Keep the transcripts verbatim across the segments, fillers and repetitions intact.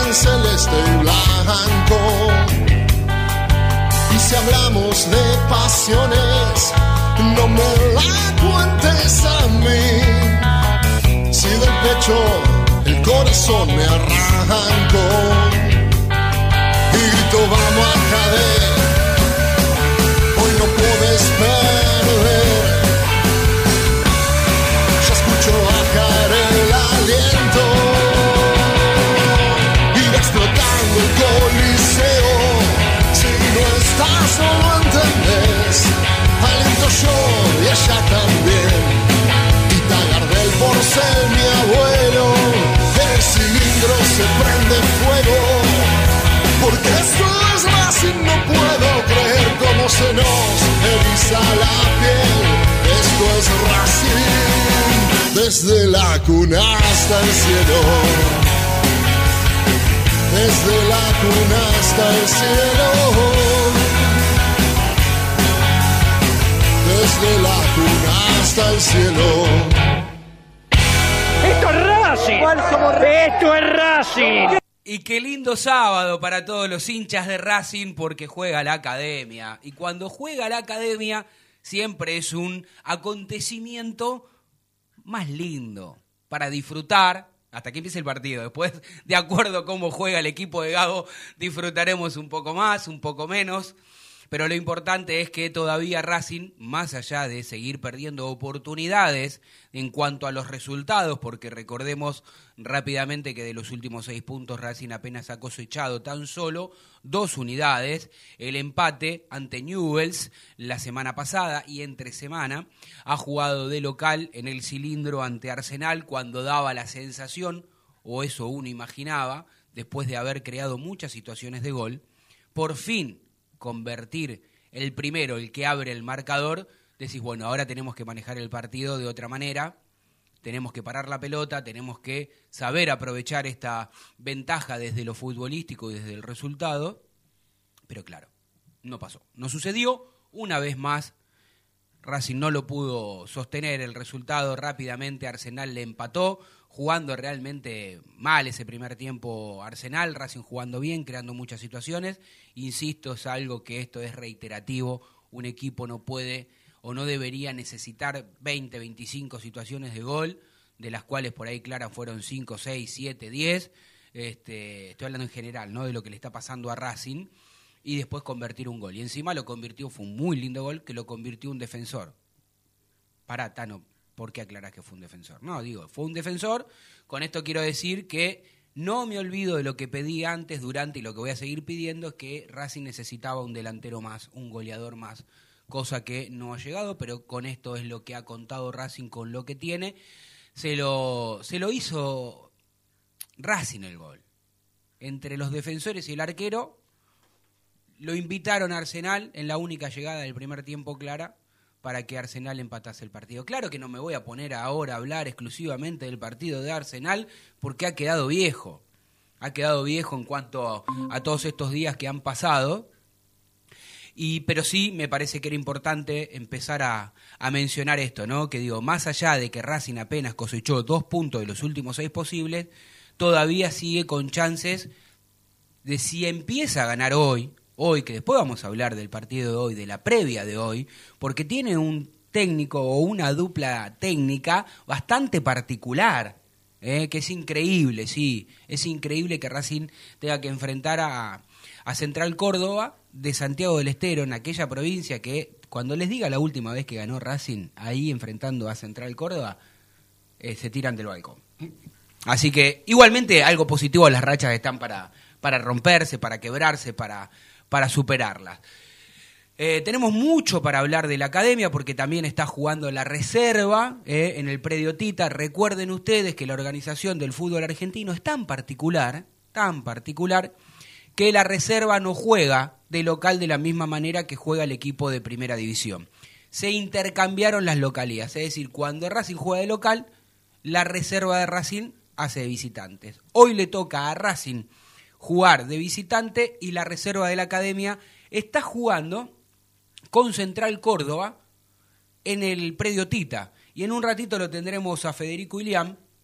en celeste y blanco. Y si hablamos de pasiones, no me la cuentes a mí. Si del pecho el corazón me arrancó y grito vamos a caer, hoy no puedes perder. Ya escucho bajar el aliento y va explotando el coliseo. Si no estás no lo entendés, aliento yo y ella también. Y Tagardel por ser mi abuelo, el cilindro se prende fuego. Porque esto es Racing, no puedo creer cómo se nos eriza la piel. Esto es Racing, desde la cuna hasta el cielo. Desde la cuna hasta el cielo. Desde la cuna hasta el cielo. ¡Esto es Racing! ¡Esto es Racing! Y qué lindo sábado para todos los hinchas de Racing porque juega la Academia. Y cuando juega la Academia siempre es un acontecimiento más lindo para disfrutar hasta que empiece el partido. Después, de acuerdo a cómo juega el equipo de Gago, disfrutaremos un poco más, un poco menos. Pero lo importante es que todavía Racing, más allá de seguir perdiendo oportunidades en cuanto a los resultados, porque recordemos rápidamente que de los últimos seis puntos Racing apenas ha cosechado tan solo dos unidades, el empate ante Newell's la semana pasada y entre semana ha jugado de local en el cilindro ante Arsenal cuando daba la sensación, o eso uno imaginaba, después de haber creado muchas situaciones de gol, por fin convertir el primero, el que abre el marcador, decís, bueno, ahora tenemos que manejar el partido de otra manera, tenemos que parar la pelota, tenemos que saber aprovechar esta ventaja desde lo futbolístico y desde el resultado, pero claro, no pasó, no sucedió, una vez más, Racing no lo pudo sostener el resultado, rápidamente Arsenal le empató, jugando realmente mal ese primer tiempo Arsenal, Racing jugando bien, creando muchas situaciones. Insisto, es algo que esto es reiterativo, un equipo no puede o no debería necesitar veinte, veinticinco situaciones de gol, de las cuales por ahí claras fueron cinco, seis, siete, diez. Este, estoy hablando en general, ¿no?, de lo que le está pasando a Racing, y después convertir un gol. Y encima lo convirtió, fue un muy lindo gol, que lo convirtió un defensor. Pará, Tano, ¿por qué aclarás que fue un defensor? No, digo, fue un defensor. Con esto quiero decir que no me olvido de lo que pedí antes, durante y lo que voy a seguir pidiendo, es que Racing necesitaba un delantero más, un goleador más, cosa que no ha llegado, pero con esto es lo que ha contado Racing con lo que tiene. Se lo, se lo hizo Racing el gol. Entre los defensores y el arquero, lo invitaron a Arsenal en la única llegada del primer tiempo clara, para que Arsenal empatase el partido. Claro que no me voy a poner ahora a hablar exclusivamente del partido de Arsenal, porque ha quedado viejo. Ha quedado viejo en cuanto a, a todos estos días que han pasado. Y, pero sí me parece que era importante empezar a, a mencionar esto, ¿no? Que digo, más allá de que Racing apenas cosechó dos puntos de los últimos seis posibles, todavía sigue con chances de, si empieza a ganar hoy, hoy, que después vamos a hablar del partido de hoy, de la previa de hoy, porque tiene un técnico o una dupla técnica bastante particular, ¿eh? Que es increíble, sí, es increíble que Racing tenga que enfrentar a, a Central Córdoba de Santiago del Estero, en aquella provincia que, cuando les diga la última vez que ganó Racing, ahí enfrentando a Central Córdoba, eh, se tiran del balcón. Así que, igualmente, algo positivo, las rachas están para, para romperse, para quebrarse, para... para superarlas. Eh, tenemos mucho para hablar de la Academia porque también está jugando la reserva eh, en el predio Tita. Recuerden ustedes que la organización del fútbol argentino es tan particular, tan particular, que la reserva no juega de local de la misma manera que juega el equipo de primera división. Se intercambiaron las localías, es decir, cuando Racing juega de local, la reserva de Racing hace de visitantes. Hoy le toca a Racing jugar de visitante y la reserva de la Academia está jugando con Central Córdoba en el predio Tita. Y en un ratito lo tendremos a Federico Ilián,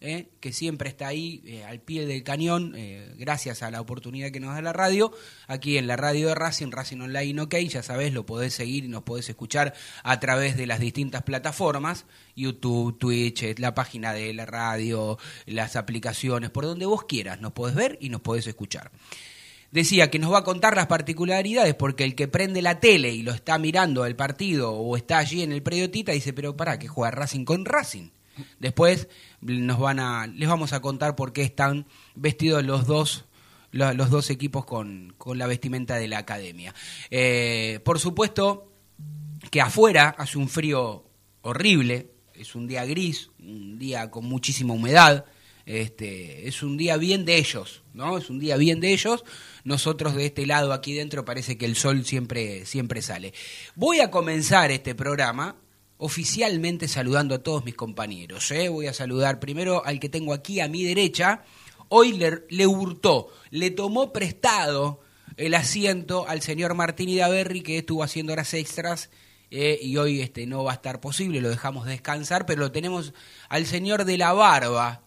eh, que siempre está ahí eh, al pie del cañón, eh, gracias a la oportunidad que nos da la radio, aquí en la radio de Racing, Racing Online OK, ya sabés, lo podés seguir y nos podés escuchar a través de las distintas plataformas, YouTube, Twitch, eh, la página de la radio, las aplicaciones, por donde vos quieras, nos podés ver y nos podés escuchar. Decía que nos va a contar las particularidades porque el que prende la tele y lo está mirando el partido o está allí en el predio Tita dice, pero pará, que juega Racing con Racing. Después nos van a, les vamos a contar por qué están vestidos los dos, los dos equipos con, con la vestimenta de la academia. Eh, por supuesto que afuera hace un frío horrible, es un día gris, un día con muchísima humedad. Este, es un día bien de ellos, ¿no? Es un día bien de ellos. Nosotros de este lado aquí dentro parece que el sol siempre, siempre sale. Voy a comenzar este programa oficialmente saludando a todos mis compañeros, ¿eh? Voy a saludar primero al que tengo aquí a mi derecha. Hoy le, le hurtó, le tomó prestado el asiento al señor Martín Idaverri, que estuvo haciendo horas extras eh, y hoy este, no va a estar posible, lo dejamos descansar, pero lo tenemos al señor de la barba,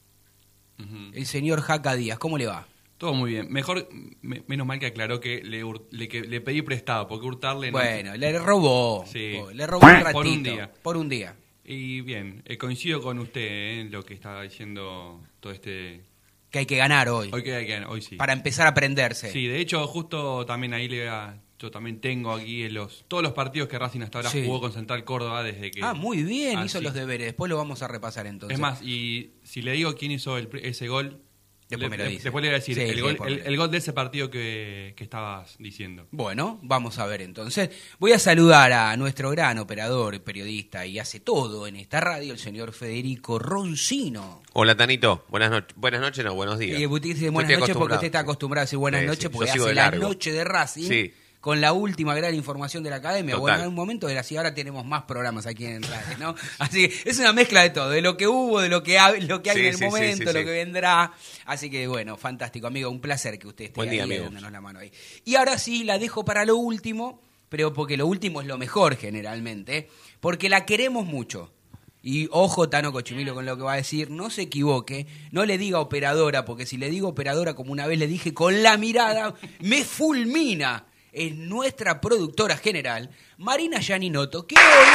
uh-huh. El señor Jaca Díaz. ¿Cómo le va? Todo muy bien. Mejor, me, menos mal que aclaró que le, le, que le pedí prestado, porque hurtarle... Bueno, no... le robó. Sí. Le robó un ratito. Por un día. Por un día. Y bien, eh, coincido con usted en eh, lo que estaba diciendo todo este... Que hay que ganar hoy. Hoy que hay que ganar, hoy sí. Para empezar a aprenderse. Sí, de hecho, justo también ahí le a, yo también tengo aquí los todos los partidos que Racing hasta ahora sí. jugó con Central Córdoba desde que... Ah, muy bien, ah, hizo sí. los deberes. Después lo vamos a repasar entonces. Es más, y si le digo quién hizo el, ese gol... Después le, me lo dice. Después le voy a decir sí, el, sí, gol, el, el gol de ese partido que, que estabas diciendo. Bueno, vamos a ver entonces. Voy a saludar a nuestro gran operador, periodista y hace todo en esta radio, el señor Federico Roncino. Hola, Tanito. Buenas noches. Buenas noches, no, buenos días. Y usted dice buenas noches porque usted está acostumbrado a decir buenas sí, noches sí. porque Yo hace la noche de Racing. Sí. Con la última gran información de la academia. Total. Bueno, en un momento era así, ahora tenemos más programas aquí en Radio, ¿no? Así que es una mezcla de todo, de lo que hubo, de lo que hay, lo que hay sí, en el sí, momento, sí, sí, lo sí. que vendrá. Así que bueno, fantástico, amigo, un placer que usted esté Buen ahí día, amigo. dándonos la mano ahí. Y ahora sí, la dejo para lo último, pero porque lo último es lo mejor generalmente, porque la queremos mucho. Y ojo, Tano Cochumilo, con lo que va a decir, no se equivoque, no le diga operadora, porque si le digo operadora, como una vez le dije, con la mirada, me fulmina. Es nuestra productora general, Marina Gianinotto, que hoy,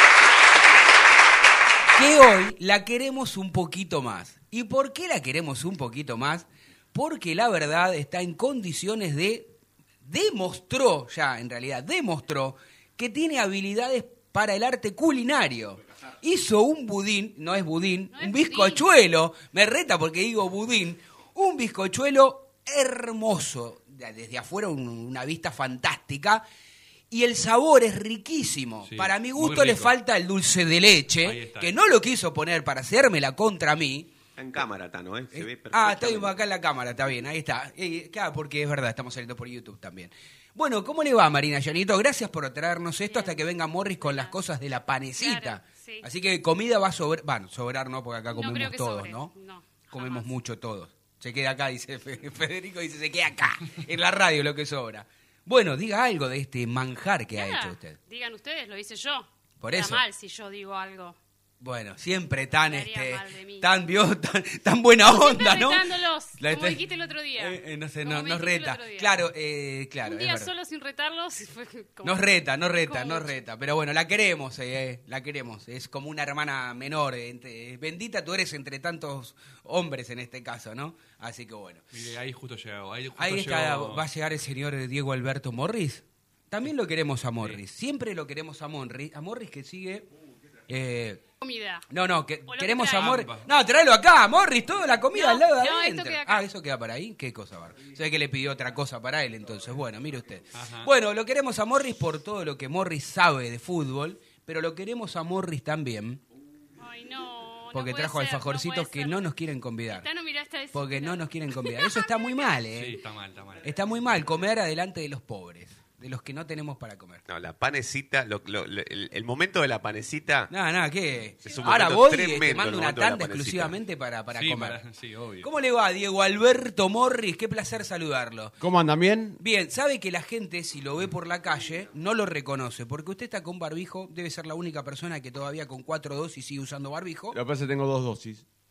que hoy la queremos un poquito más. ¿Y por qué la queremos un poquito más? Porque la verdad está en condiciones de, demostró, ya en realidad demostró, que tiene habilidades para el arte culinario. Hizo un budín, no es budín, no es un bizcochuelo, budín. Me reta porque digo budín, un bizcochuelo hermoso. Desde afuera un, una vista fantástica y el sabor es riquísimo. Sí, para mi gusto le falta el dulce de leche, que no lo quiso poner para hacérmela contra mí. Está en cámara, Tano, ¿eh? Se ¿Eh? ve Ah, está acá en la cámara, está bien, ahí está. Eh, claro, porque es verdad, estamos saliendo por YouTube también. Bueno, ¿cómo le va, Marina Gianito? Gracias por traernos esto hasta que venga Morris con las cosas de la panecita. Claro, sí. Así que comida va a sobrar, bueno, sobrar no, porque acá comemos no todos, sobre. ¿no? No, comemos mucho todos. Se queda acá, dice Federico, dice, se queda acá, en la radio lo que sobra. Bueno, diga algo de este manjar que Nada, ha hecho usted. Digan ustedes, lo hice yo. Por Está eso. mal si yo digo algo. Bueno, siempre tan, este, de tan, vio, tan, tan buena onda, siempre ¿no? retándolos, La como este... dijiste el otro día. Eh, eh, no sé, como no, nos reta. Claro, eh, claro. Un día solo sin retarlos. Fue como... Nos reta, nos reta, nos mucho. reta. Pero bueno, la queremos, eh, la queremos. Es como una hermana menor. Entre, bendita tú eres entre tantos hombres en este caso, ¿no? Así que bueno. Mire, ahí justo llegó. Ahí, justo ahí está, llegó... va a llegar el señor Diego Alberto Morris. También lo queremos a Morris. Sí. Siempre lo queremos a Morris. A Morris que sigue... Eh, comida. No, no, que queremos que a Morris. No, tráelo acá, Morris, toda la comida no, al lado de no, adentro. Esto queda acá. Ah, eso queda para ahí. Qué cosa, Bar. Se ve que le pidió otra cosa para él, entonces. Bueno, mire usted. Ajá. Bueno, lo queremos a Morris por todo lo que Morris sabe de fútbol, pero lo queremos a Morris también. Ay, no. Porque no trajo ser, alfajorcitos no que no nos quieren convidar. No miraste eso, porque no. no nos quieren convidar. Eso está muy mal, ¿eh? Sí, está mal, está mal. Está muy mal comer adelante de los pobres. De los que no tenemos para comer. No, la panecita, lo, lo, lo, el, el momento de la panecita... No, no, ¿qué? Es un Ahora momento voy y tremendo, te mando el una momento de la tanda panecita. exclusivamente para, para sí, comer. Para, sí, obvio. ¿Cómo le va, Diego Alberto Morris? Qué placer saludarlo. ¿Cómo andan bien? Bien, sabe que la gente, si lo ve por la calle, no lo reconoce, porque usted está con barbijo, debe ser la única persona que todavía con cuatro dosis sigue usando barbijo. Lo que pasa es que tengo dos dosis.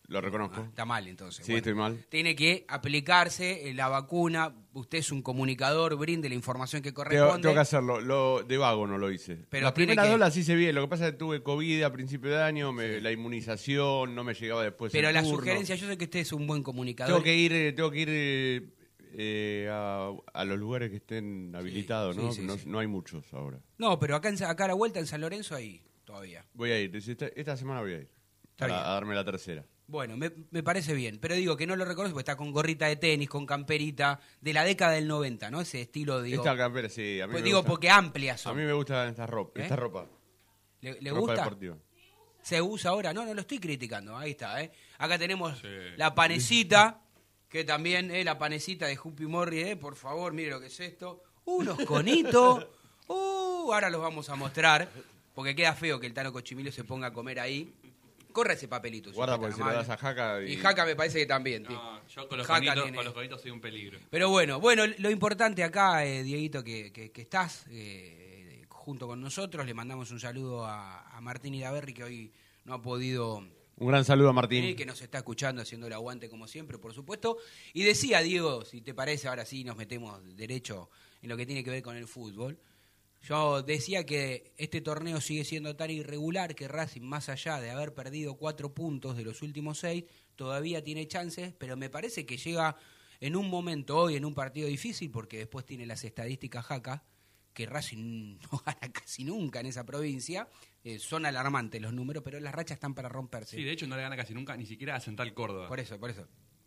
Lo reconozco. Ah, está mal entonces. Sí, Bueno, estoy mal. Tiene que aplicarse eh, la vacuna. Usted es un comunicador, brinde la información que Tengo, corresponde. tengo que hacerlo. Lo, de vago no lo hice. Pero la tiene primera que- dos las hice bien. Lo que pasa es que tuve COVID a principio de año, me- la inmunización, no me llegaba después Pero el la turno. sugerencia, yo sé que usted es un buen comunicador. Tengo que ir, eh, tengo que ir eh, eh, a, a los lugares que estén habilitados, sí, ¿no? sí, no, sí. no hay muchos ahora. No, pero acá, en, acá a la vuelta en San Lorenzo hay todavía. Voy a ir. Esta, esta semana voy a ir. Está Para, bien. a darme la tercera. Bueno, me, me parece bien, pero digo que no lo reconozco porque está con gorrita de tenis, con camperita, de la década del noventa, ¿no? Ese estilo, digo, Esta campera, sí. A mí pues me digo gusta. porque amplias A son. mí me gusta esta ropa. ¿Eh? Esta ropa. ¿Le, le ropa gusta? deportiva. ¿Se usa ahora? No, no lo estoy criticando, ahí está, ¿eh? Acá tenemos Sí. la panecita, que también es la panecita de Juppy Morri, ¿eh? Por favor, mire lo que es esto. Unos conitos. Uh, ahora los vamos a mostrar, porque queda feo que el Tano Cochimilio se ponga a comer ahí. Corra ese papelito. si Guarda, usted porque es si tan lo amable. das a Jaca y- Y Jaca me parece que también. tío. No, yo con los, Jaca conitos, tiene- con los conitos soy un peligro. Pero bueno, bueno, lo importante acá, eh, Dieguito, que, que, que estás eh, junto con nosotros. Le mandamos un saludo a, a Martín Idaverri, que hoy no ha podido Un gran saludo a Martín. venir, que nos está escuchando, haciendo el aguante como siempre, por supuesto. Y decía, Diego, si te parece, ahora sí nos metemos derecho en lo que tiene que ver con el fútbol. Yo decía que este torneo sigue siendo tan irregular que Racing, más allá de haber perdido cuatro puntos de los últimos seis, todavía tiene chances, pero me parece que llega en un momento hoy, en un partido difícil, porque después tiene las estadísticas Jaca, que Racing no gana casi nunca en esa provincia. Eh, son alarmantes los números, pero las rachas están para romperse. Sí, de hecho no le gana casi nunca, ni siquiera a Central Córdoba. Por eso, por eso.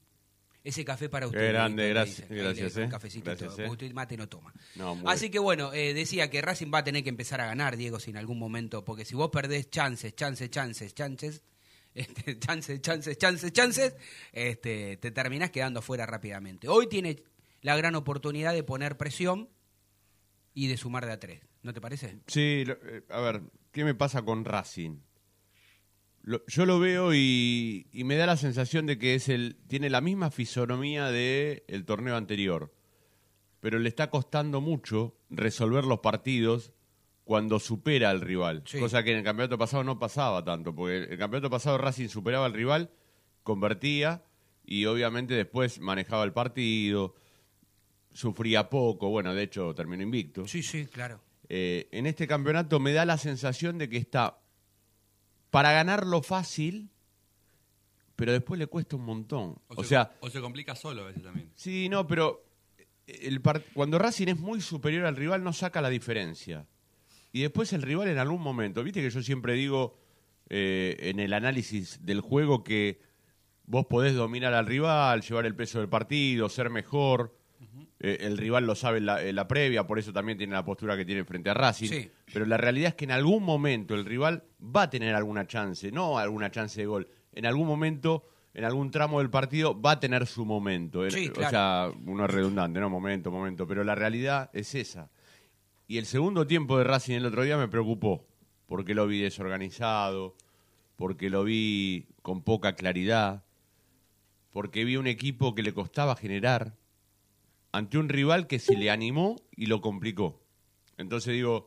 Ese café para usted. Qué grande, Dieguito, le gracias, dicen. Ahí le gracias, dicen, eh. Un cafecito y Gracias, todo, eh. porque usted mate no toma. No, muy Así bien. que bueno, eh, decía que Racing va a tener que empezar a ganar, Diego, si en algún momento, porque si vos perdés chances, chances, chances, chances, este, chances, chances, chances, chances, este, te terminás quedando fuera rápidamente. Hoy tiene la gran oportunidad de poner presión y de sumar de a tres, ¿no te parece? Sí, lo- eh, a ver, ¿qué me pasa con Racing? Lo- yo lo veo y, y me da la sensación de que es el tiene la misma fisonomía de el torneo anterior, pero le está costando mucho resolver los partidos cuando supera al rival, Sí. cosa que en el campeonato pasado no pasaba tanto, porque el, el campeonato pasado Racing superaba al rival, convertía y obviamente después manejaba el partido, sufría poco, bueno, de hecho terminó invicto. Sí, sí, claro. Eh, en este campeonato me da la sensación de que está para ganarlo fácil, pero después le cuesta un montón. O, se, sea, o se complica solo a veces también. sí, no, pero el par- cuando Racing es muy superior al rival no saca la diferencia. Y después el rival en algún momento, viste que yo siempre digo eh, en el análisis del juego que vos podés dominar al rival, llevar el peso del partido, ser mejor. Eh, el rival lo sabe en la, en la previa, por eso también tiene la postura que tiene frente a Racing. Sí. Pero la realidad es que en algún momento el rival va a tener alguna chance, no alguna chance de gol. En algún momento, en algún tramo del partido, va a tener su momento. Sí, o claro. sea, uno es redundante, ¿no? Momento, momento. Pero la realidad es esa. Y el segundo tiempo de Racing el otro día me preocupó, porque lo vi desorganizado, porque lo vi con poca claridad, porque vi un equipo que le costaba generar ante un rival que se le animó y lo complicó. Entonces digo,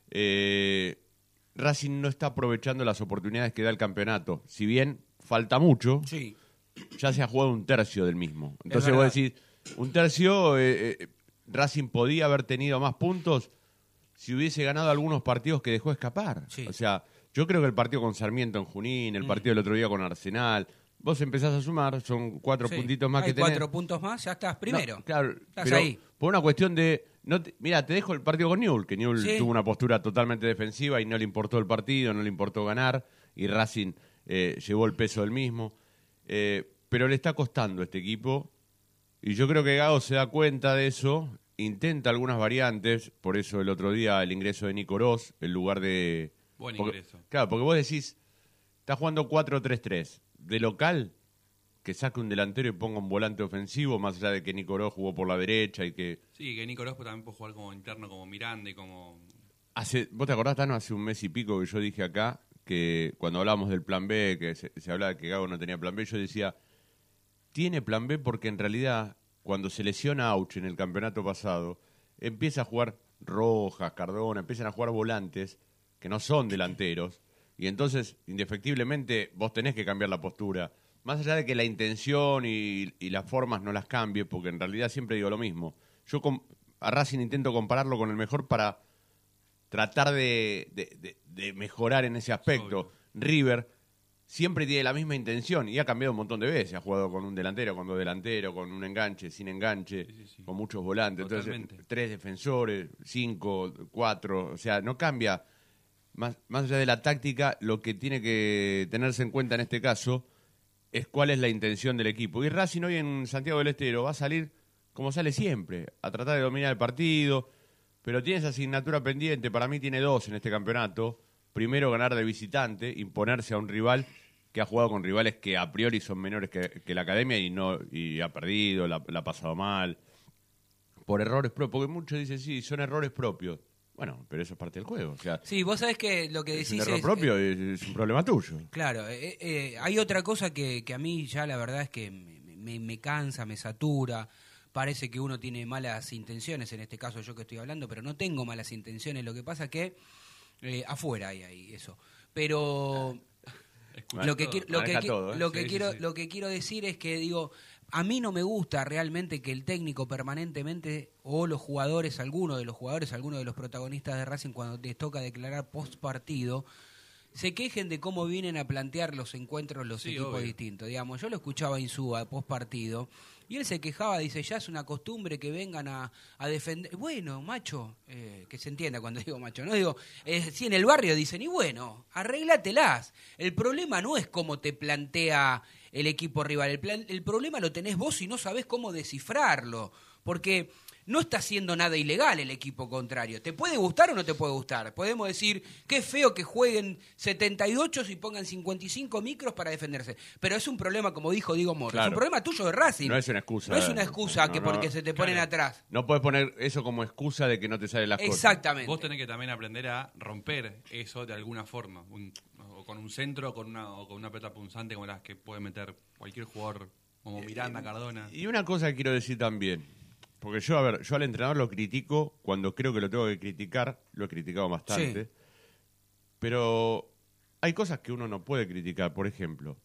eh, Racing no está aprovechando las oportunidades que da el campeonato. Si bien falta mucho, Sí. ya se ha jugado un tercio del mismo. Entonces verdad. vos decís, un tercio, eh, eh, Racing podía haber tenido más puntos si hubiese ganado algunos partidos que dejó escapar. Sí. O sea, yo creo que el partido con Sarmiento en Junín, el partido del otro día con Arsenal, vos empezás a sumar, son cuatro Sí. puntitos más Hay que tenés. cuatro puntos más, ya estás primero. No, claro, Estás pero ahí. por una cuestión de... No te- mira, te dejo el partido con Newell, que Newell Sí. tuvo una postura totalmente defensiva y no le importó el partido, no le importó ganar, y Racing eh, llevó el peso del mismo. Eh, pero le está costando a este equipo, y yo creo que Gago se da cuenta de eso, intenta algunas variantes, por eso el otro día el ingreso de Nico Oroz, en lugar de... Buen porque- ingreso. Claro, porque vos decís, está jugando cuatro tres tres, de local, que saque un delantero y ponga un volante ofensivo, más allá de que Nico Oroz jugó por la derecha y que... Sí, que Nico Rospo también puede jugar como interno, como Miranda y como... Hace, ¿Vos te acordás, Tano, hace un mes y pico que yo dije acá, que cuando hablábamos del plan B, que se, se hablaba de que Gago no tenía plan B, yo decía, tiene plan B porque en realidad, cuando se lesiona Auch en el campeonato pasado, empieza a jugar Rojas, Cardona, empiezan a jugar volantes que no son delanteros, y entonces, indefectiblemente, vos tenés que cambiar la postura. más allá de que la intención y, y las formas no las cambie, porque en realidad siempre digo lo mismo, yo com- a Racing intento compararlo con el mejor para tratar de, de, de, de mejorar en ese aspecto. Obvio. River siempre tiene la misma intención y ha cambiado un montón de veces. Ha jugado con un delantero, con dos delanteros, con un enganche, sin enganche, Sí, sí, sí. con muchos volantes. Totalmente. Entonces, tres defensores, cinco, cuatro. O sea, no cambia. Más, más allá de la táctica, lo que tiene que tenerse en cuenta en este caso es cuál es la intención del equipo. Y Racing hoy en Santiago del Estero va a salir como sale siempre, a tratar de dominar el partido, pero tiene esa asignatura pendiente. Para mí tiene dos en este campeonato. Primero, ganar de visitante, imponerse a un rival que ha jugado con rivales que a priori son menores que, que la academia y no y ha perdido, la, la ha pasado mal, por errores propios. Porque muchos dicen, sí, son errores propios. Bueno, pero eso es parte del juego. O sea, Sí, vos sabés que lo que es decís un error es... propio, es, es un problema tuyo. Claro, eh, eh, hay otra cosa que, que a mí ya la verdad es que me, me- me cansa, me satura. Parece que uno tiene malas intenciones, en este caso yo que estoy hablando, pero no tengo malas intenciones. Lo que pasa que eh, afuera hay ahí eso. Pero Escucha lo que todo. quiero, lo que, Maneja qui- todo, ¿eh? lo que Sí, sí, quiero, sí. lo que quiero decir es que digo, a mí no me gusta realmente que el técnico permanentemente o los jugadores, algunos de los jugadores, algunos de los protagonistas de Racing cuando les toca declarar post partido se quejen de cómo vienen a plantear los encuentros los Sí, equipos obvio. distintos. Digamos, yo lo escuchaba a Insúa post partido y él se quejaba, dice, ya es una costumbre que vengan a, a defender. Bueno, macho, eh, que se entienda cuando digo macho, no digo, eh, si en el barrio dicen, y bueno, arréglatelas. El problema no es cómo te plantea el equipo rival, el, plan- el problema lo tenés vos si no sabés cómo descifrarlo, porque no está haciendo nada ilegal el equipo contrario. ¿Te puede gustar o no te puede gustar? Podemos decir, qué feo que jueguen setenta y ocho y pongan cincuenta y cinco micros para defenderse. Pero es un problema, como dijo Diego Moro, Claro. es un problema tuyo de Racing. No es una excusa. No es una excusa No, que no, porque se te ponen claro. atrás. No puedes poner eso como excusa de que no te salen las cosas. Exactamente. Vos tenés que también aprender a romper eso de alguna forma. Un- o con un centro o con una, o con una pelota punzante como las que puede meter cualquier jugador como Miranda, Cardona. Y una cosa que quiero decir también, porque yo, a ver, yo al entrenador lo critico cuando creo que lo tengo que criticar, lo he criticado bastante, Sí. pero hay cosas que uno no puede criticar. Por ejemplo,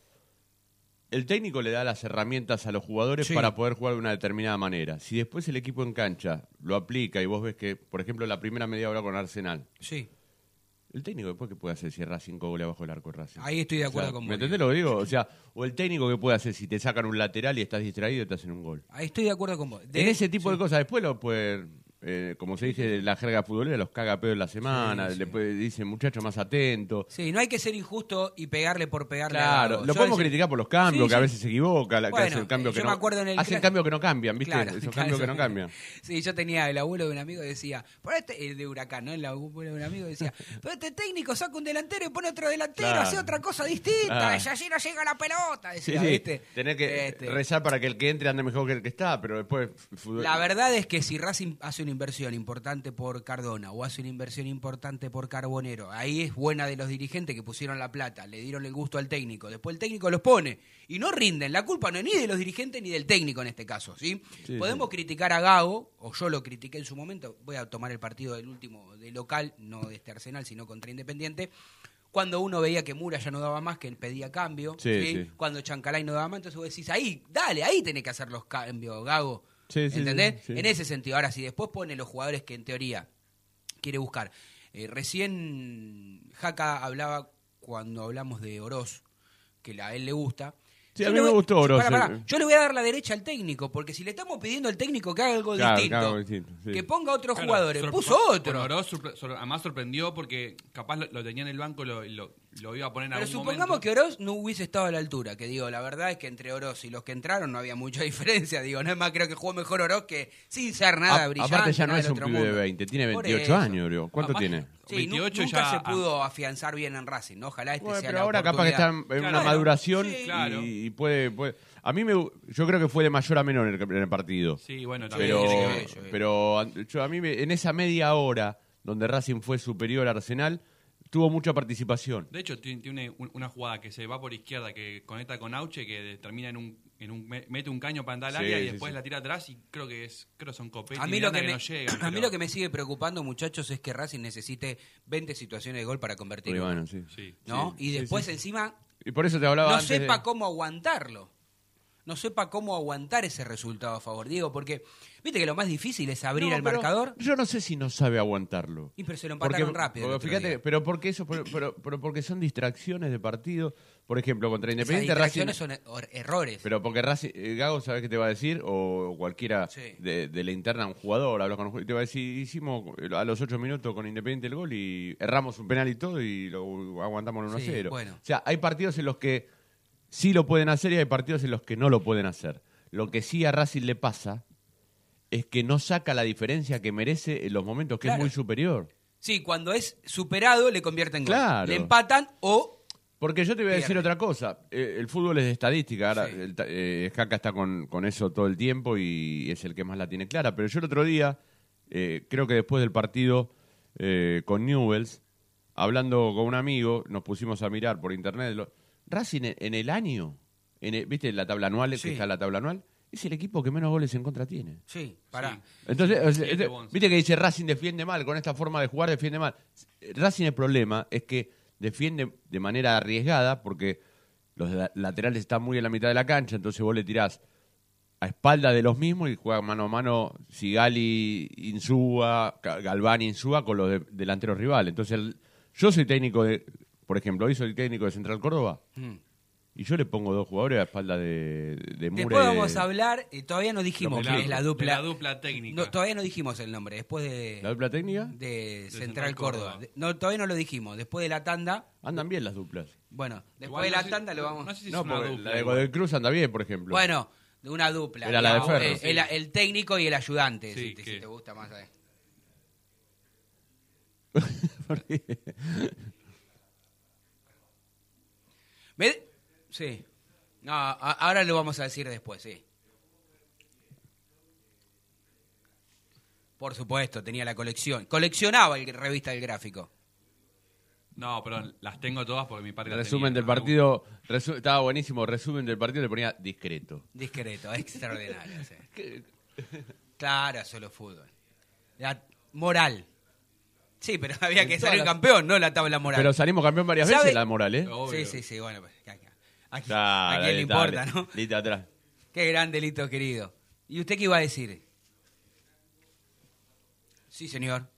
el técnico le da las herramientas a los jugadores Sí. para poder jugar de una determinada manera. Si después el equipo en cancha lo aplica y vos ves que, por ejemplo, la primera media hora con Arsenal, Sí, el técnico después qué puede hacer si erra cinco goles abajo del arco de Racing. ahí estoy de O sea, acuerdo con vos. ¿me entendés lo que digo? O sea, o el técnico que puede hacer si te sacan un lateral y estás distraído y te hacen un gol. Ahí estoy de acuerdo con vos. De- En ese tipo sí. de cosas, después lo puede, eh, como se dice la jerga futbolera, los caga pedo en la semana, Sí, sí. le puede, dice muchacho más atento. Sí, no hay que ser injusto y pegarle por pegarle. a Claro, Gago. lo Yo podemos decía- criticar por los cambios, Sí, que a sí. veces se equivoca, la, que Bueno, hace el cambio eh, que yo no me acuerdo en el hacen clas- cambios que no cambian, ¿viste? Claro, Esos claro, cambios que eso- no cambian. Sí, yo tenía el abuelo de un amigo que decía, por este, el de Huracán, ¿no? El abuelo de un amigo decía, pero este técnico saca un delantero y pone otro delantero, Claro. hace otra cosa distinta, Ah. y allí no llega la pelota, Sí, decía, sí, ¿viste? tener que Este, rezar para que el que entre ande mejor que el que está, pero después... fútbol- La verdad es que si Racing hace una inversión importante por Cardona o hace una inversión importante por Carbonero, ahí es buena de los dirigentes que pusieron la plata, le dieron el gusto al técnico, después el técnico los pone y no rinden. La culpa no es ni de los dirigentes ni del técnico en este caso, ¿sí? Sí, Podemos criticar a Gago, o yo lo critiqué en su momento, voy a tomar el partido del último de local, no de este Arsenal, sino contra Independiente, cuando uno veía que Mura ya no daba más, que él pedía cambio, Sí, ¿sí? sí. Cuando Chancalay no daba más, entonces vos decís, ahí, dale, ahí tenés que hacer los cambios, Gago. Sí, sí, ¿Entendés? sí, sí. En ese sentido. Ahora, si después pone los jugadores que en teoría quiere buscar. Eh, recién Jaca hablaba, cuando hablamos de Oroz, que a él le gusta. Sí, Yo a mí le me voy- gustó Oroz, Pará, pará. eh. Yo le voy a dar la derecha al técnico, porque si le estamos pidiendo al técnico que haga algo Claro, que distinto, haga algo distinto, sí. que ponga otros Claro, jugadores, sorpre- puso con otro. Oroz sorpre- sor- además sorprendió porque capaz lo, lo tenía en el banco y lo, lo, lo iba a poner en Pero algún supongamos momento. que Oroz no hubiese estado a la altura, que digo, la verdad es que entre Oroz y los que entraron no había mucha diferencia, digo, no es más, creo que jugó mejor Oroz que sin ser nada A- brillante. aparte ya no nada es del un otro pibe de mundo. veinte, tiene Por veintiocho eso. años, bro. ¿Cuánto Aparte- tiene? Sí, veintiocho nu- nunca ya- se pudo afianzar bien en Racing, ¿no? Ojalá este Bueno, sea pero la ahora capaz que está oportunidad. en una Claro. maduración Sí. Claro. y, y puede, puede... A mí me, yo creo que fue de mayor a menor en el, en el partido. Sí, bueno, también Pero, tiene que sí, ver. sí. pero an- yo, a mí me- en esa media hora donde Racing fue superior a Arsenal, tuvo mucha participación. De hecho, tiene, tiene un- una jugada que se va por izquierda, que conecta con Auche, que termina en un, en un me- mete un caño para andar al Sí, área y sí, después sí. la tira atrás y creo que es creo son Copetti A y mí, lo Miranda que, que, me, no llegan. a mí pero- lo que me sigue preocupando, muchachos, es que Racing necesite veinte situaciones de gol para convertir. Muy uno, bueno, sí. Sí. ¿no? Sí, y sí, después sí. encima Y por eso te hablaba no antes sepa de- cómo aguantarlo. No sepa cómo aguantar ese resultado a favor, Diego, porque viste que lo más difícil es abrir No, el pero marcador. Yo no sé si no sabe aguantarlo. Y pero se lo empataron Porque- rápido. el porque otro fíjate, día. pero porque eso, pero, pero- pero porque son distracciones de partido. Por ejemplo, contra Esas Independiente Racing. distracciones son er- errores. Pero porque Racing, eh, Gago, ¿sabes qué te va a decir? O cualquiera Sí. de, de la interna, un jugador, habla con un jugador, y te va a decir, hicimos a los ocho minutos con Independiente el gol y erramos un penal y todo y lo aguantamos en uno a Sí, cero. bueno. O sea, hay partidos en los que sí lo pueden hacer y hay partidos en los que no lo pueden hacer. Lo que sí a Racing le pasa es que no saca la diferencia que merece en los momentos que Claro. es muy superior. Sí, cuando es superado le convierten en gol. Claro. Le empatan o... Porque yo te voy a decir Pierde. otra cosa. Eh, el fútbol es de estadística. Ahora, Sí. el ta- eh, Jaca está con, con eso todo el tiempo y es el que más la tiene clara. Pero yo el otro día, eh, creo que después del partido eh, con Newell's, hablando con un amigo, nos pusimos a mirar por internet. Lo, Racing en, en el año, en el- ¿viste la tabla anual? Sí. Que está la tabla anual. Es el equipo que menos goles en contra tiene. Sí, pará. Sí. Entonces, o sea, Siete este- once. viste que dice Racing defiende mal, con esta forma de jugar defiende mal. Racing el problema es que defiende de manera arriesgada porque los la- laterales están muy en la mitad de la cancha, entonces vos le tirás a espalda de los mismos y juegan mano a mano Sigali, Insúa, Ga- Galván, Insúa con los de- delanteros rivales. Entonces, el- yo soy técnico de, por ejemplo, hoy soy técnico de Central Córdoba Mm. y yo le pongo dos jugadores a espalda de, de Mure. Después vamos a hablar, eh, todavía no dijimos De qué la- es la de dupla. la dupla técnica. No, todavía no dijimos el nombre, después de, ¿La dupla técnica? de Central, Central Córdoba. Córdoba. De- No, todavía no lo dijimos. Después de la tanda, Andan bien las duplas. bueno, después Igual de no la sé- tanda lo vamos... No sé si No, es una porque dupla. la de igual. Godoy Cruz anda bien, por ejemplo. Bueno, de una dupla. Era la de digamos, Ferro, eh, sí. el, el técnico y el ayudante, Sí, si, te, que- si te gusta más. eh. Porque- ¿Me- Sí. No, a- ahora lo vamos a decir después, sí. Por supuesto, tenía la colección. Coleccionaba el revista del gráfico. No, pero las tengo todas porque mi padre las Resumen tenía. del partido, resu- estaba buenísimo, resumen del partido le ponía discreto. Discreto, extraordinario. Sí. Claro, solo fútbol. La moral. Sí, pero había que En todas salir las- campeón, no la tabla moral. Pero salimos campeón varias ¿Sabe? veces la moral, ¿eh? Obvio. Sí, sí, sí, bueno, pues, ¿a, a- a Dale, quién le importa, dale, no? lita atrás. Qué gran delito, querido. ¿Y usted qué iba a decir? Sí, señor.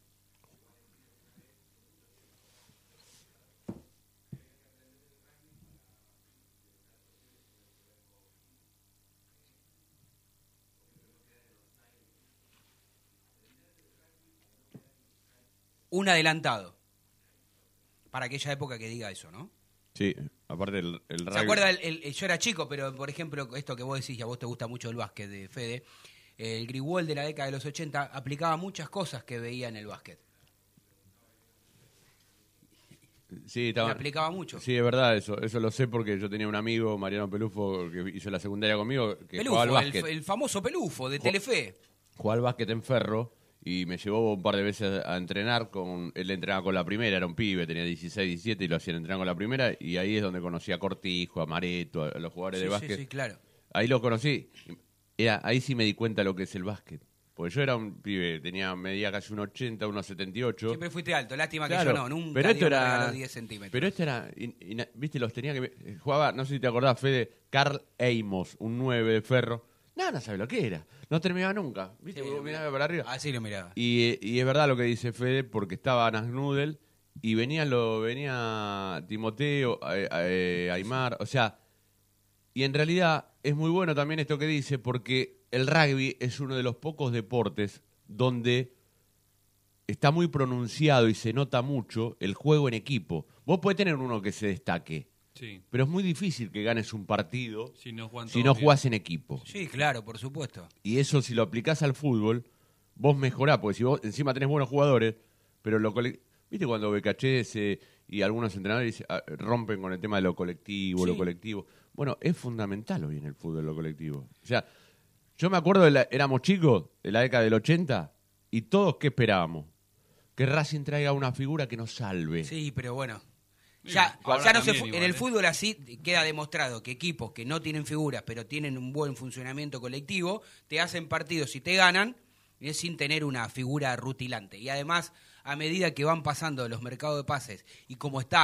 Un adelantado. Para aquella época que diga eso, ¿no? Sí, aparte el, el ¿Se rugby- acuerda? El, el- yo era chico, pero por ejemplo, esto que vos decís, y a vos te gusta mucho el básquet de Fede, el Grigol de la década de los ochenta aplicaba muchas cosas que veía en el básquet. Sí, Le estaba- aplicaba mucho. Sí, es verdad eso. Eso lo sé porque yo tenía un amigo, Mariano Pelufo, que hizo la secundaria conmigo, que jugaba al Pelufo, el, básquet. el famoso Pelufo de Telefe. Jugaba al básquet en Ferro y me llevó un par de veces a entrenar. con Él entrenaba con la primera, era un pibe, tenía dieciséis, diecisiete y lo hacían entrenar con la primera. Y ahí es donde conocí a Cortijo, a Mareto, a los jugadores Sí, de sí, básquet. sí, claro. Ahí lo conocí. Era, ahí sí me di cuenta lo que es el básquet. Porque yo era un pibe, tenía medía casi un ochenta, unos setenta y ocho. Siempre fuiste alto, lástima Claro, que yo no, nunca pero esto Dios me era, regaló diez centímetros. Pero esto era, in- ina- viste, los tenía que... Jugaba, no sé si te acordás, Fede, Carl Amos, un nueve de Ferro. No, no sabe lo que era. No terminaba nunca. Viste, Sí, vos lo miraba para arriba. Así lo miraba. Y, y es verdad lo que dice Fede, porque estaba Nasnudel y venía, lo, venía Timoteo, eh, eh, Aymar, o sea, y en realidad es muy bueno también esto que dice, porque el rugby es uno de los pocos deportes donde está muy pronunciado y se nota mucho el juego en equipo. Vos podés tener uno que se destaque, Sí. pero es muy difícil que ganes un partido Si no juegan si todos no bien. jugás en equipo. Sí, claro, por supuesto. Y eso si lo aplicás al fútbol, vos mejorás, porque si vos encima tenés buenos jugadores, pero lo cole- ¿viste cuando B K H S y algunos entrenadores ah, rompen con el tema de lo colectivo, Sí. lo colectivo? Bueno, es fundamental hoy en el fútbol lo colectivo. O sea, yo me acuerdo, de la- éramos chicos, de la década del ochenta, y todos, ¿qué esperábamos? Que Racing traiga una figura que nos salve. Sí, pero bueno. Sí, Ya, ahora ya no se también fu- en igual, el ¿eh? fútbol así queda demostrado que equipos que no tienen figuras pero tienen un buen funcionamiento colectivo te hacen partidos y te ganan eh, sin tener una figura rutilante. Y además, a medida que van pasando los mercados de pases y como está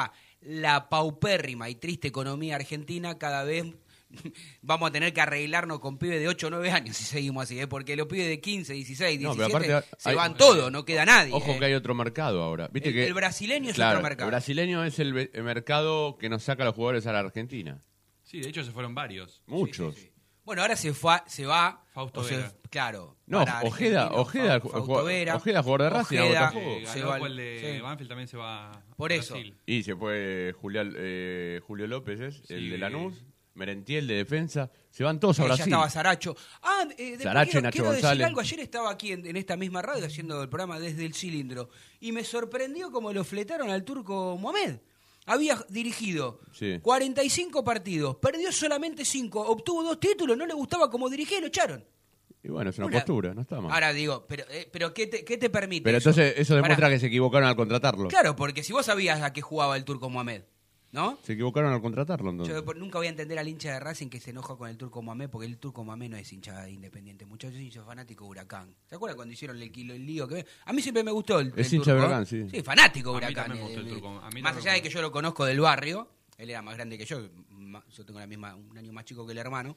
la paupérrima y triste economía argentina, cada vez vamos a tener que arreglarnos con pibes de ocho o nueve años si seguimos así, ¿eh? Porque los pibes de quince, dieciséis, No, pero diecisiete aparte se hay- van todos, no queda nadie. Ojo ¿eh? que hay otro mercado ahora. ¿Viste el, que, el brasileño es claro, otro mercado. El brasileño es el, ve- el mercado que nos saca a los jugadores a la Argentina. Sí, de hecho se fueron varios. Muchos. Sí, sí, sí. Bueno, ahora se, fue, se va... Fausto o se- Vera. claro. No, para Ojeda, Argentino, Ojeda, Fa- ju- Fausto jugador- Vera. Ojeda, jugador de Racing, a Ojeda, Botafogo. Eh, se ganó va- el de sí. Banfield, también se va a Por eso. Brasil. Y se fue Julián, eh, Julio López, ¿es? Sí. El de Lanús, Merentiel de defensa. Se van todos a Eh, ya Brasil. estaba Saracho. Ah, eh, después Saracho y quiero, Nacho quiero decir González. algo. Ayer estaba aquí en, en esta misma radio haciendo el programa desde el cilindro y me sorprendió cómo lo fletaron al turco Mohamed. Había dirigido Sí. cuarenta y cinco partidos, perdió solamente cinco, obtuvo dos títulos, no le gustaba como dirigía y lo echaron. Y bueno, es una, Una- postura, no está mal. Ahora digo, pero, eh, pero ¿qué, te, ¿qué te permite Pero eso? entonces eso demuestra Pará. que se equivocaron al contratarlo. Claro, porque si vos sabías a qué jugaba el turco Mohamed, ¿no? Se equivocaron al contratarlo, entonces. Yo nunca voy a entender al hincha de Racing que se enoja con el turco Mohamed, porque el turco Mohamed no es hincha de Independiente, muchachos, es hincha fanático de Huracán. ¿Se acuerdan cuando hicieron el, kilo- el lío? que A mí siempre me gustó el, Es el hincha de turco, Huracán, ¿eh? sí. Sí, fanático de A mí Huracán. también me gustó el eh, turco, a mí Más también allá me de que yo lo conozco del barrio, él era más grande que yo, ma- yo tengo la misma, un año más chico que el hermano,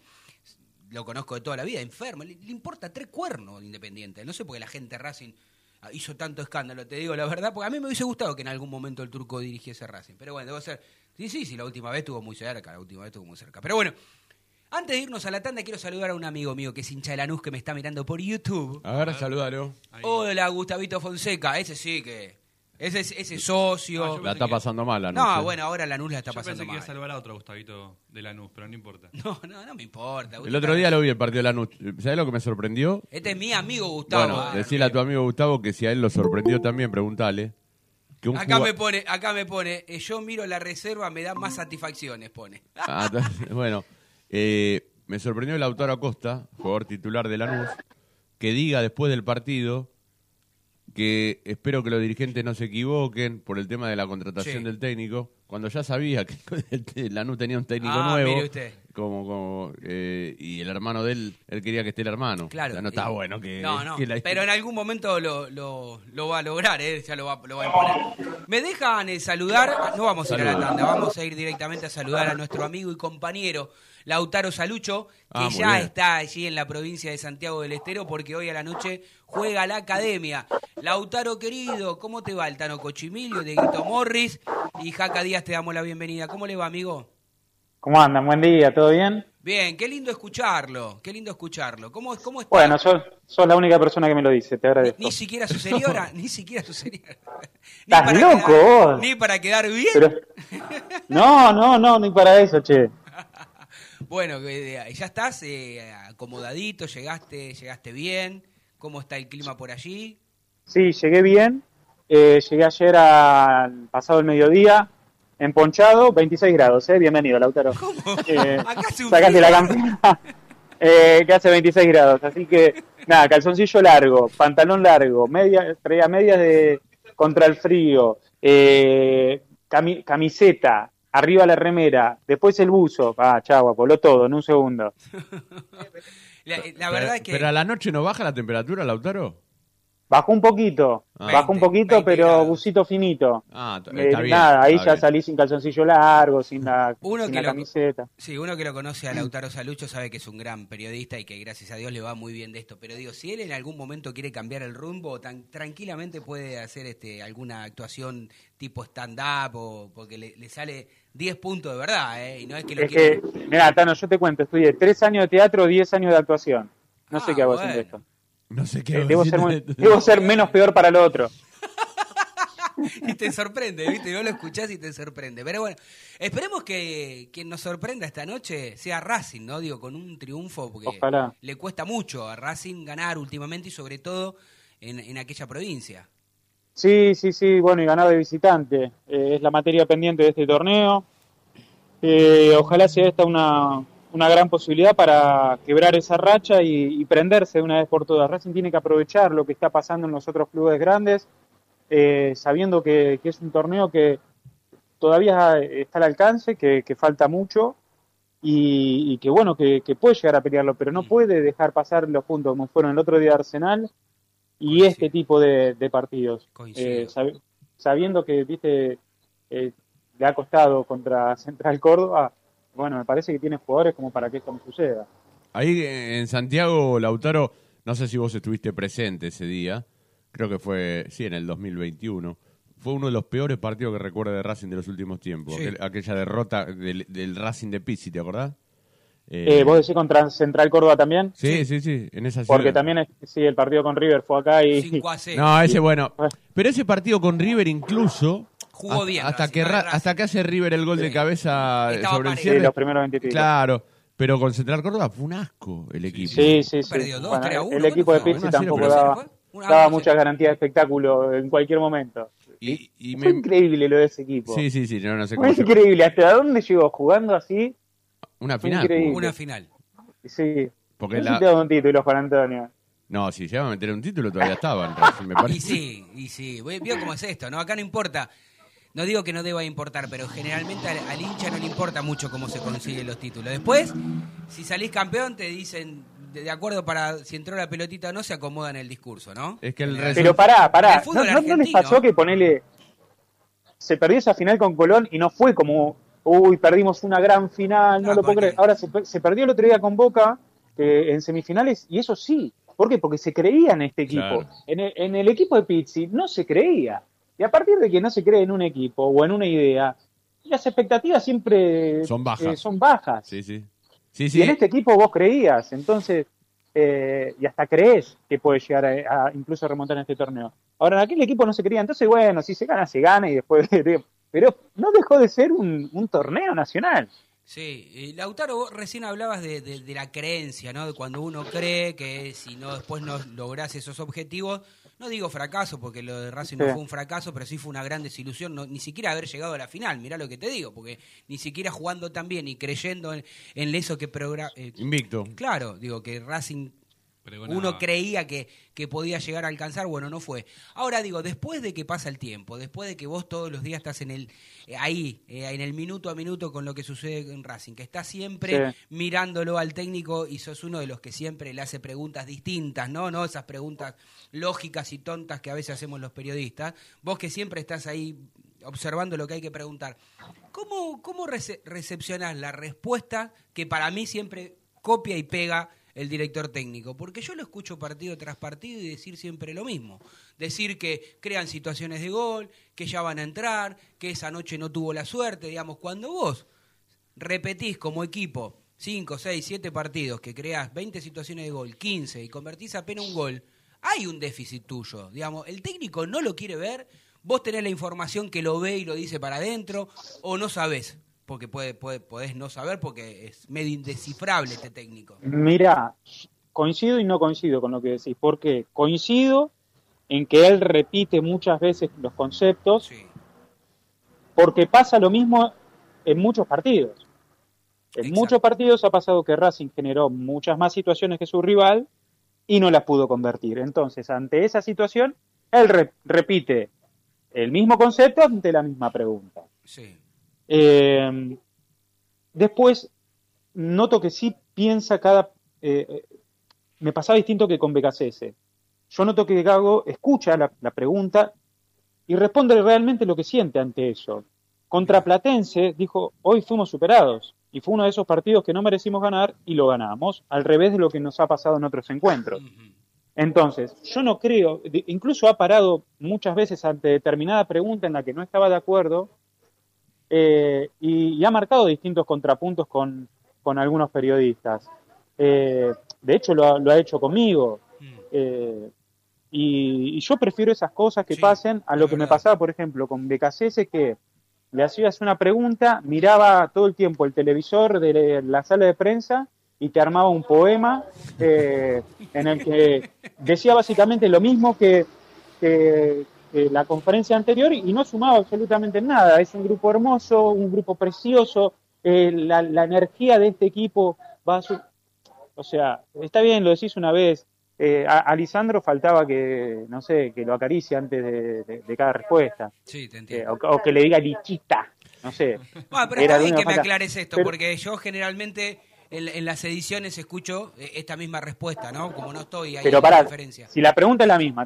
lo conozco de toda la vida, enfermo, le, le importa tres cuernos Independiente. No sé por qué la gente de Racing ah, hizo tanto escándalo, te digo la verdad, porque a mí me hubiese gustado que en algún momento el turco dirigiese Racing. Pero bueno, debo ser. Sí, sí, sí, la última vez estuvo muy cerca, la última vez estuvo muy cerca. Pero bueno, antes de irnos a la tanda, quiero saludar a un amigo mío que es hincha de Lanús que me está mirando por YouTube. A ver, salúdalo. Ahí. Hola, Gustavito Fonseca, ese sí que. Ese, ese socio. Ah, yo La pensé está que- pasando mal, la no, noche. bueno, ahora Lanús la está Yo pasando pensé que iba a mal. salvar a otro Gustavito de Lanús, pero no importa. No, no, no me importa. El otro día lo vi el partido de Lanús. ¿Sabés lo que me sorprendió? Este es mi amigo Gustavo. Bueno, Ah, decirle a tu amigo Gustavo que si a él lo sorprendió también, preguntale. Que un Acá juga- me pone, acá me pone, eh, yo miro la reserva, me da más satisfacciones, pone. Ah, t- bueno, eh, me sorprendió Lautaro Acosta, jugador titular de Lanús, que diga después del partido que espero que los dirigentes no se equivoquen por el tema de la contratación Sí. del técnico, cuando ya sabía que el Lanús tenía un técnico Ah, nuevo, mire usted. como, como eh, y el hermano de él, él quería que esté el hermano. Claro. O sea, no está eh, bueno que... No, no, que la- pero en algún momento lo, lo, lo va a lograr, ¿eh? Ya lo va, lo va a imponer. Me dejan eh, saludar, no vamos a ir a la Saludos. tanda, vamos a ir directamente a saludar a nuestro amigo y compañero Lautaro Salucho, que Ah, muy ya bien. está allí en la provincia de Santiago del Estero, porque hoy a la noche juega la academia. Lautaro querido, ¿cómo te va el Tano Cochimilio, Dieguito Morris y Jaca Díaz? Te damos la bienvenida. ¿Cómo le va, amigo? ¿Cómo andan? Buen día, ¿todo bien? Bien, qué lindo escucharlo, qué lindo escucharlo. ¿Cómo, cómo está? Bueno, sos, sos la única persona que me lo dice, te Ni, agradezco. ni siquiera su señora, ni siquiera su señora. Ni ¿Estás para loco quedar- vos? Ni para quedar bien. Pero... No, no, no, ni para eso, che. Bueno, eh, ya estás eh, acomodadito, llegaste, llegaste bien. ¿Cómo está el clima por allí? Sí, llegué bien. Eh, llegué ayer al pasado el mediodía, emponchado, veintiséis grados, ¿eh? Bienvenido, Lautaro. ¿Cómo? Eh, Acá hace un sacaste frío. la campera, eh, que hace veintiséis grados. Así que, nada, calzoncillo largo, pantalón largo, media, traía medias de contra el frío, eh, cami- camiseta, arriba la remera, después el buzo. Ah, chau, voló todo en un segundo. La, la Pero- verdad es que... ¿Pero a la noche no baja la temperatura, Lautaro? Bajó un poquito, Ah. bajó un veinte, poquito, veinte pero grados. busito finito. Ah, t- Eh, está bien. nada, ahí está ya bien. salí sin calzoncillo largo, sin la, Uno sin que la lo- camiseta. Sí, uno que lo conoce a Lautaro Salucho sabe que es un gran periodista y que gracias a Dios le va muy bien de esto. Pero digo, si él en algún momento quiere cambiar el rumbo, tan tranquilamente puede hacer este alguna actuación tipo stand-up o porque le, le sale diez puntos de verdad, ¿eh? Y no es que lo Es quiere... que, mira, Tano, yo te cuento, estudié tres años de teatro, diez años de actuación. No sé Ah, qué hago bueno. haciendo esto. No sé qué. Eh, va debo, a ser muy- decir. debo ser menos peor para lo otro. Y te sorprende, ¿viste? Vos lo escuchás y te sorprende. Pero bueno, esperemos que quien nos sorprenda esta noche sea Racing, ¿no? Digo, con un triunfo, porque Ojalá. le cuesta mucho a Racing ganar últimamente y sobre todo en, en aquella provincia. Sí, sí, sí, bueno, y ganar de visitante. Eh, es la materia pendiente de este torneo. Eh, ojalá sea esta una, una gran posibilidad para quebrar esa racha y, y prenderse de una vez por todas. Racing tiene que aprovechar lo que está pasando en los otros clubes grandes, eh, sabiendo que, que es un torneo que todavía está al alcance, que, que falta mucho y, y que bueno, que, que puede llegar a pelearlo, pero no puede dejar pasar los puntos como fueron el otro día de Arsenal y Coincido. este tipo de, de partidos. Coincido. Eh, sab- sabiendo que, viste, eh, le ha costado contra Central Córdoba, bueno, me parece que tiene jugadores como para que esto no suceda. Ahí en Santiago, Lautaro, no sé si vos estuviste presente ese día, creo que fue, sí, en el dos mil veintiuno. Fue uno de los peores partidos que recuerda de Racing de los últimos tiempos. Sí. Aquel- aquella derrota del, del Racing de Pizzi, ¿te acordás? Eh, ¿Vos decís contra Central Córdoba también? Sí, sí, sí, en esa ciudad. Porque también, es- sí, el partido con River fue acá y... cinco a cero. No, ese bueno. Pero ese partido con River incluso... Jugó hasta, bien Hasta Racing, que, no Ra- era Racing. hasta que hace River el gol de Sí. cabeza Estaba sobre el parejo. cierre. Sí, los primeros veinte y pico. Claro, pero con Central Córdoba fue un asco el equipo. Sí, sí, sí. Perdió dos, Bueno, tres a uno, el ¿cuánto equipo de fue? Pizzi uno a cero, tampoco pero daba, fue. Una daba a cero. muchas garantías de espectáculo en cualquier momento. Y, y Fue me- increíble lo de ese equipo. Sí, sí, sí, yo no sé Fue cómo se- increíble. ¿Hasta dónde llegó? Jugando así. Una Fue final. increíble. jugó. Una final. Sí. Porque No sé la- si te da un título, Juan Antonio. No, si llegaba a meter un título todavía estaba en Racing, me parece. Y sí, y sí. Vio cómo es esto, ¿no? Acá no importa. No digo que no deba importar, pero generalmente al, al hincha no le importa mucho cómo se consiguen los títulos. Después, si salís campeón, te dicen, de, de acuerdo para si entró la pelotita o no, se acomoda en el discurso, ¿no? Es que el General- resu- Pero pará, pará. El ¿No, fútbol no- no les argentino. pasó que ponele... Se perdió esa final con Colón y no fue como... Uy, perdimos una gran final, no Ah, lo puedo porque- creer. Ahora se, per- se perdió el otro día con Boca eh, en semifinales y eso sí. ¿Por qué? Porque se creía en este equipo. Claro. En, el, en el equipo de Pizzi no se creía. Y a partir de que no se cree en un equipo o en una idea, las expectativas siempre Son bajas. eh, son bajas. Sí, sí. Sí, Y sí. en este equipo vos creías, entonces, eh, y hasta crees que puede llegar a, a incluso remontar en este torneo. Ahora, en aquel equipo no se creía, entonces, bueno, si se gana, se gana y después... Pero no dejó de ser un, un torneo nacional. Sí, y Lautaro, vos recién hablabas de, de- de la creencia, ¿no? De cuando uno cree que si no después no lográs esos objetivos, no digo fracaso, porque lo de Racing no Sí. fue un fracaso, pero sí fue una gran desilusión, no, ni siquiera haber llegado a la final, mirá lo que te digo, porque ni siquiera jugando tan bien y creyendo en, en eso que programa... Invicto. Claro, digo que Racing Pregonaba. uno creía que, que podía llegar a alcanzar, bueno, no fue. Ahora digo, después de que pasa el tiempo, después de que vos todos los días estás en el eh, ahí, eh, en el minuto a minuto con lo que sucede en Racing, que estás siempre Sí. mirándolo al técnico y sos uno de los que siempre le hace preguntas distintas, ¿no? No esas preguntas lógicas y tontas que a veces hacemos los periodistas. Vos que siempre estás ahí observando lo que hay que preguntar. ¿Cómo, cómo rece- recepcionás la respuesta que para mí siempre copia y pega el director técnico? Porque yo lo escucho partido tras partido y decir siempre lo mismo. Decir que crean situaciones de gol, que ya van a entrar, que esa noche no tuvo la suerte. Digamos, cuando vos repetís como equipo cinco, seis, siete partidos, que creás veinte situaciones de gol, quince y convertís apenas un gol, hay un déficit tuyo. Digamos, el técnico no lo quiere ver, vos tenés la información que lo ve y lo dice para adentro, o no sabés, porque puede, puede, podés no saber porque es medio indescifrable este técnico. Mira, coincido y no coincido con lo que decís. ¿Por qué? Coincido en que él repite muchas veces los conceptos, Sí. porque pasa lo mismo en muchos partidos. En Exacto. muchos partidos ha pasado que Racing generó muchas más situaciones que su rival y no las pudo convertir. Entonces, ante esa situación, él re- repite el mismo concepto ante la misma pregunta. Sí. Eh, después, noto que sí piensa cada... eh, eh, me pasaba distinto que con B K C S. Yo noto que Gago escucha la, la pregunta y responde realmente lo que siente ante eso. Contra Platense dijo, hoy fuimos superados. Y fue uno de esos partidos que no merecimos ganar y lo ganamos, al revés de lo que nos ha pasado en otros encuentros. Ujú. Entonces, yo no creo, de- incluso ha parado muchas veces ante determinada pregunta en la que no estaba de acuerdo, eh, y, y ha marcado distintos contrapuntos con, con algunos periodistas. Eh, de hecho, lo, ha- lo ha hecho conmigo. Mm. eh, y, y yo prefiero esas cosas que Sí, pasen a lo es que me verdad. pasaba, por ejemplo, con B K C S, que le hacías una pregunta, miraba todo el tiempo el televisor de la sala de prensa y te armaba un poema eh, en el que decía básicamente lo mismo que, que- que la conferencia anterior y no sumaba absolutamente nada. Es un grupo hermoso, un grupo precioso, eh, la, la energía de este equipo va a su... O sea, está bien, lo decís una vez. Eh, a, a Lisandro faltaba que, no sé, que lo acaricie antes de, de- de cada respuesta. Sí, te Eh, entiendo. o, o que le diga lichita, no sé. Bueno, pero Era está de bien una que me falta. aclares esto, Pero- porque yo generalmente en, en las ediciones escucho eh, esta misma respuesta, ¿no? Como no estoy ahí Pero en la pará, conferencia. si la pregunta es la misma, Tano, Sí.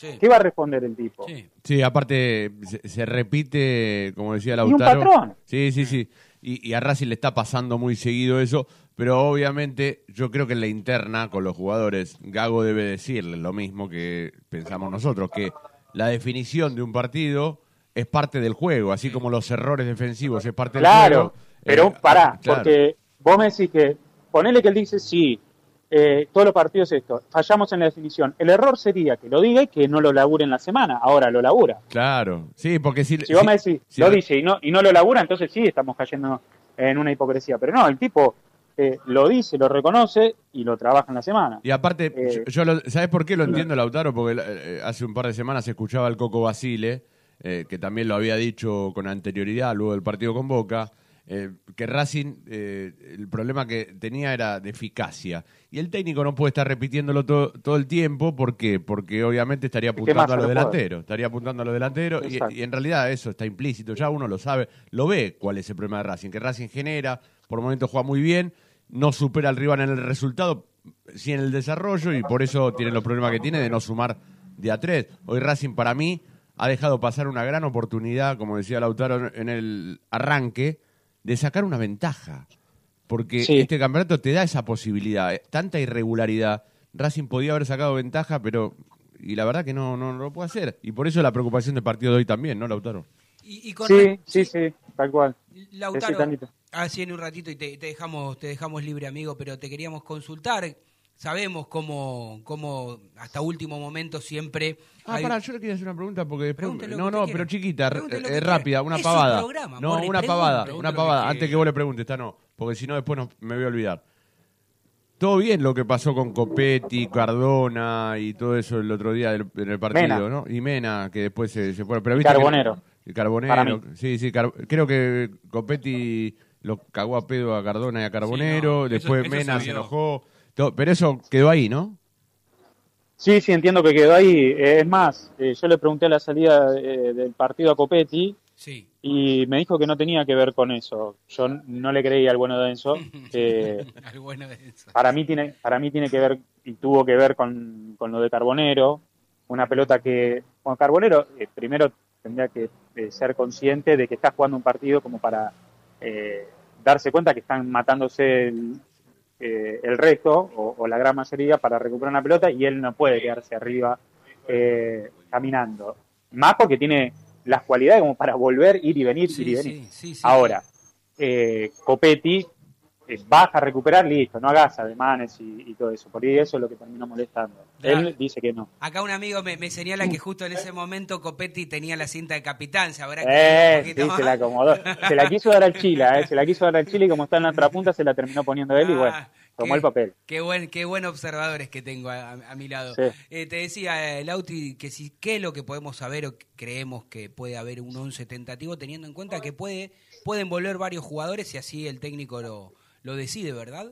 Sí. ¿Qué va a responder el tipo? Sí. Sí, aparte se, se repite, como decía Y Lautaro. un patrón. Sí, sí, sí. Y, y a Racing le está pasando muy seguido eso, pero obviamente yo creo que en la interna con los jugadores, Gago debe decirles lo mismo que pensamos nosotros, que la definición de un partido es parte del juego, así como los errores defensivos es parte Claro, del juego. pero Eh, pará, claro. porque vos me decís que, ponele que él dice sí, eh, todos los partidos esto, fallamos en la definición. El error sería que lo diga y que no lo labure en la semana, ahora lo labura. Claro, sí, porque si... Si vos si- me decís, si- lo dice y no, y no lo labura, entonces sí estamos cayendo en una hipocresía. Pero no, el tipo eh, lo dice, lo reconoce y lo trabaja en la semana. Y aparte, Eh, yo, yo lo- ¿sabes por qué lo entiendo, Lautaro? Porque eh, hace un par de semanas escuchaba al Coco Basile, eh, que también lo había dicho con anterioridad, luego del partido con Boca, eh, que Racing, eh, el problema que tenía era de eficacia. Y el técnico no puede estar repitiéndolo todo, todo el tiempo, ¿por qué? Porque obviamente estaría que apuntando Massa a los lo puede. delanteros, estaría apuntando a los delanteros, y, Exacto. y en realidad eso está implícito, ya uno lo sabe, lo ve cuál es el problema de Racing, que Racing genera, por momentos juega muy bien, no supera al rival en el resultado, sí en el desarrollo, y por eso tiene los problemas que tiene de no sumar de a tres. Hoy Racing para mí ha dejado pasar una gran oportunidad, como decía Lautaro en el arranque, de sacar una ventaja. Porque Sí. este campeonato te da esa posibilidad, eh, tanta irregularidad. Racing podía haber sacado ventaja, pero... Y la verdad que no, no, no lo puede hacer. Y por eso la preocupación del partido de hoy también, ¿no, Lautaro? Y, y con Sí, re- sí, sí, tal cual. Lautaro, Decí, Carlito. así en un ratito y te, te dejamos te dejamos libre, amigo, pero te queríamos consultar. Sabemos cómo, cómo hasta último momento siempre... Ah, hay- pará, yo le quería hacer una pregunta porque después... Pregúntele lo No, que no, usted pero quiera. chiquita, Pregúntele eh, lo que eh, quiera. rápida, una Es su pavada. programa, no, Morri, una pregunte, pavada, pregunte una lo que pavada. quiera. Antes que vos le preguntes, esta no, porque si no después no- me voy a olvidar. Todo bien lo que pasó con Copetti, Cardona y todo eso el otro día del- en el partido, Mena. ¿no? Y Mena, que después se, se fue. Pero Y viste que- Carbonero. y Carbonero. Para mí. Sí, sí, Car- creo que Copetti lo cagó a pedo a Cardona y a Carbonero, Sí, no, después eso- eso Mena se se vio. enojó. Todo- pero eso quedó ahí, ¿no? Sí, sí, entiendo que quedó ahí. Eh, es más, eh, yo le pregunté a la salida eh, del partido a Copetti Sí. y me dijo que no tenía que ver con eso. Yo n- no le creí al bueno de Enzo. que Algo bueno de eso. para mí tiene, para mí tiene que ver y tuvo que ver con, con lo de Carbonero. Una pelota que, bueno, Carbonero eh, primero tendría que eh, ser consciente de que está jugando un partido como para eh, darse cuenta que están matándose el, eh, el resto o, o la gran mayoría para recuperar una pelota y él no puede quedarse arriba eh, caminando. Más porque tiene las cualidades como para volver, ir y venir, Sí, ir y venir. sí, sí, sí. Ahora, eh, Copetti eh, baja a recuperar, listo, no hagas ademanes y, y todo eso. Por ahí eso es lo que terminó molestando. Claro. Él dice que no. Acá un amigo me, me señala que justo en ese momento Copetti tenía la cinta de capitán. ¿Se habrá Eh, quedado un sí, poquito se la más? acomodó. Se la quiso dar al Chila, eh, se la quiso dar al Chile y como está en la otra punta se la terminó poniendo él y bueno, Ah, tomó qué- el papel. Qué buen, qué buen observadores que tengo a, a mi lado. Sí. Eh, te decía, eh, Lauti, que si qué es lo que podemos saber o que creemos que puede haber un once tentativo, teniendo en cuenta que puede pueden volver varios jugadores y así el técnico lo, lo decide, ¿verdad?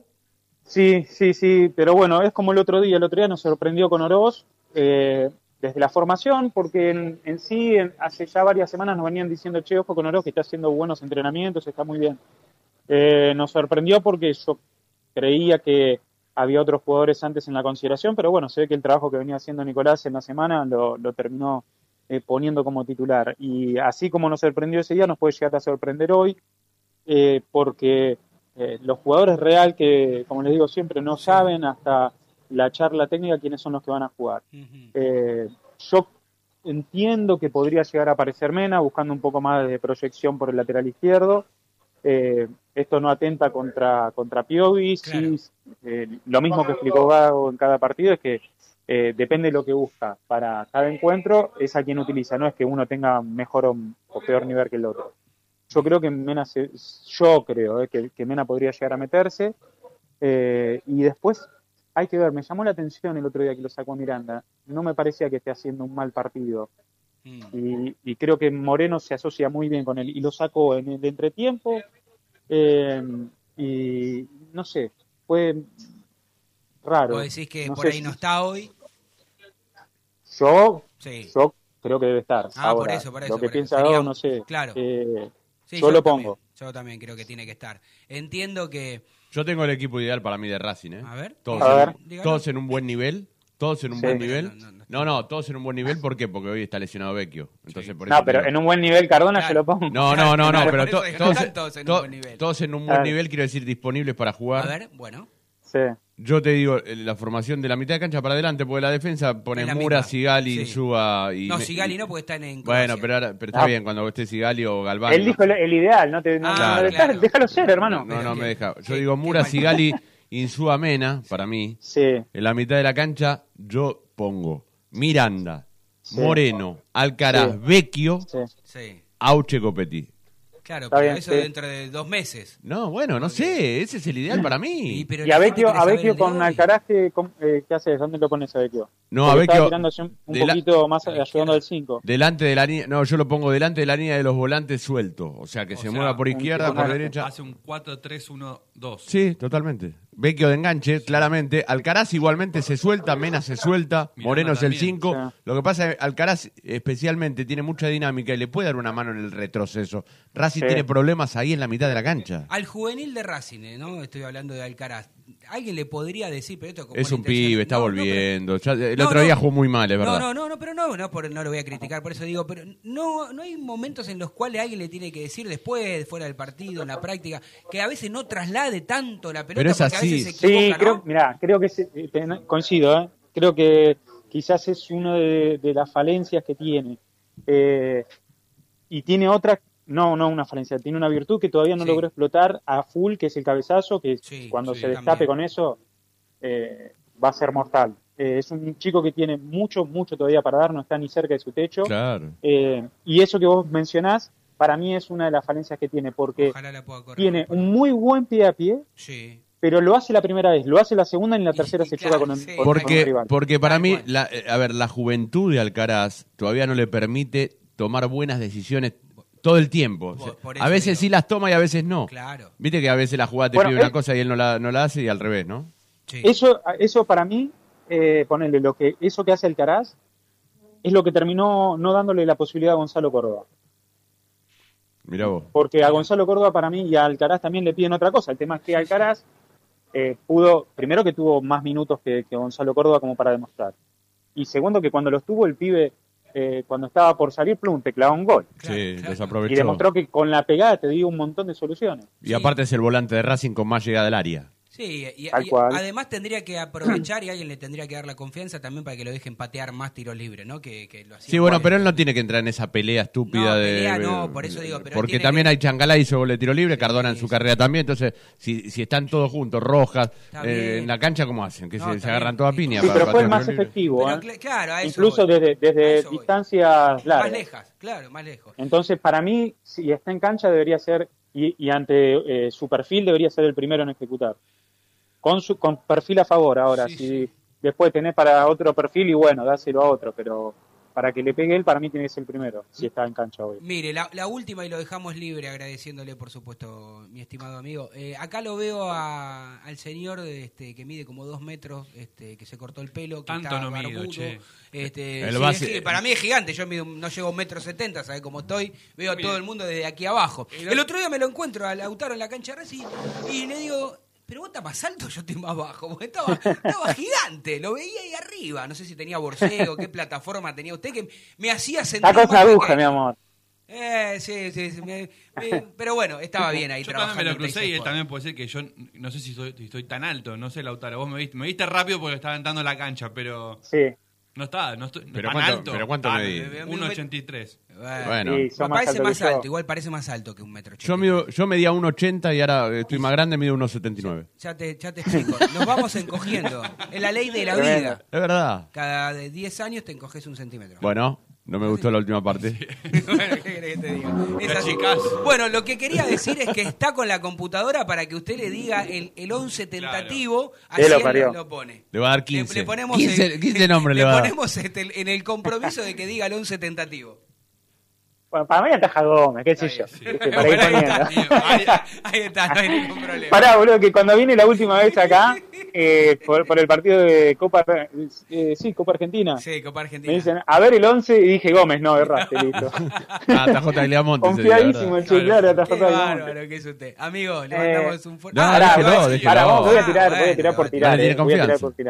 Sí, sí, sí, pero bueno, es como el otro día, el otro día nos sorprendió con Oroz eh, desde la formación, porque en, en sí en- hace ya varias semanas nos venían diciendo, che, ojo con Oroz que está haciendo buenos entrenamientos, está muy bien. Eh, nos sorprendió porque yo creía que había otros jugadores antes en la consideración, pero bueno, se ve que el trabajo que venía haciendo Nicolás en la semana lo, lo terminó eh, poniendo como titular. Y así como nos sorprendió ese día, nos puede llegar a sorprender hoy, eh, porque eh, los jugadores real que, como les digo siempre, no saben hasta la charla técnica quiénes son los que van a jugar. Ujú. Eh, yo entiendo que podría llegar a aparecer Mena buscando un poco más de proyección por el lateral izquierdo. Eh, esto no atenta contra, contra Piovi. Claro. Sí, eh, lo mismo que explicó Gago en cada partido es que eh, depende de lo que busca para cada encuentro, es a quien utiliza. No es que uno tenga mejor o, o peor nivel que el otro. Yo creo que Mena, se, yo creo eh, que, que Mena podría llegar a meterse. Eh, y después hay que ver, me llamó la atención el otro día que lo sacó a Miranda. No me parecía que esté haciendo un mal partido. Mm. Y, y creo que Moreno se asocia muy bien con él. Y lo sacó en el entretiempo. Eh, y no sé, fue raro. ¿Vos decís que No por sé ahí si- no está hoy? Yo, Sí. yo creo que debe estar. Ah, Ahora, por eso, por eso, lo que por eso. piensa Sería- Gago, no sé. claro. Eh, Sí, yo lo también, pongo. yo también creo que tiene que estar. Entiendo que... Yo tengo el equipo ideal para mí de Racing, ¿eh? A ver. Todos, A en, ver. Dígalo. todos en un buen nivel, todos en un Sí. buen nivel. No, no, no. No, no, todos en un buen nivel, ¿por qué? Porque hoy está lesionado Vecchio. Entonces, por No, eso pero te digo- en un buen nivel Cardona Claro. yo lo pongo. No, no, no, no, Claro, pero por to- eso todos, están todos en un to- buen nivel. todos en un buen Claro. nivel, quiero decir, disponibles para jugar. A ver, bueno. Sí. Yo te digo, eh, la formación de la mitad de cancha para adelante, porque la defensa pone Es la Mura, misma. Sigali, Sí. Insúa y... No, me- Sigali no, porque están en Bueno, Croacia. pero, ahora- pero está Ah. bien, cuando esté Sigali o Galván. Él no- dijo el, el ideal, no te no, Ah, no claro. dejá- claro. déjalo ser, hermano. No, no me deja. Yo Qué- digo qué Mura, mal. Sigali, Insúa, Mena, para mí. Sí, En la mitad de la cancha yo pongo Miranda, Sí. Moreno, Alcaraz, Sí. Vecchio, sí. Sí. Auche, Copetti. Claro, Está pero bien, eso sí. dentro de dos meses. No, bueno, no sé, ese es el ideal para mí. Y, pero Y a la gente Vecchio, quiere a saber Vecchio el de con hoy. Alcaraz, ¿qué, cómo- eh, ¿qué haces? ¿Dónde lo pones a Vecchio? No, a Porque Vecchio estaba tirándose un, un de la- poquito más a la ayudando izquierda. al cinco. delante de la línea, no, yo lo pongo delante de la línea de los volantes sueltos, o sea, que O se sea, mueva por un izquierda, tipo por más- derecha. Hace un cuatro tres uno dos. Sí, totalmente. Vecchio de enganche, claramente. Alcaraz igualmente se suelta, Mena se suelta, Miranda Moreno es el también. cinco. Sí. Lo que pasa es que Alcaraz especialmente tiene mucha dinámica y le puede dar una mano en el retroceso. Racing Sí. tiene problemas ahí en la mitad de la cancha. Al juvenil de Racing, eh, ¿no? Estoy hablando de Alcaraz. Alguien le podría decir, pero esto como Es una un intención- pibe, está No, no, pero- volviendo. Ya- el No, otro no. día jugó muy mal, es No, verdad. no, no, no, pero no, no, por- no lo voy a criticar, por eso digo, pero no, no hay momentos en los cuales alguien le tiene que decir después, fuera del partido, en la práctica, que a veces no traslade tanto la pelota Pero es porque así. a veces se Sí, equivoca, creo, ¿no? mirá, creo que se- eh, ten- coincido, ¿eh? Creo que quizás es una de, de las falencias que tiene. Eh, y tiene otra, no, no una falencia, tiene una virtud que todavía no Sí. logró explotar a full, que es el cabezazo, que Sí, cuando sí, se destape también. con eso eh, va a ser mortal. Eh, es un chico que tiene mucho, mucho todavía para dar, no está ni cerca de su techo. Claro. Eh, y eso que vos mencionás, para mí es una de las falencias que tiene, porque Ojalá la pueda correr. tiene un muy buen pie a pie, Sí. pero lo hace la primera vez, lo hace la segunda y en la Y- tercera y se claro, choca con, sí. con- con el Porque, rival. porque para Tal mí, cual. la, eh, a ver, la juventud de Alcaraz todavía no le permite tomar buenas decisiones todo el tiempo. Por- O sea, por a eso veces digo. sí las toma y a veces no. Claro. Viste que a veces la jugada te Bueno, pide una él- cosa y él no la, no la hace y al revés, ¿no? Sí. Eso, eso para mí, eh, ponerle lo que, eso que hace Alcaraz, es lo que terminó no dándole la posibilidad a Gonzalo Córdoba. Mirá vos. Porque a Gonzalo Córdoba para mí y a Alcaraz también le piden otra cosa. El tema es que Alcaraz eh, pudo, primero que tuvo más minutos que, que Gonzalo Córdoba como para demostrar. Y segundo que cuando los tuvo el pibe, eh, cuando estaba por salir, plum, te clavó un gol. Claro, Sí, claro. desaprovechó. Y demostró que con la pegada te dio un montón de soluciones. Y aparte es el volante de Racing con más llegada al área. Sí, y, Tal y cual. además tendría que aprovechar y alguien le tendría que dar la confianza también para que lo dejen patear más tiros libres, ¿no? Que, que lo hacía Sí, bueno, Juárez. pero él no tiene que entrar en esa pelea estúpida No, de... pelea no, por eso digo, pero él porque tiene también que- hay Changalá hizo gol de tiro libre, Sí, Cardona en su sí. carrera también, entonces si, si están todos juntos, Rojas, Está eh, bien. en la cancha, ¿cómo hacen? Que No, se, está se agarran bien. toda Sí, piña. Sí, para- pero para fue tirar más libre. efectivo, Pero, ¿eh? cl- claro, a eso Incluso voy. desde, A desde eso voy. distancias Más largas. lejas, claro, más lejos. Entonces, para mí, si está en cancha, debería ser, y, y ante eh, su perfil, debería ser el primero en ejecutar. Con su con perfil a favor, ahora. Sí, si sí. después tenés para otro perfil, y bueno, dáselo a otro, pero para que le pegue él, para mí tiene que ser el primero, si está en cancha hoy. Mire, la, la última y lo dejamos libre, agradeciéndole, por supuesto, mi estimado amigo. Eh, acá lo veo a- al señor este, que mide como dos metros, este, que se cortó el pelo, que Tanto está no mido, barbudo. che. Este, El sí, base- es que para mí es gigante, yo mido, no llego a un metro setenta, ¿sabes cómo estoy? Veo a todo el mundo desde aquí abajo. El otro día me lo encuentro a Lautaro en la cancha de Racing y le digo... Pero vos estás más alto, yo estoy más bajo. Porque estaba, estaba gigante, lo veía ahí arriba. No sé si tenía borseo, qué plataforma tenía usted, que me hacía sentir. Está con más aguja, pequeño. mi amor. Eh, sí, sí, sí, me- me- pero bueno, estaba bien ahí Yo trabajando. también me lo en crucé Teis y él Sport. también puede ser que yo no sé si soy, si estoy tan alto, no sé, Lautaro. Vos me viste, me viste rápido porque estaba entrando en la cancha, pero Sí, no está, no estoy no Pero tan cuánto- alto. pero cuánto Ah, medí. uno ochenta y tres. Bueno, Bueno. sí, me son más parece alto más que yo. alto, igual parece más alto que un metro. Yo, mido, yo medía uno ochenta y ahora estoy más grande, mido uno setenta y nueve. Ya te, ya te explico. Nos vamos encogiendo. Es la ley de la Tremendo. vida. Es verdad. Cada de diez años te encoges un centímetro. Bueno, no me gustó la última parte. Bueno, ¿qué querés que te diga? Es Las así. chicas. Bueno, lo que quería decir es que está con la computadora para que usted le diga el, el once tentativo, Sí, así lo él parió. lo pone. Le va a dar Le, quince. le ponemos quince, el- quince nombres le va a dar. ponemos este, en el compromiso de que diga el once tentativo. bueno, para mí ataja Gómez, qué sé yo. Sí. Viste, para ir Bueno, ahí, está, poniendo. ahí, ahí está, no hay ningún problema. Pará, boludo, que cuando vine la última vez acá, eh, por, por el partido de Copa, eh, sí, Copa Argentina, Sí, Copa Argentina. me dicen, a ver el once, y dije Gómez, no, erraste, listo. Ah, T J Gliamonte. ese día, Confiadísimo, ¿verdad? che, claro, hasta Qué J. bárbaro que es usted. Amigo, le Eh, mandamos un fuerte... no, Ah, déjelo, no, déjelo. Para vos, voy a Ah, tirar, voy a bueno, tirar por bueno. tirar, Dale, tiene eh, voy a tirar confianza. por tirar.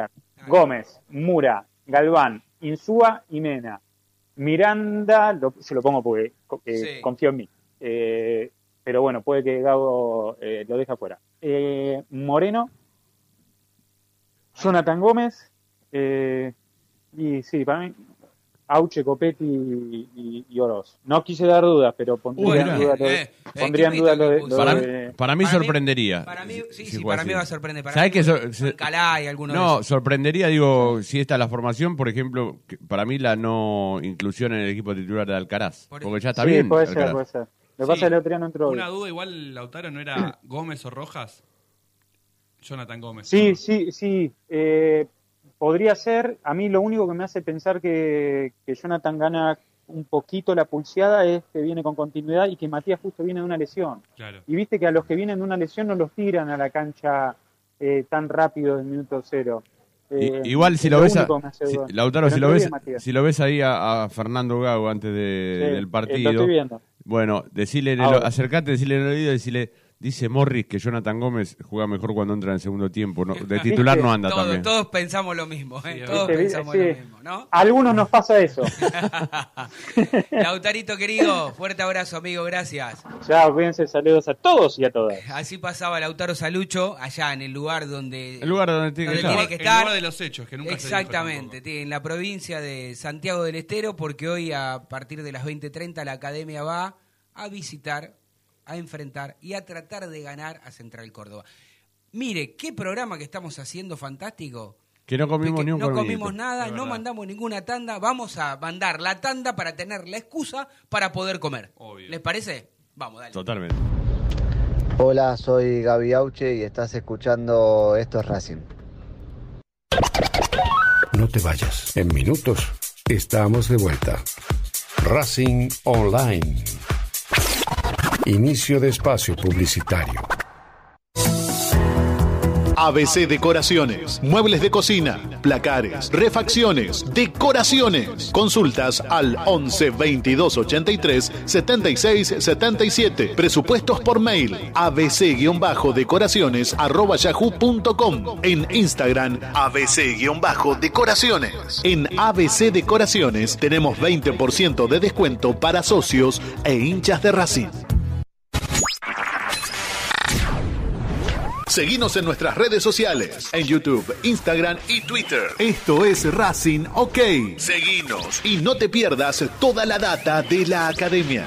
Gómez, Mura, Galván, Insúa y Mena. Miranda, lo, se lo pongo porque eh, Sí. confío en mí. Eh, pero bueno, puede que Gago eh, lo deje afuera. Eh, Moreno, Jonathan Gómez, eh, y sí, para mí, Auche, Copetti y, y, y Oroz. No quise dar dudas, pero pondría Uy, en era. duda lo de, Eh, eh, pondría en qué duda pito lo de, que lo puso. Para, de- para mí Para mí- sorprendería. Para mí, sí, si sí, juega para así. mí va a sorprender. Para ¿Sabés mí, que so- se- Alcalá y alguno de No, esos. sorprendería, digo, si esta es la formación, por ejemplo, que para mí la no inclusión en el equipo titular de Alcaraz. Por Porque ya está sí, bien. puede ser, Alcaraz. puede ser. Lo que Sí. pasa es que el otro día no entró Una hoy. duda, igual, Lautaro, ¿no era Gómez o Rojas? Jonathan Gómez. Sí, sí, sí. Eh, podría ser. A mí lo único que me hace pensar que, que Jonathan gana un poquito la pulseada es que viene con continuidad y que Matías justo viene de una lesión. Claro. Y viste que a los que vienen de una lesión no los tiran a la cancha eh, tan rápido del minuto cero. I- Eh, Igual si es lo ves, a- único que me hace si- dudar. Lautaro, Pero si lo entró ves, bien, Matías. si lo ves ahí a, a Fernando Gago antes de- Sí, del eh, Lo partido, estoy viendo. bueno, decirle, en el- Ahora. acercate, decirle en el oído, decirle, dice Morris que Jonathan Gómez juega mejor cuando entra en el segundo tiempo, ¿no? De titular no anda Todos, también. todos pensamos lo mismo, ¿eh? Sí, todos Viste, pensamos sí. lo mismo, ¿no? A algunos nos pasa eso. Lautarito querido, fuerte abrazo, amigo, gracias. Chao, cuídense, saludos a todos y a todas. Así pasaba Lautaro Salucho, allá en el lugar donde... El lugar donde tiene que Donde estar. tiene que El estar. lugar de los hechos, que nunca se dijo Exactamente, tampoco. tiene- en la provincia de Santiago del Estero, porque hoy a partir de las veinte treinta la academia va a visitar, a enfrentar y a tratar de ganar a Central Córdoba. Mire, qué programa que estamos haciendo fantástico. Que no comimos Porque ni un no cornito. comimos nada, Es no verdad. mandamos ninguna tanda. Vamos a mandar la tanda para tener la excusa para poder comer. Obvio. ¿Les parece? Vamos, dale. Totalmente. Hola, soy Gaby Auche y estás escuchando Esto es Racing. No te vayas. En minutos estamos de vuelta. Racing Online. Inicio de espacio publicitario. A B C Decoraciones, muebles de cocina, placares, refacciones, decoraciones. Consultas al once veintidós ochenta y tres setenta y seis setenta y siete. Presupuestos por mail abc-decoraciones arroba yahoo punto com. En Instagram abc-decoraciones. En A B C Decoraciones tenemos veinte por ciento de descuento para socios e hinchas de Racing. Seguinos en nuestras redes sociales, en YouTube, Instagram y Twitter. Esto es Racing OK. Seguinos y no te pierdas toda la data de la academia.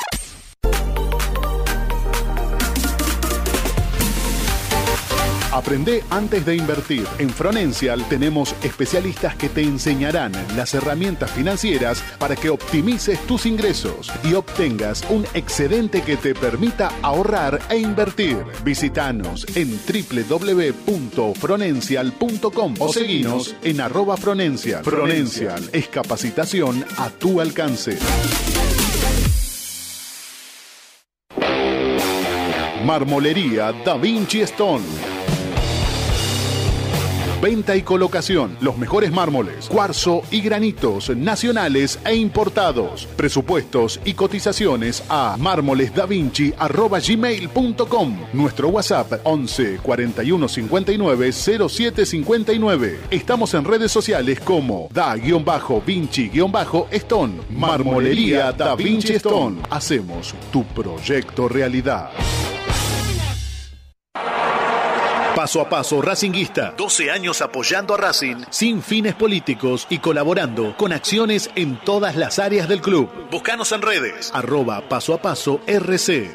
Aprende antes de invertir. En Fronencial tenemos especialistas que te enseñarán las herramientas financieras para que optimices tus ingresos y obtengas un excedente que te permita ahorrar e invertir. Visítanos en doble u doble u doble u punto fronencial punto com o seguinos en arroba Fronencial. Fronencial es capacitación a tu alcance. Marmolería Da Vinci Stone. Venta y colocación, los mejores mármoles, cuarzo y granitos nacionales e importados. Presupuestos y cotizaciones a mármolesdavinci arroba gmail punto com. Nuestro WhatsApp once cuarenta y uno cincuenta y nueve cero siete cincuenta y nueve. Estamos en redes sociales como Da-Vinci-Stone. Marmolería Da Vinci Stone. Hacemos tu proyecto realidad. Paso a paso Racinguista, doce años apoyando a Racing sin fines políticos y colaborando con acciones en todas las áreas del club. Búscanos en redes, arroba paso a paso R C.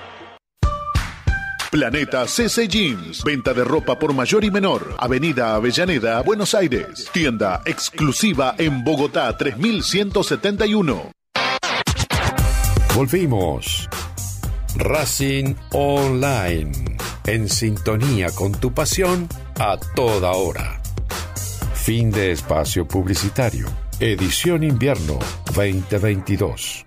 Planeta C C Jeans, venta de ropa por mayor y menor, Avenida Avellaneda, Buenos Aires. Tienda exclusiva en Bogotá tres mil ciento setenta y uno. Volvimos. Racing Online. En sintonía con tu pasión a toda hora. Fin de espacio publicitario. Edición invierno veinte veintidós.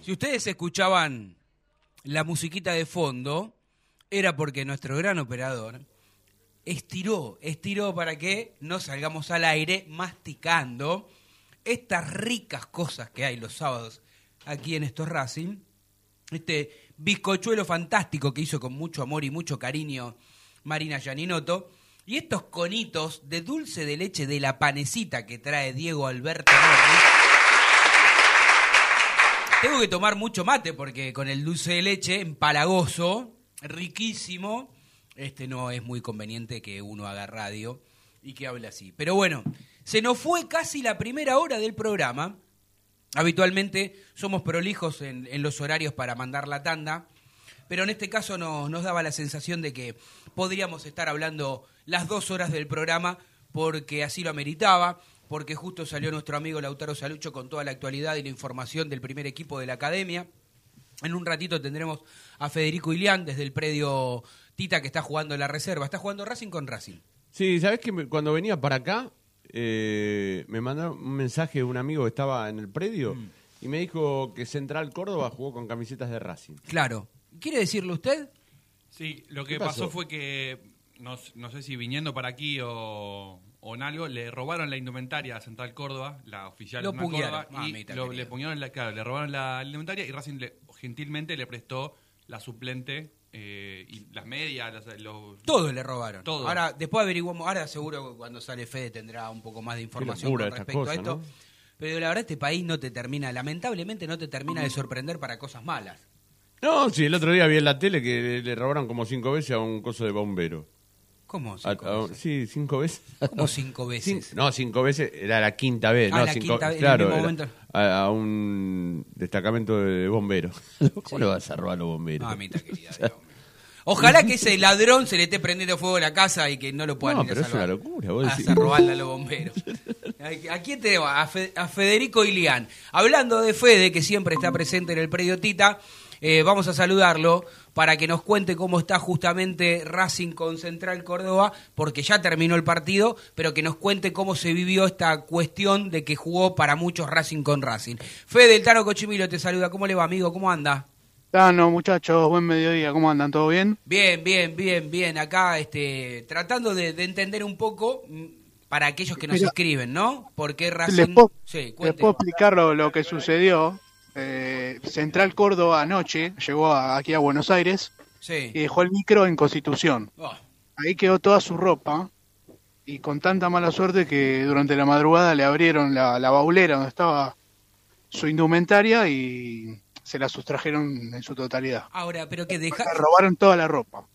Si ustedes escuchaban la musiquita de fondo, era porque nuestro gran operador estiró, estiró para que no salgamos al aire masticando estas ricas cosas que hay los sábados aquí en Estos Racing. Este bizcochuelo fantástico que hizo con mucho amor y mucho cariño Marina Gianinotto. Y estos conitos de dulce de leche de la panecita que trae Diego Alberto Morris. Tengo que tomar mucho mate porque con el dulce de leche empalagoso, riquísimo, este no es muy conveniente que uno haga radio y que hable así. Pero bueno, se nos fue casi la primera hora del programa. Habitualmente somos prolijos en, en los horarios para mandar la tanda, pero en este caso no, nos daba la sensación de que podríamos estar hablando las dos horas del programa porque así lo ameritaba, porque justo salió nuestro amigo Lautaro Salucho con toda la actualidad y la información del primer equipo de la academia. En un ratito tendremos a Federico Ilián desde el predio Tita que está jugando en la reserva. Está jugando Racing con Racing. Sí, ¿sabés que me- cuando venía para acá eh, me mandó un mensaje de un amigo que estaba en el predio Mm. y me dijo que Central Córdoba jugó con camisetas de Racing? Claro. ¿Quiere decirlo usted? Sí, lo que ¿Qué pasó? pasó? fue que, no, no sé si viniendo para aquí o, o en algo, le robaron la indumentaria a Central Córdoba, la oficial Lo de Central puñaron, Córdoba, mamita y lo- querida. le, puñaron la, claro, le robaron la indumentaria y Racing le- gentilmente le prestó la suplente eh, y las medias, las- los... Todo le robaron. Todo. Ahora, después averiguamos, ahora seguro que cuando sale Fede tendrá un poco más de información locura con estas respecto cosas, a esto. ¿no? Pero la verdad este país no te termina, lamentablemente no te termina de sorprender para cosas malas. No, sí, el otro día vi en la tele que le, le robaron como cinco veces a un coso de bombero. ¿Cómo A- cinco a un- veces? sí, cinco veces. ¿Cómo cinco veces? Cin- no, cinco veces, era la quinta vez. Ah, no, la cinco, quinta vez, en el claro, mismo era momento. a, a un destacamento de bomberos. ¿Cómo le vas a robar a los bomberos? Mamita querida, Dios mío. Ojalá que ese ladrón se le esté prendiendo fuego a la casa y que no lo puedan No, ir a pero es salvar. una locura, vos Vas decís. a robarle a los bomberos. ¿A a quién tenemos? A, Fe- a Federico Ilián. Hablando de Fede, que siempre está presente en el predio Tita, eh, vamos a saludarlo para que nos cuente cómo está justamente Racing con Central Córdoba, porque ya terminó el partido, pero que nos cuente cómo se vivió esta cuestión de que jugó para muchos Racing con Racing. Fede, el Tano Cochimilo te saluda. ¿Cómo le va, amigo? ¿Cómo anda? Tano, muchachos, buen mediodía, ¿cómo andan? ¿Todo bien? Bien, bien, bien, bien. Acá este, tratando de, de entender un poco mm, para aquellos que nos Mira, escriben, ¿no? ¿Por qué Racing? Les puedo, Sí, les cuente. puedo explicar lo, lo que sucedió. Eh, Central Córdoba anoche llegó a- aquí a Buenos Aires Sí. y dejó el micro en Constitución. Oh, Ahí quedó toda su ropa y con tanta mala suerte que durante la madrugada le abrieron la, la baulera donde estaba su indumentaria y se la sustrajeron en su totalidad. ahora, pero que deja... Le robaron toda la ropa.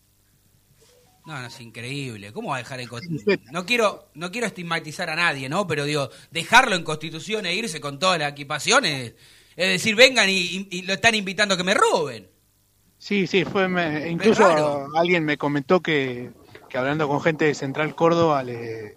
No, no, es increíble. ¿Cómo va a dejar en Constitución? No quiero, no quiero estigmatizar a nadie, ¿no? Pero digo, dejarlo en Constitución e irse con toda la equipación es, es decir, vengan y, y- y lo están invitando a que me roben. Sí, sí, fue me- incluso raro. alguien me comentó que, que hablando con gente de Central Córdoba le,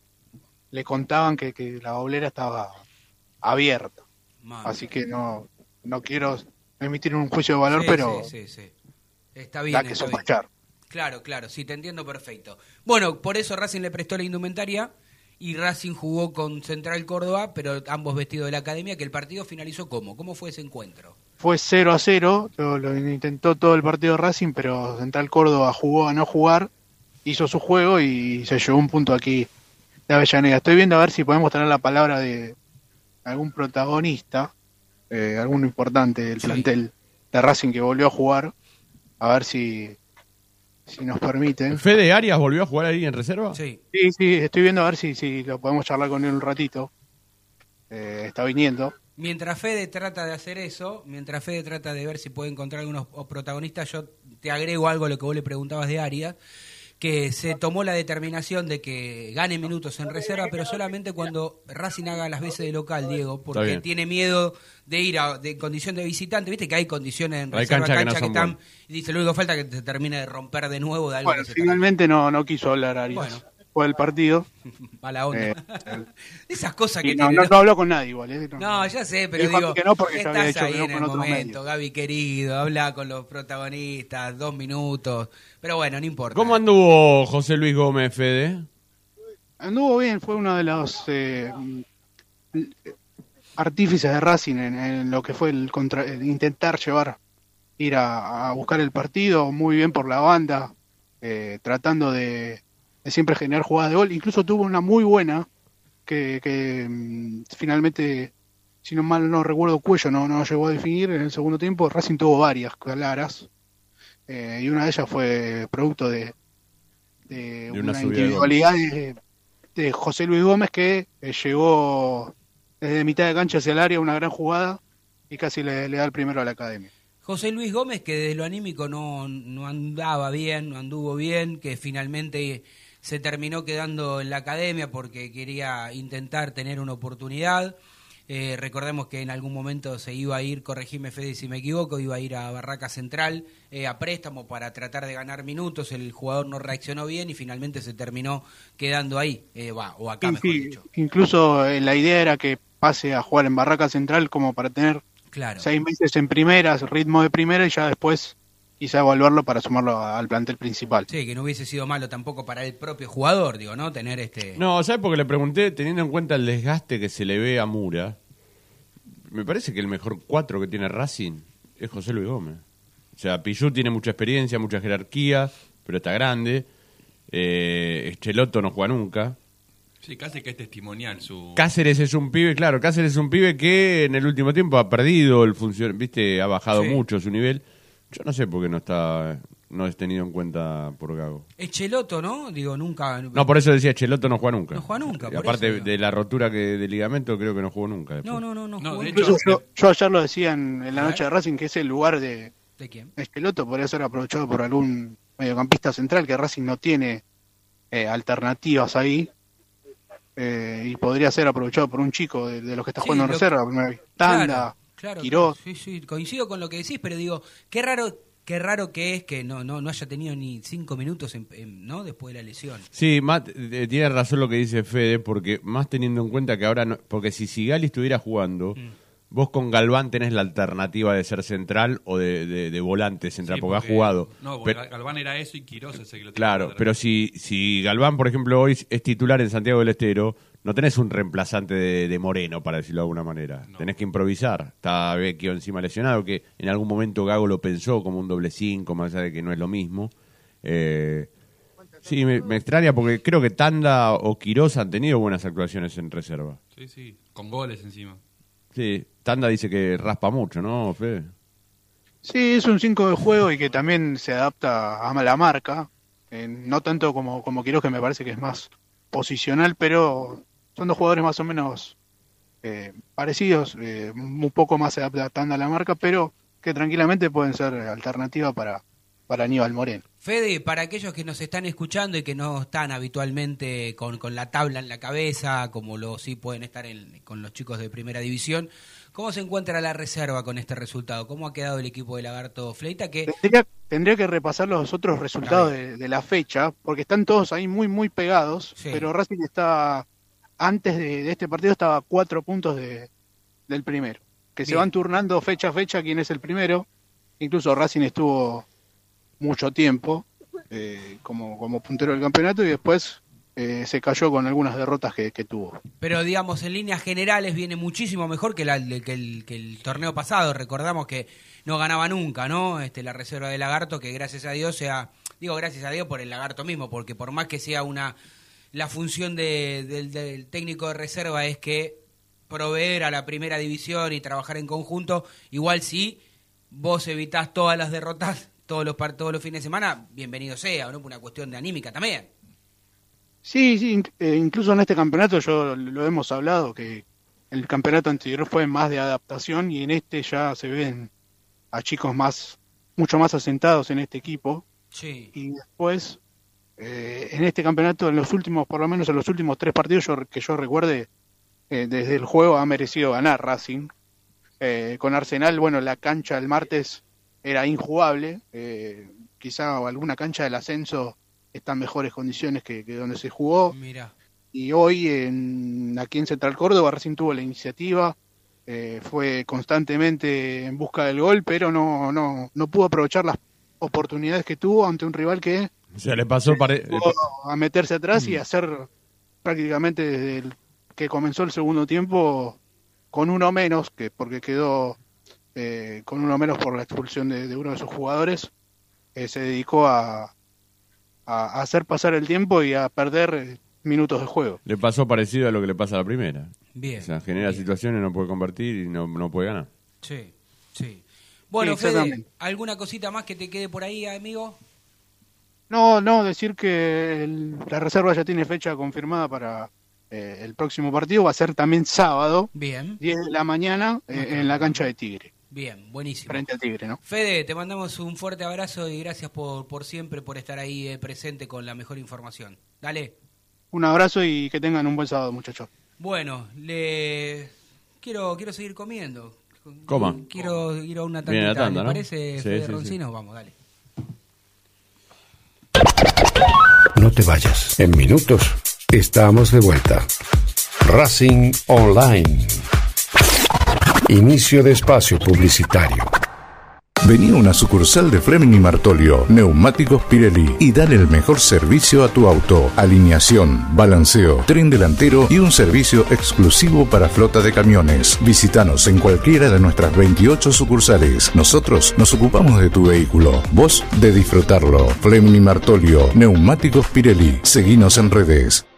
le contaban que, que la baulera estaba abierta. Mami. Así que no no quiero emitir un juicio de valor, Sí, pero sí, sí, sí. Está bien, da que está bien. sospechar. Claro, claro, sí, te entiendo perfecto. Bueno, por eso Racing le prestó la indumentaria y Racing jugó con Central Córdoba, pero ambos vestidos de la academia, que el partido finalizó ¿cómo? ¿Cómo fue ese encuentro? Fue cero a cero, lo, lo intentó todo el partido Racing, pero Central Córdoba jugó a no jugar, hizo su juego y se llevó un punto aquí de Avellaneda. Estoy viendo a ver si podemos tener la palabra de algún protagonista, eh, alguno importante del Sí. plantel de Racing que volvió a jugar, a ver si, si nos permiten. ¿Fede Arias volvió a jugar ahí en reserva? Sí. Sí, sí, estoy viendo a ver si, si lo podemos charlar con él un ratito. Eh, está viniendo. Mientras Fede trata de hacer eso, mientras Fede trata de ver si puede encontrar algunos o protagonistas, yo te agrego algo a lo que vos le preguntabas de Arias, que se tomó la determinación de que gane minutos en reserva, pero solamente cuando Racing haga las veces de local, Diego, Está porque bien. tiene miedo de ir a, de condición de visitante. Viste que hay condiciones en Hay reserva, canchas que no canchas que, son están, buenas. y dice, lo único que falta es que se termine de romper de nuevo de algo Bueno, que se finalmente no, no quiso hablar Arias. Bueno. Fue el partido. a la onda. Eh, Esas cosas que y no, tiene, no, no habló con nadie igual. ¿eh? No, ya sé, pero Dijo digo, que no porque ya había estás dicho ahí que no en el con otros momento, medios. Gaby querido, habla con los protagonistas, dos minutos, pero bueno, no importa. ¿Cómo anduvo José Luis Gómez, Fede? Anduvo bien, fue uno de los... eh, artífices de Racing en, en lo que fue el, contra, el intentar llevar, ir a, a buscar el partido, muy bien por la banda, eh, tratando de, de siempre generar jugadas de gol. Incluso tuvo una muy buena que, que mmm, finalmente, si no mal no recuerdo, Cuello no, no llegó a definir en el segundo tiempo. Racing tuvo varias claras, eh, y una de ellas fue producto de, de, de una, una individualidad de, de José Luis Gómez, que eh, llegó desde mitad de cancha hacia el área, una gran jugada, y casi le, le da el primero a la Academia. José Luis Gómez, que desde lo anímico no, no andaba bien, no anduvo bien, que finalmente se terminó quedando en la Academia porque quería intentar tener una oportunidad. Eh, recordemos que en algún momento se iba a ir, corregime Fede si me equivoco, iba a ir a Barraca Central eh, a préstamo para tratar de ganar minutos. El jugador no reaccionó bien y finalmente se terminó quedando ahí, eh, va, o acá mejor sí, dicho. Incluso eh, la idea era que pase a jugar en Barraca Central como para tener claro. seis meses en primera, ritmo de primera, y ya después quizá evaluarlo para sumarlo al plantel principal. Sí, que no hubiese sido malo tampoco para el propio jugador, digo, ¿no? Tener este... No, ¿sabes por qué le pregunté? Teniendo en cuenta el desgaste que se le ve a Mura, me parece que el mejor cuatro que tiene Racing es José Luis Gómez. O sea, Pillú tiene mucha experiencia, mucha jerarquía, pero está grande. Eh, Echeloto no juega nunca. Sí, casi que es testimonial su... Cáceres es un pibe, claro, Cáceres es un pibe que en el último tiempo ha perdido el función, viste, ha bajado sí. mucho su nivel. Yo no sé por qué no está, no es tenido en cuenta por Gago. Echeloto, ¿no? Digo, nunca... No, por eso decía, Echeloto no juega nunca. No juega nunca, por aparte eso, de la rotura que de ligamento, creo que no jugó nunca. Después. No, no, no, no, no jugó de hecho, yo, yo ayer lo decía en, en la noche de Racing, que es el lugar de... ¿De quién? Echeloto podría ser aprovechado por algún mediocampista central, que Racing no tiene eh, alternativas ahí. Eh, y podría ser aprovechado por un chico de, de los que está sí, jugando en reserva, Tanda, claro, claro, Quirós. Sí, sí, coincido con lo que decís, pero digo, qué raro, qué raro que es que no, no, no haya tenido ni cinco minutos en, en, ¿no? después de la lesión. Sí, Matt, eh, tiene razón lo que dice Fede, porque más teniendo en cuenta que ahora, no, porque si Sigali estuviera jugando, mm. vos con Galván tenés la alternativa de ser central o de, de, de volante central, sí, porque, porque ha jugado. No, porque pero, Galván era eso y Quirós ese que lo claro, pero si, si Galván, por ejemplo, hoy es titular en Santiago del Estero, no tenés un reemplazante de, de Moreno, para decirlo de alguna manera. No. Tenés que improvisar. Está Vecchio encima lesionado, que en algún momento Gago lo pensó como un doble cinco, más allá de que no es lo mismo. Eh, sí, me, me extraña porque creo que Tanda o Quirós han tenido buenas actuaciones en reserva. Sí, sí, con goles encima. Sí, Tanda dice que raspa mucho, ¿no, Fede? Sí, es un cinco de juego y que también se adapta a la marca. Eh, no tanto como, como Quirós, que me parece que es más posicional, pero son dos jugadores más o menos eh, parecidos, eh, un poco más se adaptan a la marca, pero que tranquilamente pueden ser alternativa para, para Aníbal Moreno. Fede, para aquellos que nos están escuchando y que no están habitualmente con, con la tabla en la cabeza, como lo sí pueden estar en, con los chicos de Primera División, ¿cómo se encuentra la reserva con este resultado? ¿Cómo ha quedado el equipo de Lagarto Fleita? Que Tendría, tendría que repasar los otros resultados de, de la fecha, porque están todos ahí muy, muy pegados, sí. Pero Racing está, antes de, de este partido, estaba a cuatro puntos de, del primero, que Bien. Se van turnando fecha a fecha quién es el primero. Incluso Racing estuvo mucho tiempo eh, como, como puntero del campeonato y después eh, se cayó con algunas derrotas que, que tuvo. Pero digamos, en líneas generales viene muchísimo mejor que, la, que, el, que el torneo pasado. Recordamos que no ganaba nunca, ¿no? Este, la reserva de Lagarto, que gracias a Dios sea, digo gracias a Dios por el Lagarto mismo, porque por más que sea una, la función de, del, del técnico de reserva es que proveer a la primera división y trabajar en conjunto, igual sí, vos evitás todas las derrotas todos los todos los fines de semana, bienvenido sea, ¿no? Por una cuestión de anímica también. Sí, sí, eh, incluso en este campeonato yo lo hemos hablado, que el campeonato anterior fue más de adaptación y en este ya se ven a chicos más, mucho más asentados en este equipo. Sí. Y después, eh, en este campeonato, en los últimos, por lo menos en los últimos tres partidos yo, que yo recuerde, eh, desde el juego ha merecido ganar Racing. Eh, con Arsenal, bueno, la cancha el martes era injugable, eh, quizá alguna cancha del ascenso está en mejores condiciones que, que donde se jugó. Mira. Y hoy en, aquí en Central Córdoba Racing tuvo la iniciativa, eh, fue constantemente en busca del gol, pero no, no, no pudo aprovechar las oportunidades que tuvo ante un rival que o sea, le pasó pare... a meterse atrás mm. y hacer prácticamente desde el que comenzó el segundo tiempo con uno menos, que porque quedó eh, con uno menos por la expulsión de, de uno de sus jugadores, eh, se dedicó a, a hacer pasar el tiempo y a perder eh, minutos de juego. Le pasó parecido a lo que le pasa a la primera. Bien. O sea, genera bien. situaciones, no puede convertir y no, no puede ganar. Sí, sí. Bueno, Sí, Fede, exactamente. ¿alguna cosita más que te quede por ahí, amigo? No, no, decir que el- la reserva ya tiene fecha confirmada para eh, el próximo partido, va a ser también sábado, Bien, diez de la mañana, eh, en la cancha de Tigre, bien, buenísimo. frente a Tigre, ¿no? Fede, te mandamos un fuerte abrazo y gracias por, por siempre, por estar ahí eh, presente con la mejor información. Dale. Un abrazo y que tengan un buen sábado, muchachos. Bueno, le quiero quiero seguir comiendo. Coma. Quiero ir a una Viene la tandita. tanda, ¿Le ¿no? parece, Sí, Fede sí, sí. Roncino? Vamos, dale. No te vayas. En minutos estamos de vuelta. Racing Online. Inicio de espacio publicitario. Vení a una sucursal de Fleming y Martolio, Neumáticos Pirelli, y dale el mejor servicio a tu auto. Alineación, balanceo, tren delantero y un servicio exclusivo para flota de camiones. Visítanos en cualquiera de nuestras veintiocho sucursales. Nosotros nos ocupamos de tu vehículo, vos de disfrutarlo. Fleming y Martolio, Neumáticos Pirelli. Seguinos en redes.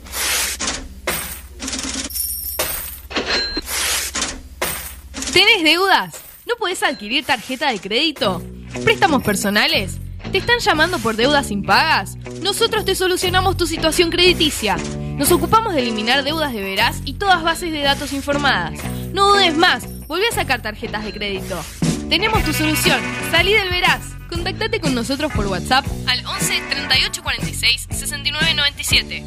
¿Tenés deudas? ¿No podés adquirir tarjeta de crédito? ¿Préstamos personales? ¿Te están llamando por deudas impagas? Nosotros te solucionamos tu situación crediticia. Nos ocupamos de eliminar deudas de veraz y todas bases de datos informadas. No dudes más, volví a sacar tarjetas de crédito. Tenemos tu solución. Salí del veraz. Contactate con nosotros por WhatsApp al once treinta y ocho cuarenta y seis sesenta y nueve noventa y siete.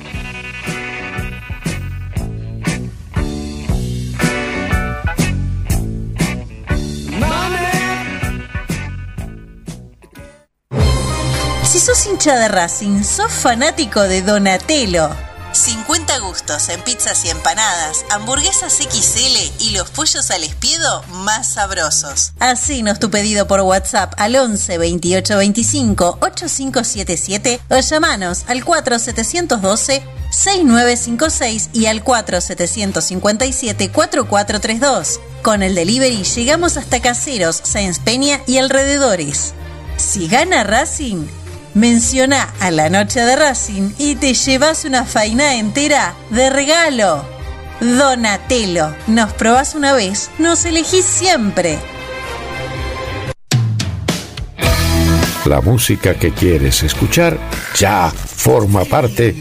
Si sos hincha de Racing, sos fanático de Donatello. cincuenta gustos en pizzas y empanadas, hamburguesas equis ele y los pollos al espiedo más sabrosos. Hacenos tu pedido por WhatsApp al once veintiocho veinticinco ochenta y cinco setenta y siete o llamanos al cuatro siete uno dos seis nueve cinco seis y al cuatro siete cinco siete cuatro cuatro tres dos. Con el delivery llegamos hasta Caseros, Sáenz Peña y alrededores. Si gana Racing, menciona a la noche de Racing y te llevas una faina entera de regalo. Donatello, nos probás una vez, nos elegís siempre. La música que quieres escuchar ya forma parte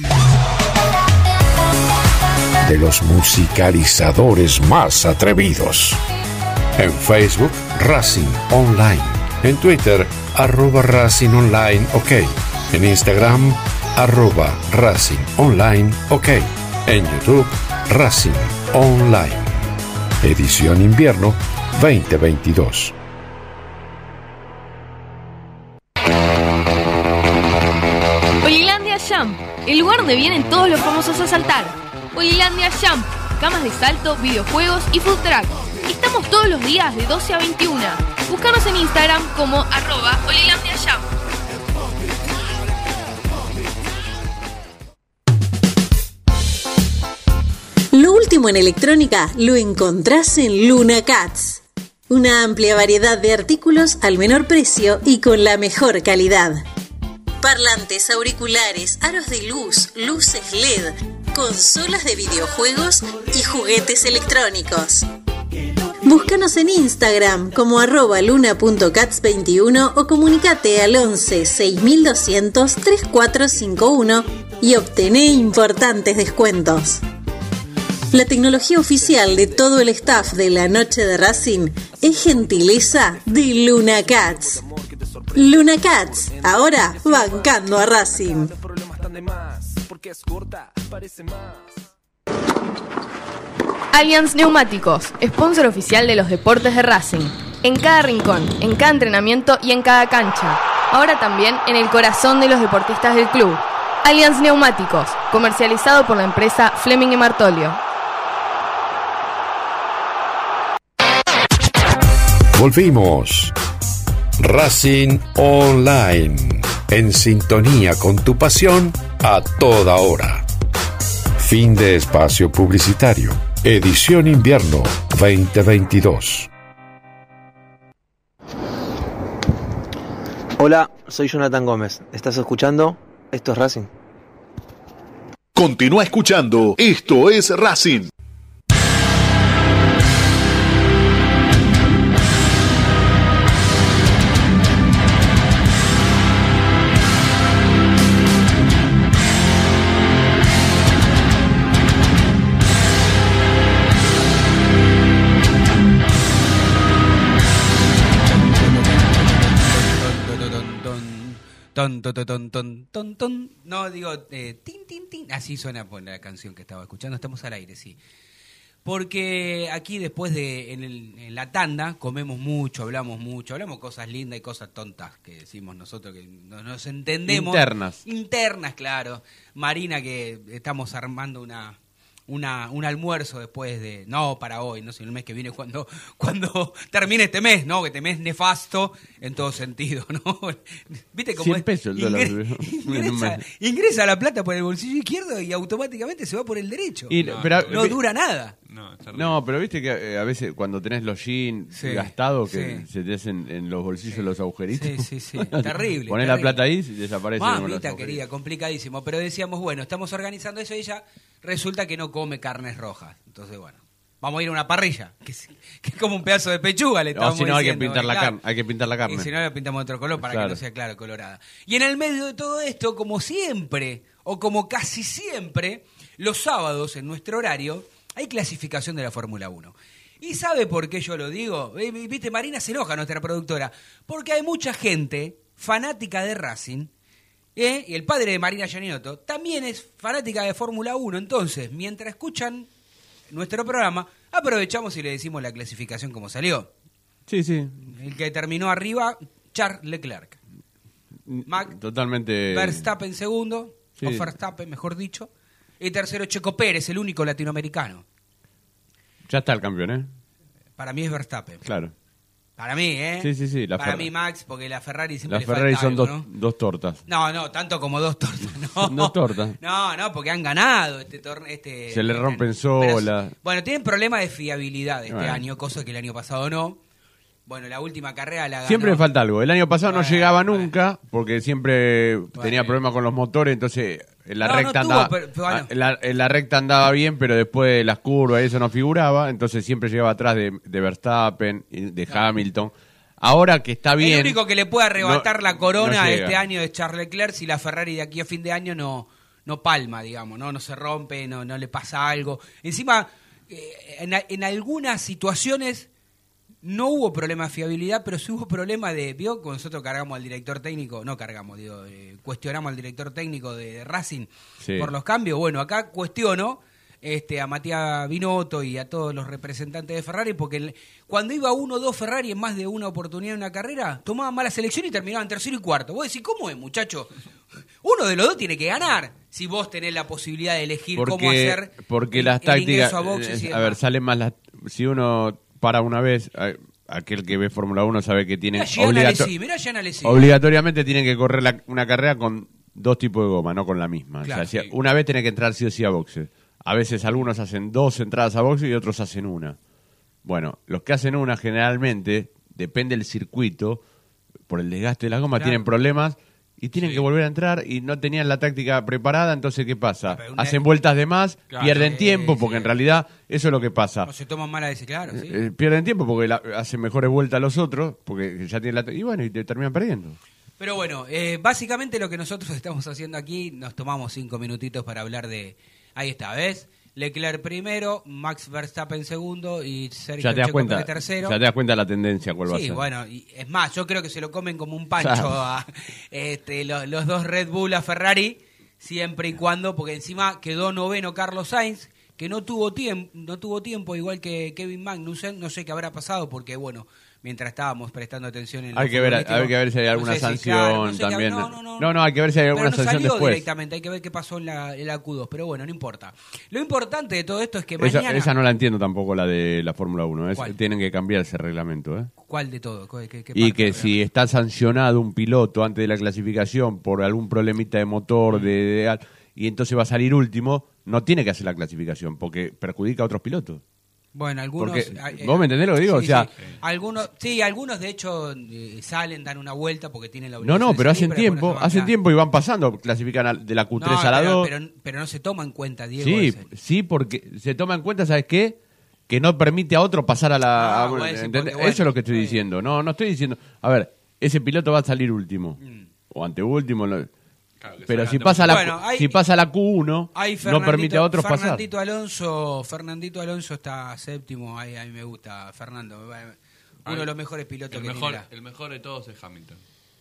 de los musicalizadores más atrevidos. En Facebook, Racing Online. En Twitter, arroba Racing Online OK. En Instagram, arroba Racing Online OK. En YouTube, Racing Online. Edición Invierno veinte veintidós. Olilandia Jump, el lugar donde vienen todos los famosos a saltar. Olilandia Jump, camas de salto, videojuegos y food truck. Estamos todos los días de doce a veintiuno. Búscanos en Instagram como arroba Olilandia Jump. Lo último en electrónica lo encontrás en Luna Cats. Una amplia variedad de artículos al menor precio y con la mejor calidad. Parlantes, auriculares, aros de luz, luces L E D, consolas de videojuegos y juguetes electrónicos. Búscanos en Instagram como arroba luna punto cats veintiuno o comunicate al once seis mil doscientos treinta y cuatro cincuenta y uno y obtené importantes descuentos. La tecnología oficial de todo el staff de la noche de Racing es gentileza de Luna Cats. Luna Cats, ahora bancando a Racing. Allianz Neumáticos, sponsor oficial de los deportes de Racing. En cada rincón, en cada entrenamiento y en cada cancha. Ahora también en el corazón de los deportistas del club. Allianz Neumáticos, comercializado por la empresa Fleming y Martolio. Volvimos. Racing Online. En sintonía con tu pasión a toda hora. Fin de espacio publicitario. Edición Invierno veinte veintidós. Hola, soy Jonathan Gómez. ¿Estás escuchando? Esto es Racing. Continúa escuchando. Esto es Racing. Ton, ton, ton, ton, ton, ton. No, digo, eh, tin, tin, tin. Así suena por la canción que estaba escuchando. Estamos al aire, sí. Porque aquí después de, en, el, en la tanda, comemos mucho, hablamos mucho, hablamos cosas lindas y cosas tontas que decimos nosotros, que no nos entendemos. Internas. Internas, claro. Marina, que estamos armando una... Una, un almuerzo después de, no para hoy, no sino el mes que viene cuando cuando termine este mes, no, que este mes nefasto en todo sentido, ¿no? ¿Viste cómo cien pesos el dólar. Ingresa, ingresa la plata por el bolsillo izquierdo y automáticamente se va por el derecho. Y, no, pero, no dura nada. No, no, pero viste que eh, a veces cuando tenés los jeans Sí, gastados que sí. se te hacen en los bolsillos los agujeritos. Sí, sí, sí, terrible. Ponés terrible. la plata ahí y desaparece. Mamita querida, complicadísimo. Pero decíamos, bueno, estamos organizando eso y ella resulta que no come carnes rojas. Entonces, bueno, vamos a ir a una parrilla, que es, que es como un pedazo de pechuga, le No, estamos si no hay que diciendo, pintar la claro. carne, hay que pintar la carne. Y si no, le pintamos otro color para Claro. que no sea claro, colorada. Y en el medio de todo esto, como siempre, o como casi siempre, los sábados en nuestro horario, hay clasificación de la Fórmula uno. ¿Y sabe por qué yo lo digo? Eh, Viste, Marina se enoja, nuestra productora, porque hay mucha gente fanática de Racing, ¿eh? Y el padre de Marina Gianotto también es fanática de Fórmula uno. Entonces, mientras escuchan nuestro programa, aprovechamos y le decimos la clasificación como salió. Sí, sí. El que terminó arriba, Charles Leclerc. Max Totalmente. Verstappen segundo, Sí. o Verstappen, mejor dicho. Y tercero, Checo Pérez, el único latinoamericano. Ya está el campeón, ¿eh? Para mí es Verstappen. Claro. Para mí, ¿eh? Sí, sí, sí. La Para Fer- mí, Max, porque la Ferrari siempre Las le Ferrari falta son algo, dos, ¿no? dos tortas. No, no, tanto como dos tortas, no. Son dos tortas. No, no, porque han ganado este torneo. Este, Se le rompen Pero, solas. bueno, tienen problemas de fiabilidad este Bueno. año, cosa que el año pasado no. Bueno, la última carrera la ganó. Siempre falta algo. El año pasado Bueno, no llegaba nunca porque siempre tenía Bueno. problemas con los motores, entonces en la No, no recta tuvo, andaba pero- pero bueno. en, la, en la recta andaba bien, pero después de las curvas eso no figuraba, entonces siempre llegaba atrás de, de Verstappen, y de Hamilton. Ahora que está bien. El único que le puede arrebatar no- la corona no llega. este año es Charles Leclerc si la Ferrari de aquí a fin de año no, no palma, digamos, no no se rompe, no, no le pasa algo. Encima, eh, en, a- en algunas situaciones no hubo problema de fiabilidad, pero sí hubo problema de... ¿Vio? Cuando nosotros cargamos al director técnico, no cargamos, digo, eh, cuestionamos al director técnico de, de Racing Sí. por los cambios. Bueno, acá cuestiono este, a Matías Binotto y a todos los representantes de Ferrari, porque el- cuando iba uno o dos Ferrari en más de una oportunidad en una carrera, tomaban mala selección y terminaban tercero y cuarto. Vos decís, ¿cómo es, muchacho? Uno de los dos tiene que ganar si vos tenés la posibilidad de elegir cómo Porque, hacer porque el- las el tácticas. ingreso a boxes y eh, a demás. ver, salen más las. Si uno para una vez, a- aquel que ve Fórmula uno sabe que tiene. Mirá Gian obligato- Alesi, mirá Gian Alesi. obligatoriamente tienen que correr la- una carrera con dos tipos de goma, no con la misma. Claro. O sea, si- una vez tiene que entrar sí o sí a boxes. A veces algunos hacen dos entradas a boxes y otros hacen una. Bueno, los que hacen una generalmente, depende del circuito, por el desgaste de la goma, Claro. tienen problemas y tienen que volver a entrar y no tenían la táctica preparada, entonces ¿qué pasa? una- Hacen vueltas de más, Claro. pierden Sí, tiempo, sí. porque en realidad eso es lo que pasa. No se toman mala de ese, claro, sí. Eh, pierden tiempo porque la- hacen mejores vueltas los otros, porque ya tienen la... Y bueno, y te terminan perdiendo. Pero bueno, eh, básicamente lo que nosotros estamos haciendo aquí, nos tomamos cinco minutitos para hablar de... Ahí está, ¿ves? Leclerc primero, Max Verstappen segundo y Sergio Ya te das Checo cuenta, Pérez tercero. ya te das cuenta la tendencia cuál va a Sí, ser. bueno, y es más, yo creo que se lo comen como un pancho Claro. a este, los, los dos Red Bull a Ferrari, siempre y cuando, porque encima quedó noveno Carlos Sainz, que no tuvo tiempo, no tuvo tiempo igual que Kevin Magnussen, no sé qué habrá pasado, porque bueno, mientras estábamos prestando atención en Hay lo que ver, futbolístico, hay que ver si hay no alguna sé si, sanción claro, no sé qué- también. no, no, no, no, no, hay que ver si hay pero alguna no sanción salió después. directamente, hay que ver qué pasó en la, en la Q dos, pero bueno, no importa. Lo importante de todo esto es que Esa, mañana... esa no la entiendo tampoco, la de la Fórmula uno. Es- ¿Cuál? tienen que cambiar ese reglamento. ¿eh? ¿Cuál de todo? ¿Qué- qué- qué Y parte? que si está sancionado un piloto antes de la clasificación por algún problemita de motor, de, de al- y entonces va a salir último, no tiene que hacer la clasificación porque perjudica a otros pilotos. Bueno, algunos... Porque, ¿vos me entendés lo que digo? Sí, o sea, sí. Algunos, sí, algunos de hecho eh, salen, dan una vuelta porque tienen la no, obligación no, pero de salir, hacen tiempo, después no se hacen van. tiempo y van pasando, clasifican a- de la Q tres No, a la pero, dos. Pero, pero no se toma en cuenta, Diego. Sí, ese. sí, porque se toma en cuenta, ¿sabes qué? Que no permite a otro pasar a la... Ah, a- bueno, sí, ¿entendés? porque, bueno, Eso es lo que estoy diciendo. No, no estoy diciendo... A ver, ese piloto va a salir último. Mm. O anteúltimo. lo- que pero salga si antes. pasa, la, Bueno, hay- si pasa la Q uno, Hay no permite a otros pasar. Fernandito Alonso, Fernandito Alonso está séptimo, ahí, a mí me gusta Fernando, uno Ay, de los mejores pilotos el que mejor, tiene la- el mejor de todos es Hamilton.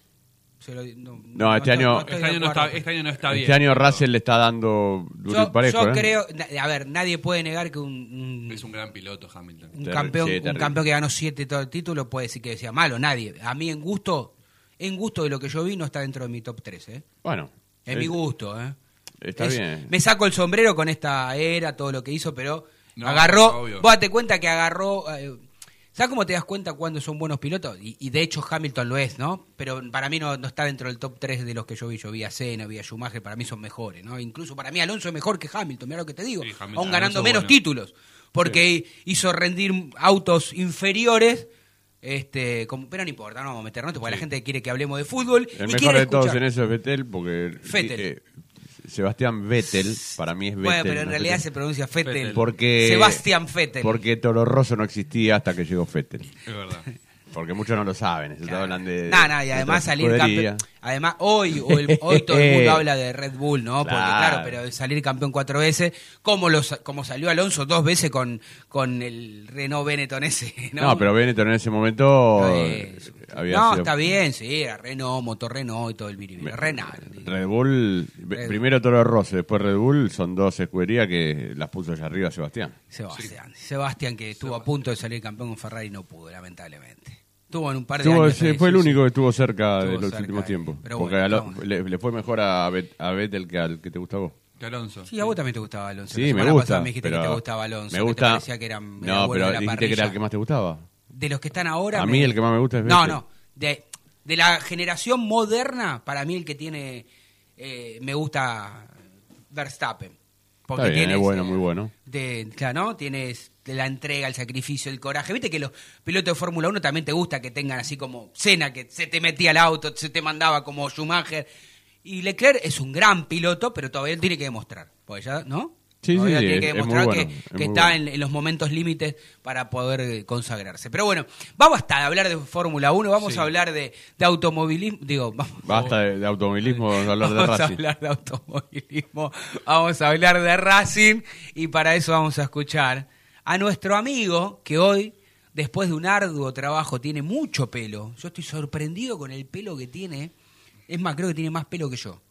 se lo- no, No, este estoy- año- estoy Este de año no acuerdo. está, este año no está bien. Este año Russell le está dando duro y Yo, parejo. yo ¿eh? creo, na- a ver, nadie puede negar que un, un- Es un gran piloto Hamilton. un Ter- campeón, sí, un terrible. campeón que ganó siete todo el título puede decir que sea malo, nadie. A mí en gusto, en gusto de lo que yo vi no está dentro de mi top tres, ¿eh? Bueno. En es- mi gusto, ¿eh? Está Es- bien. Me saco el sombrero con esta era, todo lo que hizo, pero No, agarró. obvio. Vos date cuenta que agarró. Eh, ¿Sabes cómo te das cuenta cuando son buenos pilotos? Y, y de hecho Hamilton lo es, ¿no? Pero para mí no, no está dentro del top tres de los que yo vi. Yo vi a Senna, vi a Schumacher, para mí son mejores, ¿no? Incluso para mí Alonso es mejor que Hamilton, mira lo que te digo. Sí, Hamilton- aún ganando Alonso menos bueno. títulos. Porque hizo rendir autos inferiores. Este, como, pero no importa, no vamos a meternos porque Sí. la gente quiere que hablemos de fútbol. El y mejor quiere de todos escuchar. en eso es Vettel, porque Vettel. eh, Sebastián Vettel, para mí es Vettel. Bueno, pero en no realidad Vettel. se pronuncia Vettel. Porque, Sebastián Vettel. Porque Toro Rosso no existía hasta que llegó Vettel. Es verdad. Porque muchos no lo saben, se hablan de... No, no, y de además otra salir escudería. campeón. Además, hoy, o el- hoy todo el mundo habla de Red Bull, ¿no? Porque Claro. claro, pero salir campeón cuatro veces, como los, como salió Alonso dos veces con, con el Renault Benetton ese, ¿no? No, pero Benetton en ese momento No, eh, es- había no, sido- está bien, sí, era Renault, motor Renault y todo el biribiri. Renault. Red Bull, Red- primero Toro Rosso, después Red Bull, son dos escuderías que las puso allá arriba Sebastián. Sebastián. Sebastián que estuvo a punto de salir campeón con Ferrari y no pudo, lamentablemente. Estuvo en un par de Estuvo- años. sí, ahí, fue el sí, único sí. que estuvo cerca Estuvo de los cerca últimos ahí. tiempos. Pero Porque bueno, a lo- estamos- le, le fue mejor a, Bet- a Vettel que al que te gusta a vos. De Alonso. Sí, a vos también te gustaba Alonso. Sí, La me semana gusta. pasada me dijiste pero que te gustaba Alonso. Me que te gusta. parecía que era, era no, bueno pero de la dijiste que era el parrilla. que más te gustaba. De los que están ahora. A me- mí el que más me gusta es No, Vettel. no. De, de la generación moderna, para mí el que tiene. Eh, me gusta Verstappen. Porque Está bien, tienes, es bueno, eh, muy bueno. De, claro, ¿no? Tienes la entrega, el sacrificio, el coraje. Viste que los pilotos de Fórmula uno también te gusta que tengan así como Senna, que se te metía al auto, se te mandaba como Schumacher. Y Leclerc es un gran piloto, pero todavía él tiene que demostrar. Porque ya, ¿no? Sí, sí, Todavía sí, tiene que es- es muy demostrar bueno, que, es que muy está bueno. en, en los momentos límites para poder eh, consagrarse. Pero bueno, vamos hasta de hablar de Fórmula uno, vamos Sí. a hablar de, de automovilismo. Digo, vamos, Basta de, de automovilismo, vamos a hablar de Vamos a Racing. hablar de automovilismo, vamos a hablar de Racing y para eso vamos a escuchar a nuestro amigo que hoy, después de un arduo trabajo, tiene mucho pelo. Yo estoy sorprendido con el pelo que tiene. Es más, creo que tiene más pelo que yo.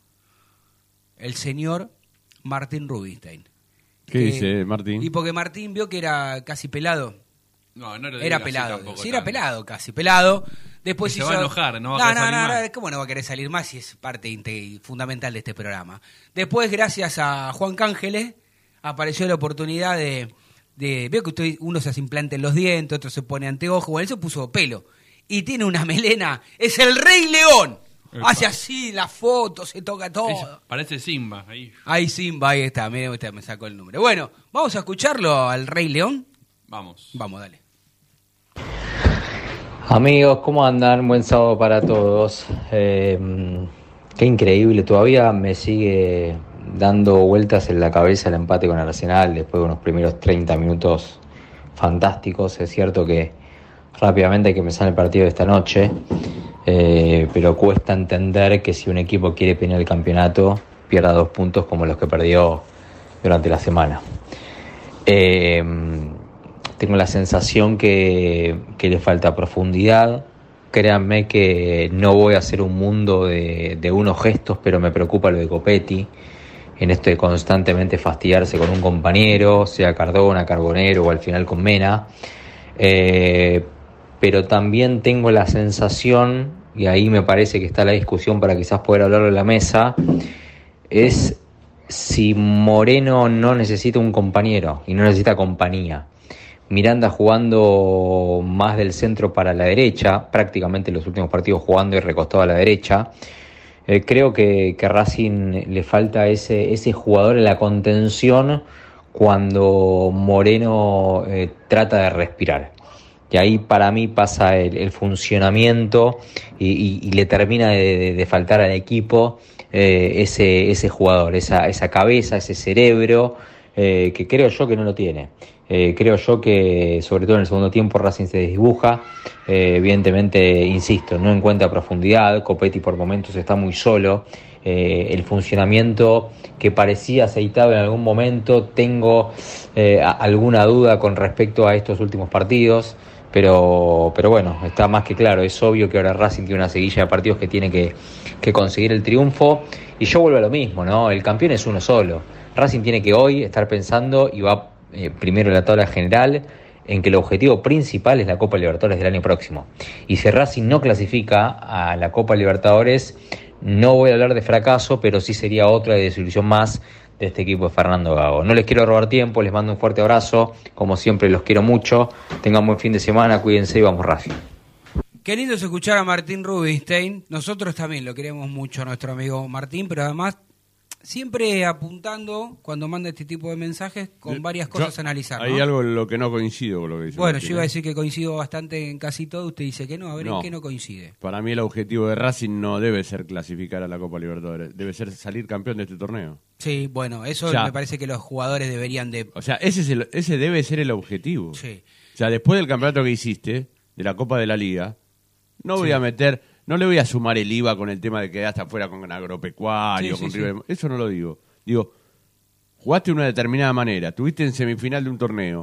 El señor Martín Rubinstein. ¿Qué Que- dice Martín? Y porque Martín vio que era casi pelado. No, no lo Era digas así pelado. tampoco Sí, era tanto. pelado, casi pelado. Después Se hizo... va a enojar, no va a no, querer no, salir no, más. no, ¿cómo no va a querer salir más si es parte inte- fundamental de este programa? Después, gracias a Juan Cángeles, apareció la oportunidad de... de veo que usted, uno se hace implante en los dientes, otro se pone anteojos, bueno, él se puso pelo. Y tiene una melena, es el Rey León. Epa. Hace así las fotos, se toca todo. Es- parece Simba ahí. Ahí Simba, ahí está, mire, usted me sacó el número. Bueno, vamos a escucharlo al Rey León. Vamos. Vamos, dale. Amigos, ¿cómo andan? Buen sábado para todos. Eh, qué increíble, todavía me sigue dando vueltas en la cabeza el empate con Arsenal después de unos primeros treinta minutos fantásticos. Es cierto que rápidamente hay que empezar el partido de esta noche, eh, pero cuesta entender que si un equipo quiere pelear el campeonato pierda dos puntos como los que perdió durante la semana. Eh, Tengo la sensación que, que le falta profundidad. Créanme que no voy a hacer un mundo de, de unos gestos, pero me preocupa lo de Copetti, en esto de constantemente fastidiarse con un compañero, sea Cardona, Carbonero o al final con Mena. Eh, pero también tengo la sensación, y ahí me parece que está la discusión para quizás poder hablarlo en la mesa, es si Moreno no necesita un compañero y no necesita compañía. Miranda jugando más del centro para la derecha, prácticamente los últimos partidos jugando y recostado a la derecha. Eh, creo que, que Racing le falta ese, ese jugador en la contención cuando Moreno eh, trata de respirar. Y ahí para mí pasa el, el funcionamiento y, y, y le termina de, de, de faltar al equipo eh, ese, ese jugador, esa, esa cabeza, ese cerebro eh, que creo yo que no lo tiene. Eh, creo yo que sobre todo en el segundo tiempo Racing se desdibuja, eh, evidentemente, insisto, no encuentra profundidad, Copetti por momentos está muy solo, eh, el funcionamiento que parecía aceitado en algún momento, tengo eh, a, alguna duda con respecto a estos últimos partidos. Pero, pero bueno, está más que claro, es obvio que ahora Racing tiene una seguilla de partidos que tiene que, que conseguir el triunfo, y yo vuelvo a lo mismo, ¿no? El campeón es uno solo. Racing tiene que hoy estar pensando, y va eh, primero en la tabla general, en que el objetivo principal es la Copa Libertadores del año próximo. Y si Racing no clasifica a la Copa Libertadores, no voy a hablar de fracaso, pero sí sería otra desilusión más de este equipo de Fernando Gago. No les quiero robar tiempo, les mando un fuerte abrazo, como siempre los quiero mucho, tengan buen fin de semana, cuídense y vamos Racing. Qué lindo es escuchar a Martín Rubinstein, nosotros también lo queremos mucho a nuestro amigo Martín, pero además siempre apuntando cuando manda este tipo de mensajes con Yo- varias cosas yo- a analizar, ¿no? Hay algo en lo que no coincido con lo que dice Bueno, Martín, yo iba a ¿eh? decir que coincido bastante en casi todo, usted dice que no, a ver No. en qué no coincide. Para mí el objetivo de Racing no debe ser clasificar a la Copa Libertadores, debe ser salir campeón de este torneo. Sí, bueno, eso O sea, me parece que los jugadores deberían de... O sea, ese, es el- ese debe ser el objetivo. Sí. O sea, después del campeonato que hiciste, de la Copa de la Liga, no voy Sí. a meter, no le voy a sumar el I V A con el tema de que quedaste afuera con agropecuario, Sí, con sí, River. sí. Eso no lo digo. Digo, jugaste de una determinada manera, tuviste en semifinal de un torneo,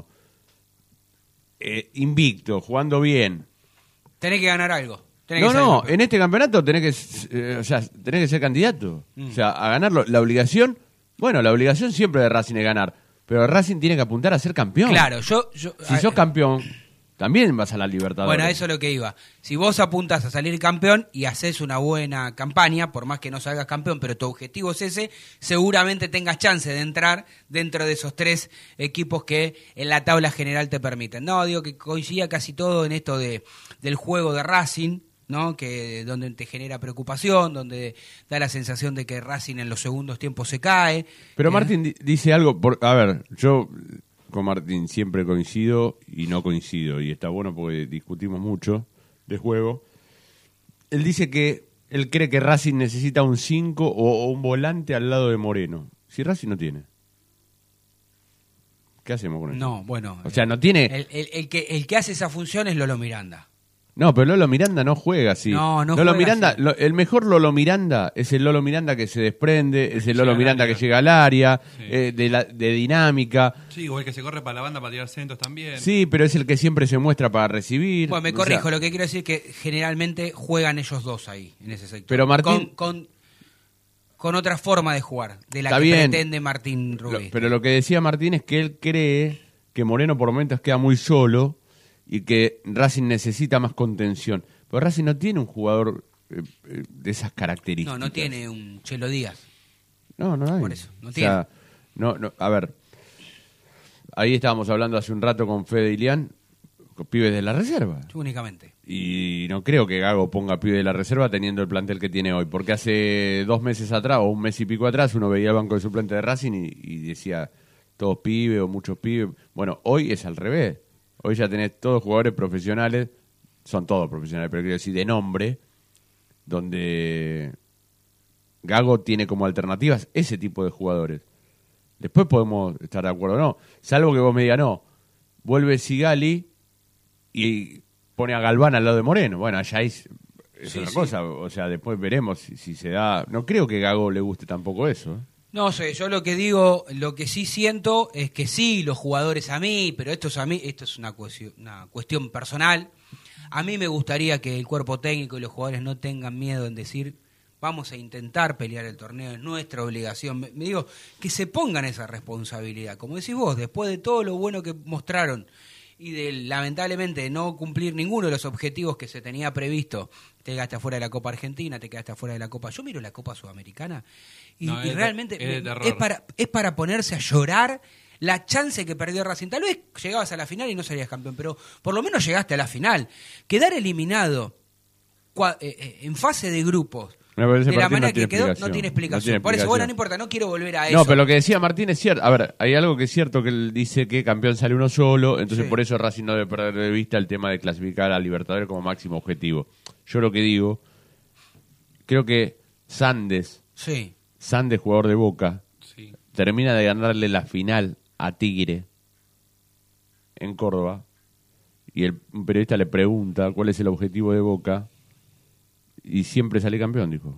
eh, invicto, jugando bien. Tenés que ganar algo. Tenés No, que ser no, campeón. en este campeonato tenés que, eh, o sea, tenés que ser candidato. Mm. O sea, a ganarlo. La obligación, bueno, la obligación siempre de Racing es ganar, pero Racing tiene que apuntar a ser campeón. Claro, yo... yo Si sos campeón, también vas a la Libertadores. Bueno, a eso es lo que iba. Si vos apuntas a salir campeón y haces una buena campaña, por más que no salgas campeón, pero tu objetivo es ese, seguramente tengas chance de entrar dentro de esos tres equipos que en la tabla general te permiten. No, digo que coincidía casi todo en esto de del juego de Racing, ¿no? Que donde te genera preocupación, donde da la sensación de que Racing en los segundos tiempos se cae. Pero Eh, Martín di- dice algo, por, a ver, yo con Martín siempre coincido y no coincido, y está bueno porque discutimos mucho de juego. Él dice que él cree que Racing necesita un cinco o, o un volante al lado de Moreno. Si Racing no tiene, ¿qué hacemos con eso? No, bueno. O sea, no tiene... El, el- el que, el que hace esa función es Lolo Miranda. No, pero Lolo Miranda no juega así. No, no Lolo juega Miranda, así. lo- el mejor Lolo Miranda es el Lolo Miranda que se desprende, es el Lolo al Miranda área. que llega al área, eh, de, la, de dinámica. Sí, igual que se corre para la banda para tirar centros también. Sí, pero es el que siempre se muestra para recibir. Bueno, me O corrijo, sea, lo que quiero decir es que generalmente juegan ellos dos ahí, en ese sector. Pero Martín- Con, con, con otra forma de jugar, de la Está que bien. pretende Martín lo- Rubí. pero lo que decía Martín es que él cree que Moreno por momentos queda muy solo y que Racing necesita más contención. Pero Racing no tiene un jugador eh, eh, de esas características. No, no tiene un Chelo Díaz. No, no hay. Por eso, no O sea, no, no, a ver, ahí estábamos hablando hace un rato con Fede Ilián, con pibes de la reserva. Únicamente. Y no creo que Gago ponga pibe de la reserva teniendo el plantel que tiene hoy. Porque hace dos meses atrás, o un mes y pico atrás, uno veía el banco de suplente de Racing y, y decía todos pibes o muchos pibes. Bueno, hoy es al revés. Hoy ya tenés todos jugadores profesionales, son todos profesionales, pero quiero decir de nombre, donde Gago tiene como alternativas ese tipo de jugadores. Después podemos estar de acuerdo o no. Salvo que vos me digas, no, vuelve Sigali y pone a Galván al lado de Moreno. Bueno, allá es, es Sí, otra sí. cosa. O sea, después veremos si, si se da... No creo que Gago le guste tampoco eso. ¿eh? No sé, yo lo que digo, lo que sí siento es que sí, los jugadores a mí, pero esto es a mí, esto es una cuestión, una cuestión personal. A mí me gustaría que el cuerpo técnico y los jugadores no tengan miedo en decir, vamos a intentar pelear el torneo, es nuestra obligación. Me, me digo, que se pongan esa responsabilidad. Como decís vos, después de todo lo bueno que mostraron y de lamentablemente no cumplir ninguno de los objetivos que se tenía previsto, te quedaste afuera de la Copa Argentina, te quedaste afuera de la Copa. Yo miro la Copa Sudamericana y, No, y es de- realmente es de me- terror. es para es para ponerse a llorar la chance que perdió Racing. Tal vez llegabas a la final y no salías campeón, pero por lo menos llegaste a la final. Quedar eliminado cua- eh, eh, en fase de grupos Me parece de la Martín manera no tiene que quedó, no explicación. tiene explicación. No tiene Por eso, bueno, no explicación. importa, no quiero volver a eso. No, pero lo que decía Martín es cierto. A ver, hay algo que es cierto, que él dice que campeón sale uno solo, entonces Sí. por eso Racing no debe perder de vista el tema de clasificar a Libertadores como máximo objetivo. Yo lo que digo, creo que Sandes, Sí. Sandes, jugador de Boca, termina de ganarle la final a Tigre en Córdoba, y el, un periodista le pregunta cuál es el objetivo de Boca, y siempre sale campeón, dijo.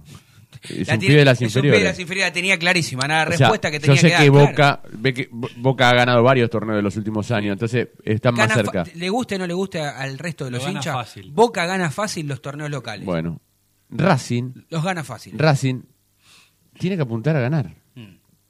Es La un tiene- pibe de las es un inferiores. pibe de las inferiores, la tenía clarísima, la O sea, respuesta que tenía yo sé que que, dar. Boca, claro. ve que Bo- Boca ha ganado varios torneos de los últimos años, entonces están más Gana cerca. fa- le guste o no le guste al resto de Lo los gana hinchas, fácil. Boca gana fácil los torneos locales. Bueno, Racing, Los gana fácil. Racing tiene que apuntar a ganar. Mm.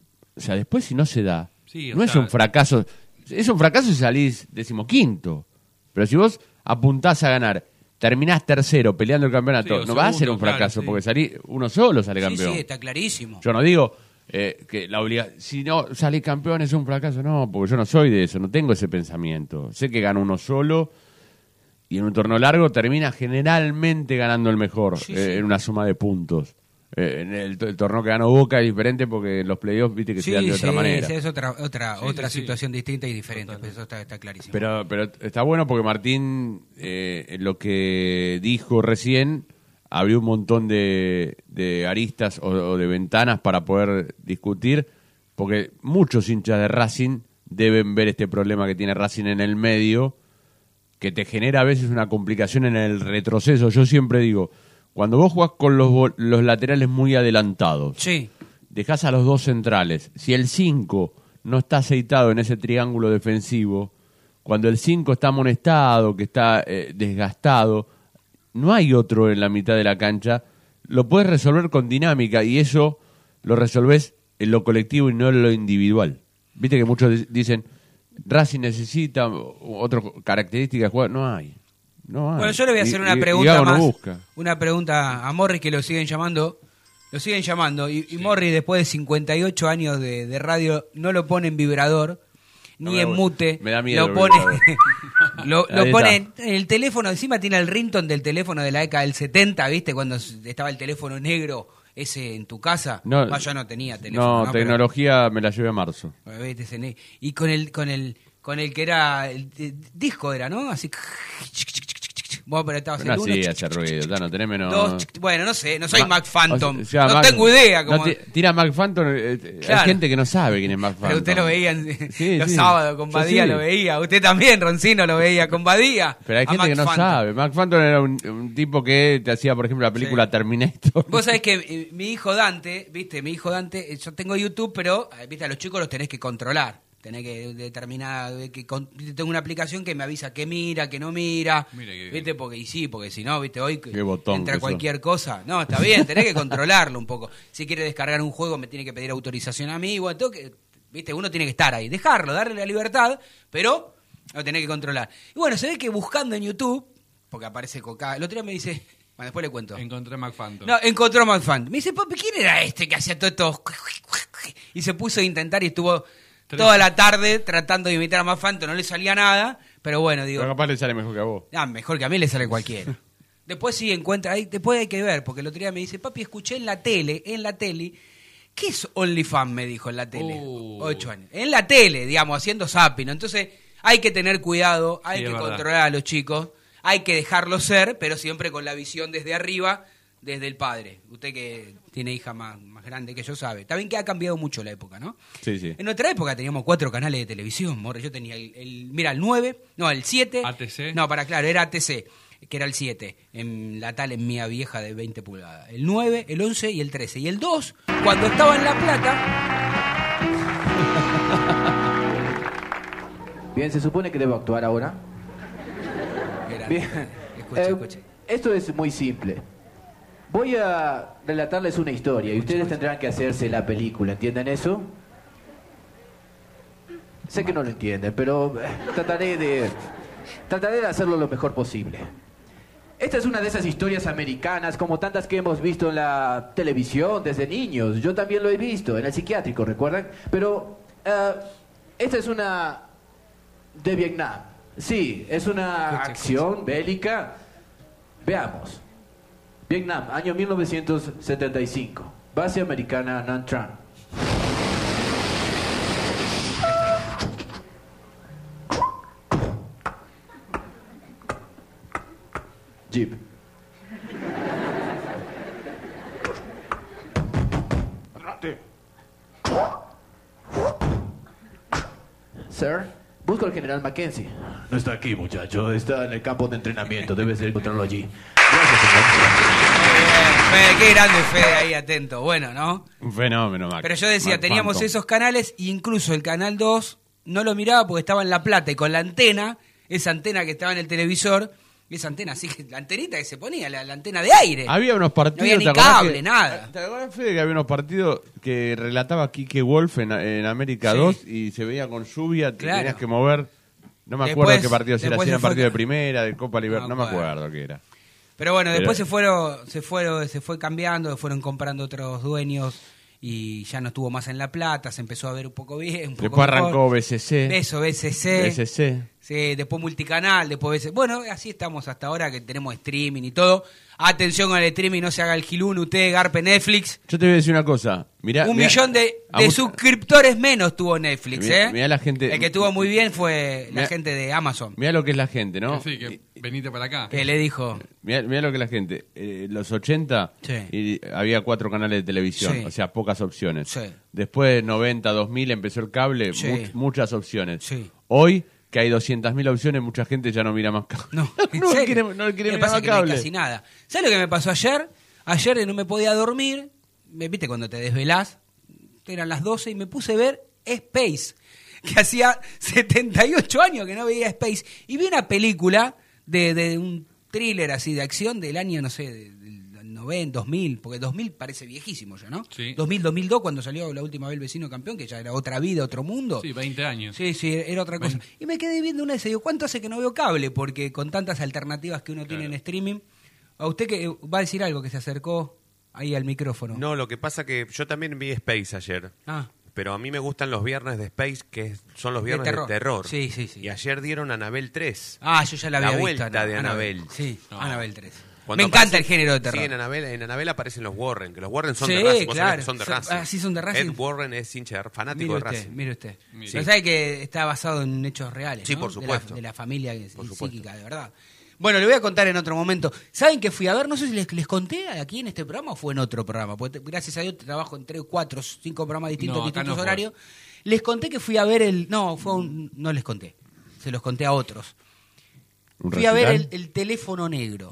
O sea, después si no se da, Sí, o no es sea- un fracaso. Es un fracaso si salís decimoquinto. Pero si vos apuntás a ganar, terminás tercero peleando el campeonato, Sí, o no va a ser segundo, un fracaso, claro, sí. porque salí uno solo sale Sí, campeón. sí, está clarísimo. Yo no digo eh, que la obliga si no salís campeón es un fracaso, no, porque yo no soy de eso, no tengo ese pensamiento. Sé que gana uno solo y en un torneo largo termina generalmente ganando el mejor Sí, eh, sí. en una suma de puntos. Eh, en el, el torneo que ganó Boca es diferente porque en los playoffs viste que Sí, se dan de otra sí, manera. sí, es otra otra Sí, otra sí, sí. situación distinta y diferente, pero eso está, está clarísimo. Pero, pero está bueno porque Martín, eh, en lo que dijo recién, abrió un montón de, de aristas o, o de ventanas para poder discutir, porque muchos hinchas de Racing deben ver este problema que tiene Racing en el medio, que te genera a veces una complicación en el retroceso. Yo siempre digo, cuando vos jugás con los, vo- los laterales muy adelantados, Sí, dejás a los dos centrales. Si el cinco no está aceitado en ese triángulo defensivo, cuando el cinco está amonestado, que está eh, desgastado, no hay otro en la mitad de la cancha, lo puedes resolver con dinámica y eso lo resolvés en lo colectivo y no en lo individual. Viste que muchos di- dicen, Racing necesita otra característica de jugar. No hay. No hay. bueno, yo le voy a Y- hacer una y- y pregunta Gago no más. busca. Una pregunta a Morris, que lo siguen llamando. Lo siguen llamando. Y, y Morris, después de cincuenta y ocho años de, de radio, no lo pone en vibrador, No ni me en da- mute. me da miedo Lo el pone, vibrador. lo, lo Ahí pone está. en el teléfono. Encima tiene el ringtone del teléfono de la década del setenta, ¿viste? Cuando estaba el teléfono negro ese en tu casa. No, Ah, yo no tenía teléfono. No, Pero- tecnología me la llevé a marzo. ¿viste? Ese ne- Y con el, con el, con el que era el, el disco era, ¿no? Así. Vos apretabas No el uno. así hace ruido, ya no tenés menos... Dos, bueno, no sé, no soy Ma- Mac Phantom. o sea, no Mac- tengo idea. no Cómo... ti- tira Mac Phantom, eh, eh, Claro. hay gente que no sabe quién es Mac Phantom. Pero usted lo veía en- Sí, los sí. sábados con Yo Badía, sí. lo veía. Usted también, Roncino, lo veía con Badía. Pero hay a gente Mac que no Phantom. sabe. Mac Phantom era un, un tipo que te hacía, por ejemplo, la película Terminator. Vos sabés que eh, mi hijo Dante, viste, mi hijo Dante, eh, yo tengo YouTube, pero, eh, viste, a los chicos los tenés que controlar. Tenés que determinar, eh, que con- tengo una aplicación que me avisa que mira, que no mira, Mira que- viste, porque, y sí, porque si no, viste, hoy que Qué botón entra que cualquier cosa. No, está bien, tenés que controlarlo un poco. Si quiere descargar un juego, me tiene que pedir autorización a mí, bueno, tengo que, viste, uno tiene que estar ahí, dejarlo, darle la libertad, pero lo tenés que controlar. Y bueno, se ve que buscando en YouTube, porque aparece Coca, el otro día me dice, bueno, después le cuento. Encontré Mac Phantom. No, encontró a McFan. Me dice, papi, ¿quién era este que hacía todo esto? Y se puso a intentar y estuvo Tres. toda la tarde tratando de imitar a McFan, no le salía nada, pero bueno, digo, Pero capaz le sale mejor que a vos. ah, mejor que a mí le sale cualquiera. Después sí encuentra, ahí, después hay que ver, porque el otro día me dice, papi, escuché en la tele, en la tele, ¿qué es OnlyFans? Me dijo en la tele, Uh. ocho años. En la tele, digamos, haciendo zapping. Entonces hay que tener cuidado, hay Sí, que es verdad. controlar a los chicos, hay que dejarlos ser, pero siempre con la visión desde arriba, desde el padre. Usted que tiene hija más, más grande que yo sabe. También que ha cambiado mucho la época, ¿no? Sí, sí. En nuestra época teníamos cuatro canales de televisión, Morre. Yo tenía el, el- mira, el nueve, no, el siete. A T C. No, para claro, era A T C, que era el siete, en la tal en mía vieja de veinte pulgadas. El nueve, el once y el trece. Y el dos, cuando estaba en La Plata, Bien, se supone que debo actuar ahora. era- Bien. escuche, Eh, escuche. Esto es muy simple. Voy a relatarles una historia y ustedes tendrán que hacerse la película, ¿entienden eso? Sé que no lo entienden, pero eh, trataré de trataré de hacerlo lo mejor posible. Esta es una de esas historias americanas como tantas que hemos visto en la televisión desde niños. Yo también lo he visto en el psiquiátrico, ¿recuerdan? Pero eh, esta es una de Vietnam. Sí, es una acción bélica. Veamos. Vietnam, año mil novecientos setenta y cinco. Base americana Nam Tran. Jeep. Sir, busco al general Mackenzie. No está aquí, muchacho. Está en el campo de entrenamiento. Debe ser encontrarlo allí. Gracias, señor. Fede, qué grande Fede ahí, atento. Bueno, ¿no? Un fenómeno, Mac. Pero yo decía, Mac teníamos Phantom. esos canales, e incluso el canal dos no lo miraba porque estaba en La Plata y con la antena, esa antena que estaba en el televisor, esa antena así, que la antenita que se ponía, la, la antena de aire. Había unos partidos... No había ni ¿te acordás cable, que- nada. ¿Te acuerdas, Fede, que había unos partidos que relataba Quique Wolf en, en América Sí. dos y se veía con lluvia, te Claro. tenías que mover... No me Después- acuerdo qué partidos era, después si se eran fue- partidos de primera, de Copa Libertadores, No no me acuerdo. acuerdo qué era. Pero bueno, Pero- después se fueron, se fueron, se fue cambiando, se fueron comprando otros dueños y ya no estuvo más en La Plata, se empezó a ver un poco bien, un poco Después mejor. arrancó B C C. Eso, B C C. B C C. Sí, después multicanal, después B C C. Bueno, así estamos hasta ahora que tenemos streaming y todo. Atención con el streaming, no se haga el gilún, usted, Garpe, Netflix. Yo te voy a decir una cosa. Mirá, Un mirá- millón de, a de vos- suscriptores menos tuvo Netflix, Mirá- ¿eh? mirá la gente- El que tuvo muy bien fue la Mirá- gente de Amazon. Mirá lo que es la gente, ¿no? Sí, que venite para acá. Que le dijo... Mirá, mirá lo que es la gente. Eh, los ochenta Sí. y había cuatro canales de televisión, Sí. o sea, pocas opciones. Sí. Después, noventa, dos mil, empezó el cable, Sí. much- muchas opciones. Sí. Hoy, que hay doscientas mil opciones, mucha gente ya no mira más cable. No, ¿en no serio? quiere, no quiere Me mirar pasa más que no hay cable. casi nada. ¿Sabes lo que me pasó ayer? Ayer no me podía dormir. Me- ¿Viste cuando te desvelás? Eran las doce y me puse a ver Space. Que hacía setenta y ocho años que no veía Space. Y vi una película de, de un thriller así de acción del año, no sé, de- del noventa, dos mil. Porque dos mil parece viejísimo ya, ¿no? Sí. dos mil, dos mil dos cuando salió la última vez El Vecino Campeón, que ya era otra vida, otro mundo. Sí, veinte años. Sí, sí, era otra cosa. Y me quedé viendo una y se digo, ¿cuánto hace que no veo cable? Porque con tantas alternativas que uno tiene en streaming, a usted que va a decir algo que se acercó ahí al micrófono. No, lo que pasa que yo también vi Space ayer. Ah. Pero a mí me gustan los viernes de Space, que son los De viernes de terror. terror. Sí, sí, sí. Y ayer dieron Anabel tres. Ah, yo ya la había visto. vuelta de Anabel. Sí, Anabel tres. Cuando Me encanta aparece- el género de terror. Sí, en Anabel, en Anabel aparecen los Warren, que los Warren son Sí, de Racing. Vos claro. sabés que son de Son- Racing. ah, sí, son de Racing. Ed Warren es hincha, fanático Mire de usted, Racing. mire usted. Sí. Pero sabe que está basado en hechos reales, Sí, ¿no? por De la- supuesto. De la, familia que es Por supuesto. psíquica, de verdad. Bueno, le voy a contar en otro momento. ¿Saben que fui a ver? No sé si les, les conté aquí en este programa o fue en otro programa. Porque te- gracias a Dios trabajo en tres, cuatro, cinco programas distintos, No, acá distintos no fue. horarios. Les conté que fui a ver el... No, fue un- no les conté. Se los conté a otros. ¿Un Fui a ver el, recital? el teléfono negro.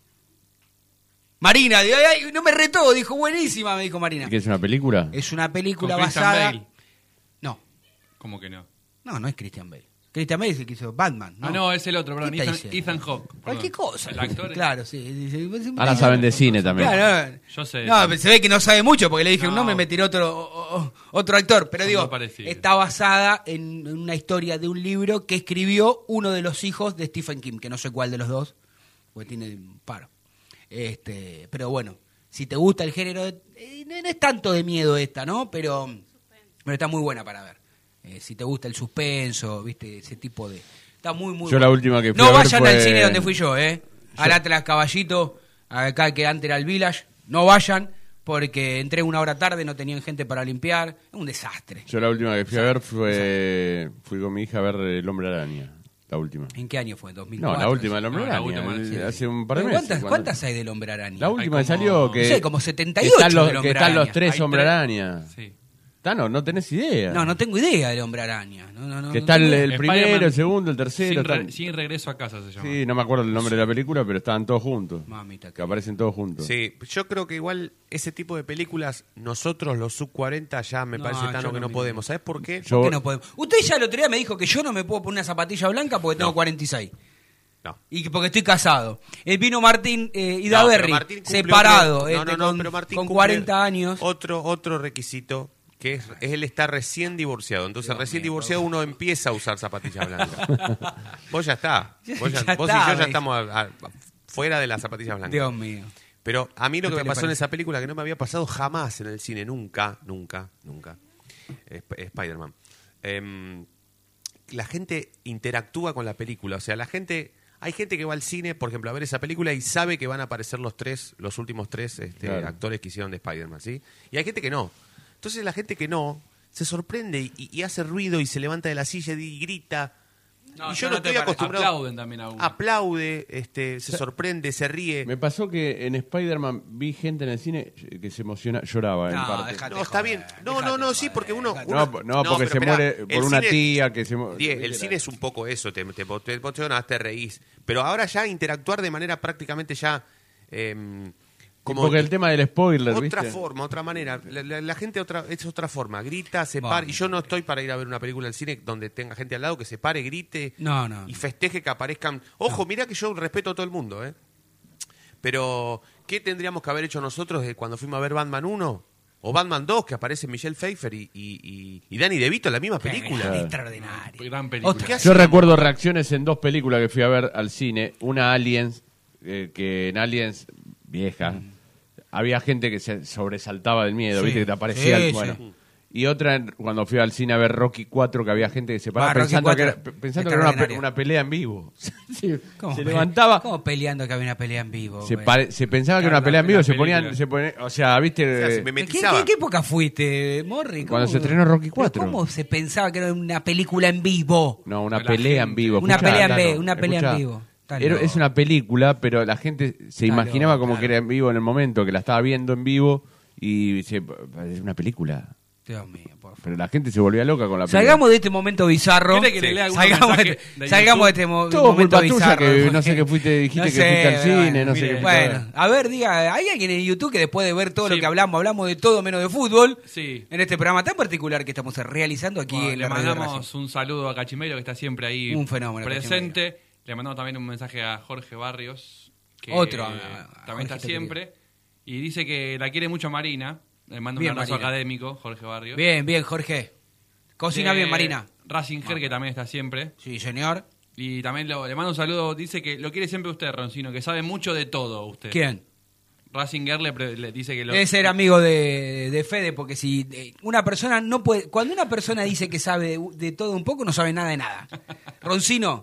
Marina, digo, "Ay, ay, no me retó", dijo, buenísima, me dijo Marina. ¿Qué es una película? Es una película Con Christian basada... Bale. No, ¿Cómo que no? no, no es Christian Bale. Christian Bale es el que hizo Batman, ¿no? Ah, no, es el otro, perdón. ¿Qué está Ethan, diciendo? Ethan Hawke. perdón. Cualquier cosa. El actor. Claro, sí. Ahora saben de cine también. Claro, no. Yo sé. No, pero se ve que no sabe mucho porque le dije un No. nombre y me tiró otro, o- o- otro actor. Pero Son digo, muy parecidos. está basada en una historia de un libro que escribió uno de los hijos de Stephen King, que no sé cuál de los dos, porque tiene un par. Este, pero bueno, si te gusta el género, de- eh, no no es tanto de miedo esta, ¿no? Pero, pero está muy buena para ver. Eh, si te gusta el suspenso, viste, ese tipo de... Está muy, muy Yo buena. la última que fui No a ver vayan fue- al cine donde fui yo, ¿eh? Al Yo- Atlas Caballito, acá que antes era el Village. No vayan porque entré una hora tarde, no tenían gente para limpiar. Es un desastre. Yo la última que fui a ver fue... Fui con mi hija a ver El Hombre Araña. La última. ¿En qué año fue? ¿dos mil No, cuatro? la última del Hombre No, la Araña. última, eh, sí. Hace un par de Pero meses. ¿Cuántas, cuando- ¿Cuántas hay del Hombre Araña? La última Hay que como- salió que... No sé, como setenta y que ocho están los, del Hombre que están los Araña. tres Hay Hombre tres- Araña. Sí. Tano, no tenés idea. No, no tengo idea del Hombre Araña. No, no, no, que no está el, tengo- el primero, Spider-Man el segundo, el tercero. Sin, re- están- sin regreso a casa se llama. Sí, no me acuerdo el nombre de la película, pero estaban todos juntos. Mamita, Que aparecen todos juntos. Sí, yo creo que igual ese tipo de películas, nosotros los sub cuarenta ya me No, parece yo Tano no que no miro. podemos. ¿Sabes por qué? Yo- ¿Por qué no podemos? Usted ya el otro día me dijo que yo no me puedo poner una zapatilla blanca porque tengo No. cuarenta y seis. No. Y que porque estoy casado. El vino Martín eh, No, Idaverri, pero Martín cumple separado, otro- no, este, no, no, con, pero Martín con cumple cuarenta años. Otro, otro requisito que es, es él está recién divorciado. Entonces, Dios recién mío, divorciado uno empieza a usar zapatillas blancas. Vos ya está. Vos, ya- Ya vos está, y yo ya me estamos a- a- fuera de las zapatillas blancas. Dios mío. Pero a mí lo ¿A que usted me le pasó en parece? esa película que no me había pasado jamás en el cine, nunca, nunca, nunca. Sp- Spider-Man. Em, la gente interactúa con la película, o sea, la gente Hay gente que va al cine, por ejemplo, a ver esa película y sabe que van a aparecer los tres, los últimos tres este, Claro. actores que hicieron de Spider-Man, ¿sí? Y hay gente que no. Entonces la gente que no se sorprende y, y hace ruido y se levanta de la silla y grita. No, y yo yo no, no estoy te pare- acostumbrado. aplauden también a uno. Aplaude, este, se sorprende, se ríe. Me pasó que en Spider-Man vi gente en el cine que se emociona, lloraba en No, parte. dejate No, está bien. No, no, no, sí, porque uno. No, uno- no, porque pero se esperá, muere el por una cine- tía que se mu- Die, el cine es un poco eso, te, te, te emocionas, te reís. Pero ahora ya interactuar de manera prácticamente ya. em, como porque el tema del spoiler, otra ¿viste? forma, otra manera. La, la- la gente otra, es otra forma. Grita, se Vamos. para. Y yo no estoy para ir a ver una película al cine donde tenga gente al lado que se pare, grite No, no. y festeje que aparezcan. Ojo, mirá que yo respeto a todo el mundo, ¿eh? Pero, ¿qué tendríamos que haber hecho nosotros de cuando fuimos a ver Batman uno? O Batman dos, que aparece Michelle Pfeiffer y, y, y, y Danny DeVito en la misma película. Claro. Extraordinario. Gran película. ¿Qué Yo hacemos? recuerdo reacciones en dos películas que fui a ver al cine. Una Aliens, eh, que en Aliens vieja había gente que se sobresaltaba del miedo, Sí. viste que te aparecía. Sí, el- bueno. sí. Y otra en- cuando fui al cine a ver Rocky cuatro, que había gente que se paraba Ah, Rocky pensando, que era, cuatro, pensando que era una, pe- extraordinario. una pelea en vivo. Sí, ¿Cómo se pe- levantaba. ¿Cómo peleando que había una pelea en vivo? Se, güey? pare- se pensaba que era una Claro, pelea en la- vivo, la se película. ponían, se ponían, o sea, viste, O sea, se eh, me ¿En qué, metizaba. qué- qué época fuiste, Morri? ¿Cómo- Cuando se estrenó Rocky pero cuatro. ¿Cómo se pensaba que era una película en vivo? no, una La pelea gente. en vivo. Una Escuchá, pelea en Tano, ve- una pelea en escuchá. vivo. Está Era- loco. es una película, pero la gente se Está imaginaba loco, como claro. que era en vivo en el momento, que la estaba viendo en vivo y se, es una película. Dios mío, por favor. Pero la gente se volvía loca con la película. Salgamos de este momento bizarro. ¿Quiere que le lea algún Salgamos, de, mensaje de salgamos de YouTube? este mo- Todo momento culpa tuya, bizarro. que porque- no sé qué fuiste, dijiste que sé, fuiste al bueno, cine, no sé mire, qué. Bueno, a ver, diga, ¿hay alguien en YouTube que después de ver todo Sí. lo que hablamos, hablamos de todo menos de fútbol? Sí. En este programa tan particular que estamos realizando aquí Bueno, en le la radio de mandamos Racing. un saludo a Cachimero, que está siempre ahí Un fenómeno, presente. Le mandamos también un mensaje a Jorge Barrios, que Otro, eh, a- a también está Jorgito siempre. Y dice que la quiere mucho Marina. Le manda un Bien, abrazo Marina. académico, Jorge Barrios. Bien, bien, Jorge. Cocina De bien, Marina. Rasinger, que también está siempre. Sí, señor. Y también lo- le mando un saludo. Dice que lo quiere siempre usted, Roncino, que sabe mucho de todo usted. ¿Quién? Rasinger le, pre- le dice que lo... Debe ser amigo de, de Fede, porque si eh, una persona no puede. Cuando una persona dice que sabe de, de todo un poco, no sabe nada de nada. Roncino,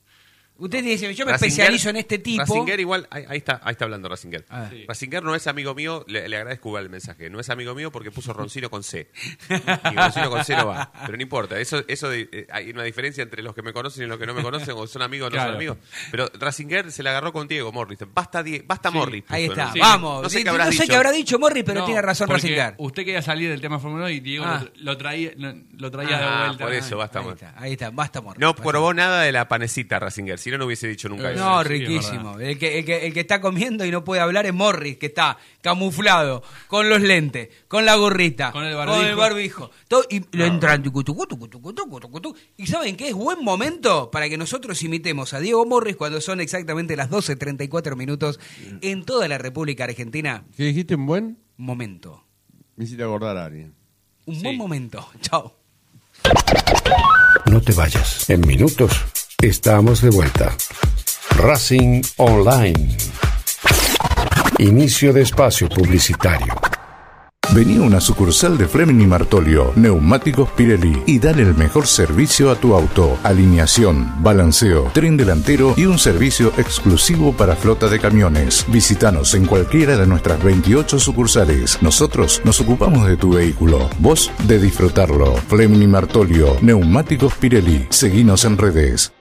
usted dice, yo me Racinger- especializo en este tipo. Racinger igual, ahí, ahí está, ahí está hablando Racinger. Ah. Sí. Racinger no es amigo mío, le, le agradezco igual el mensaje. No es amigo mío porque puso Roncino con C. Y Roncino con C no va. Pero no importa, eso, eso de- eh, hay una diferencia entre los que me conocen y los que no me conocen, o son amigos o no Claro. son amigos. Pero Racinger se la agarró con Diego Morris. Basta, Die- basta Sí, Morris. puso Ahí en está, el- Sí. vamos. No sé Sí, qué habrás no sé dicho. qué habrá dicho Morri, pero No, tiene razón porque Racinger. usted quería salir del tema Fórmula uno y Diego Ah. lo, lo traía, lo, lo traía Ah, de vuelta. por eso, basta Ahí Morris. está, ahí está, basta Morri. No probó nada de la panecita Racinger, si no, no hubiese dicho nunca Eh, eso. No, Sí, riquísimo. El que, el, que, el que está comiendo y no puede hablar es Morris, que está camuflado, con los lentes, con la gorrita, Con el barbijo. con el barbijo. Todo, y le entran tucu, tucu, tucu, tucu, tucu, tucu, tucu. Y ¿saben qué? Es buen momento para que nosotros imitemos a Diego Morris cuando son exactamente las doce treinta y cuatro minutos en toda la República Argentina. ¿Qué dijiste? ¿Un buen? Momento. Me hiciste acordar a alguien. Un Sí. buen momento. Chao. No te vayas. En minutos estamos de vuelta. Racing Online. Inicio de espacio publicitario. Vení a una sucursal de Fleming y Martolio, Neumáticos Pirelli, y dale el mejor servicio a tu auto. Alineación, balanceo, tren delantero y un servicio exclusivo para flota de camiones. Visítanos en cualquiera de nuestras veintiocho sucursales. Nosotros nos ocupamos de tu vehículo, vos de disfrutarlo. Fleming y Martolio, Neumáticos Pirelli. Seguinos en redes.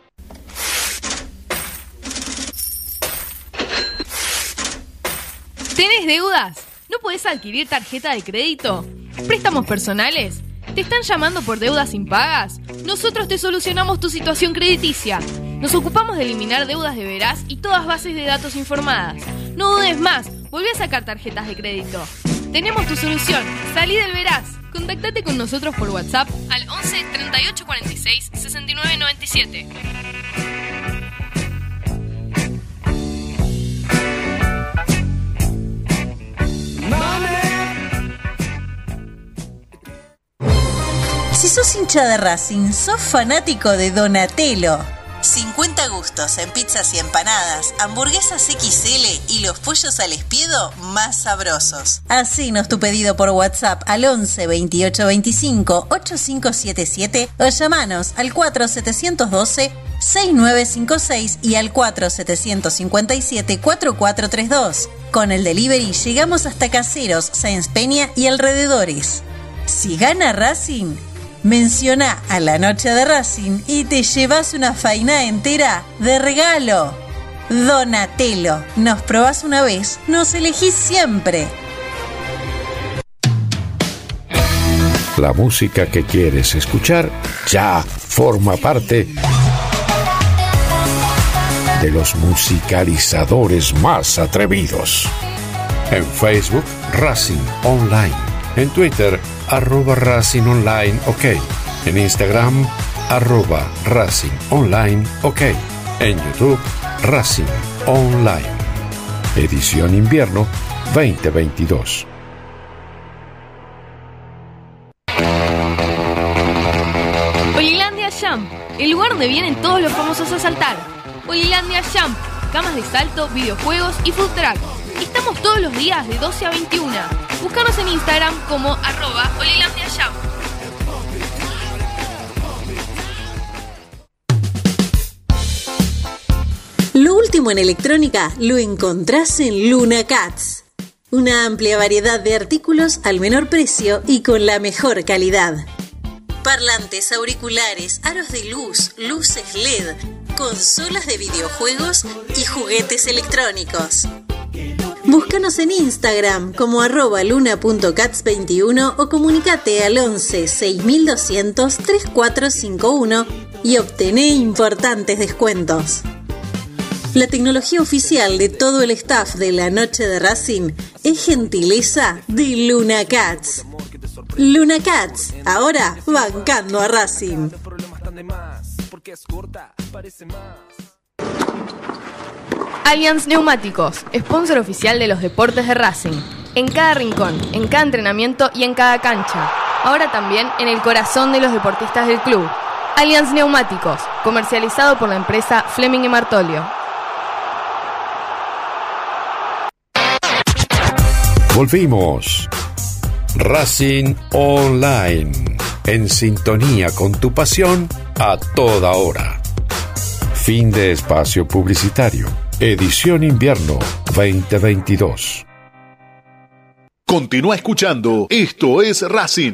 ¿Tenés deudas? ¿No podés adquirir tarjeta de crédito? ¿Préstamos personales? ¿Te están llamando por deudas impagas? Nosotros te solucionamos tu situación crediticia. Nos ocupamos de eliminar deudas de veraz y todas bases de datos informadas. No dudes más, volví a sacar tarjetas de crédito. Tenemos tu solución. Salí del veraz. Contactate con nosotros por WhatsApp al once treinta y ocho cuarenta y seis sesenta y nueve noventa y siete. Si sos hincha de Racing, sos fanático de Donatello. cincuenta cincuenta gustos en pizzas y empanadas, hamburguesas equis ele y los pollos al espiedo más sabrosos. Hacenos tu pedido por WhatsApp al once veintiocho veinticinco ochenta y cinco setenta y siete o llamanos al cuatro setecientos doce seis nueve cinco seis y al cuatro setecientos cincuenta y siete cuarenta y cuatro treinta y dos. Con el delivery llegamos hasta Caseros, Sáenz Peña y alrededores. Si gana Racing, menciona a la noche de Racing y te llevas una faina entera de regalo. Donatelo, nos probás una vez, nos elegís siempre. La música que quieres escuchar ya forma parte de los musicalizadores más atrevidos. En Facebook, Racing Online. En Twitter, arroba Racing Online OK. En Instagram, arroba Racing Online OK. En YouTube, Racing Online. Edición Invierno veinte veintidós. Holilandia Jump, el lugar donde vienen todos los famosos a saltar. Holilandia Jump, camas de salto, videojuegos y food truck. Estamos todos los días de doce a veintiuna. Búscanos en Instagram como arroba Holilandia Jump. Lo último en electrónica lo encontrás en Luna Cats. Una amplia variedad de artículos al menor precio y con la mejor calidad. Parlantes, auriculares, aros de luz, luces L E D, consolas de videojuegos y juguetes electrónicos. Búscanos en Instagram como arroba luna punto cats veintiuno o comunicate al once seis mil doscientos treinta y cuatro cincuenta y uno y obtené importantes descuentos. La tecnología oficial de todo el staff de la noche de Racing es gentileza de Luna Cats. Luna Cats, ahora bancando a Racing. Allianz Neumáticos, sponsor oficial de los deportes de Racing. En cada rincón, en cada entrenamiento y en cada cancha. Ahora también en el corazón de los deportistas del club. Allianz Neumáticos, comercializado por la empresa Fleming y Martolio. Volvimos. Racing Online. En sintonía con tu pasión a toda hora. Fin de espacio publicitario. Edición Invierno veinte veintidós. Continúa escuchando. Esto es Racing.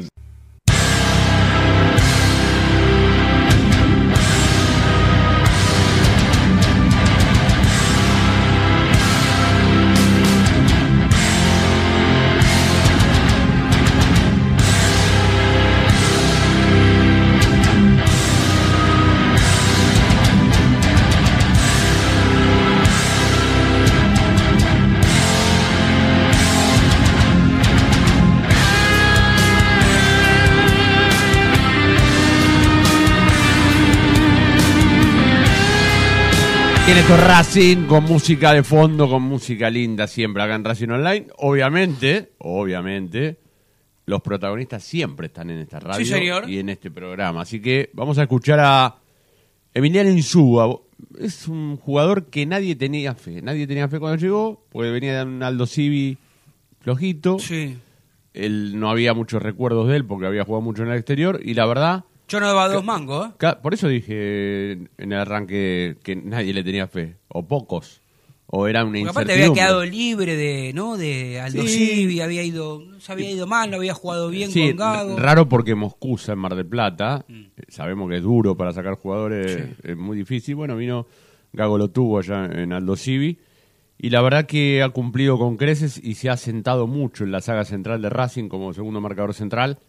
Tiene esto Racing con música de fondo, con música linda siempre acá en Racing Online. Obviamente, obviamente, los protagonistas siempre están en esta radio Sí, señor. y en este programa. Así que vamos a escuchar a Emiliano Insúa. Es un jugador que nadie tenía fe. Nadie tenía fe cuando llegó, porque venía de un Aldo Civi flojito. Sí. Él, no había muchos recuerdos de él porque había jugado mucho en el exterior. Y la verdad... Yo no daba dos mangos, ¿eh? Por eso dije en el arranque que nadie le tenía fe, o pocos, o era una Porque incertidumbre. aparte había quedado libre de, ¿no? De Aldo Sí. Civi, había ido, se había ido mal, no había jugado bien Sí, con Gago. r- raro porque Moscusa en Mar del Plata, eh, sabemos que es duro para sacar jugadores, es muy difícil. Bueno, vino, Gago lo tuvo allá en Aldo Civi, y la verdad que ha cumplido con creces y se ha sentado mucho en la saga central de Racing como segundo marcador central.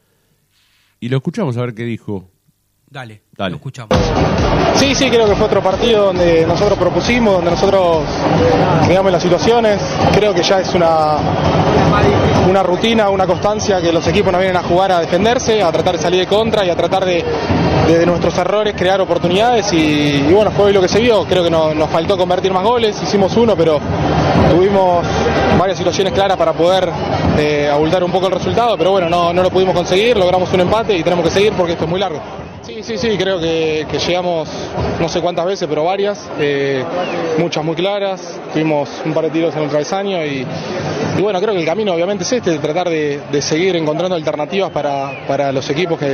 Y lo escuchamos a ver qué dijo. Dale, Dale. lo escuchamos. Sí, sí, creo que fue otro partido donde nosotros propusimos, donde nosotros creamos las situaciones. Creo que ya es una, una rutina, una constancia que los equipos nos vienen a jugar a defenderse, a tratar de salir de contra y a tratar de, de, de nuestros errores crear oportunidades. Y, y bueno, fue hoy lo que se vio. Creo que no, nos faltó convertir más goles, hicimos uno, pero tuvimos varias situaciones claras para poder eh, abultar un poco el resultado. Pero bueno, no, no lo pudimos conseguir, logramos un empate y tenemos que seguir porque esto es muy largo. Sí, sí, sí, creo que, que llegamos no sé cuántas veces, pero varias, eh, muchas muy claras, tuvimos un par de tiros en el travesaño y, y bueno, creo que el camino obviamente es este, de tratar de, de seguir encontrando alternativas para, para los equipos que,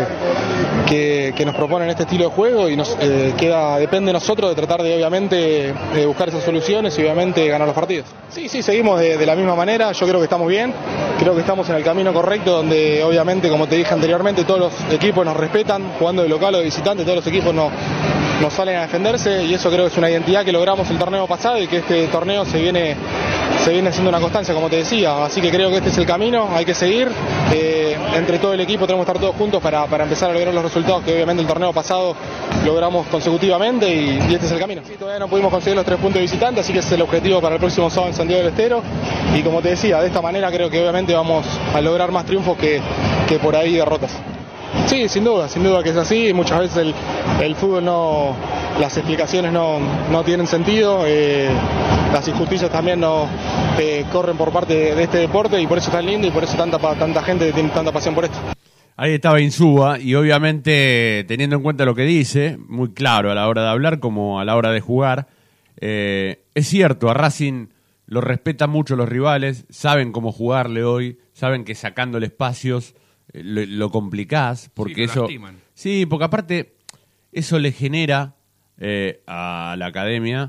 que, que nos proponen este estilo de juego y nos eh, queda, depende de nosotros de tratar de obviamente de buscar esas soluciones y obviamente ganar los partidos. Sí, sí, seguimos de, de la misma manera, yo creo que estamos bien, creo que estamos en el camino correcto donde obviamente, como te dije anteriormente, todos los equipos nos respetan, jugando de local o de visitante, todos los equipos nos, nos salen a defenderse y eso creo que es una identidad que logramos el torneo pasado y que este torneo se viene, se viene haciendo una constancia, como te decía, así que creo que este es el camino, hay que seguir, eh, entre todo el equipo tenemos que estar todos juntos para, para empezar a lograr los resultados que obviamente el torneo pasado logramos consecutivamente y, y este es el camino. Sí, todavía no pudimos conseguir los tres puntos de visitante, así que ese es el objetivo para el próximo sábado en Santiago del Estero y como te decía, de esta manera creo que obviamente vamos a lograr más triunfos que, que por ahí derrotas. Sí, sin duda, sin duda que es así. Muchas veces el, el fútbol no, las explicaciones no, no tienen sentido, eh, las injusticias también no eh, corren por parte de, de este deporte y por eso es tan lindo y por eso tanta, tanta gente tiene tanta pasión por esto. Ahí estaba Insúa y obviamente teniendo en cuenta lo que dice, muy claro a la hora de hablar como a la hora de jugar, eh, es cierto, a Racing lo respetan mucho los rivales, saben cómo jugarle hoy, saben que sacándole espacios Lo, lo complicás porque sí, lo eso lastiman. Sí, porque aparte eso le genera eh, a la academia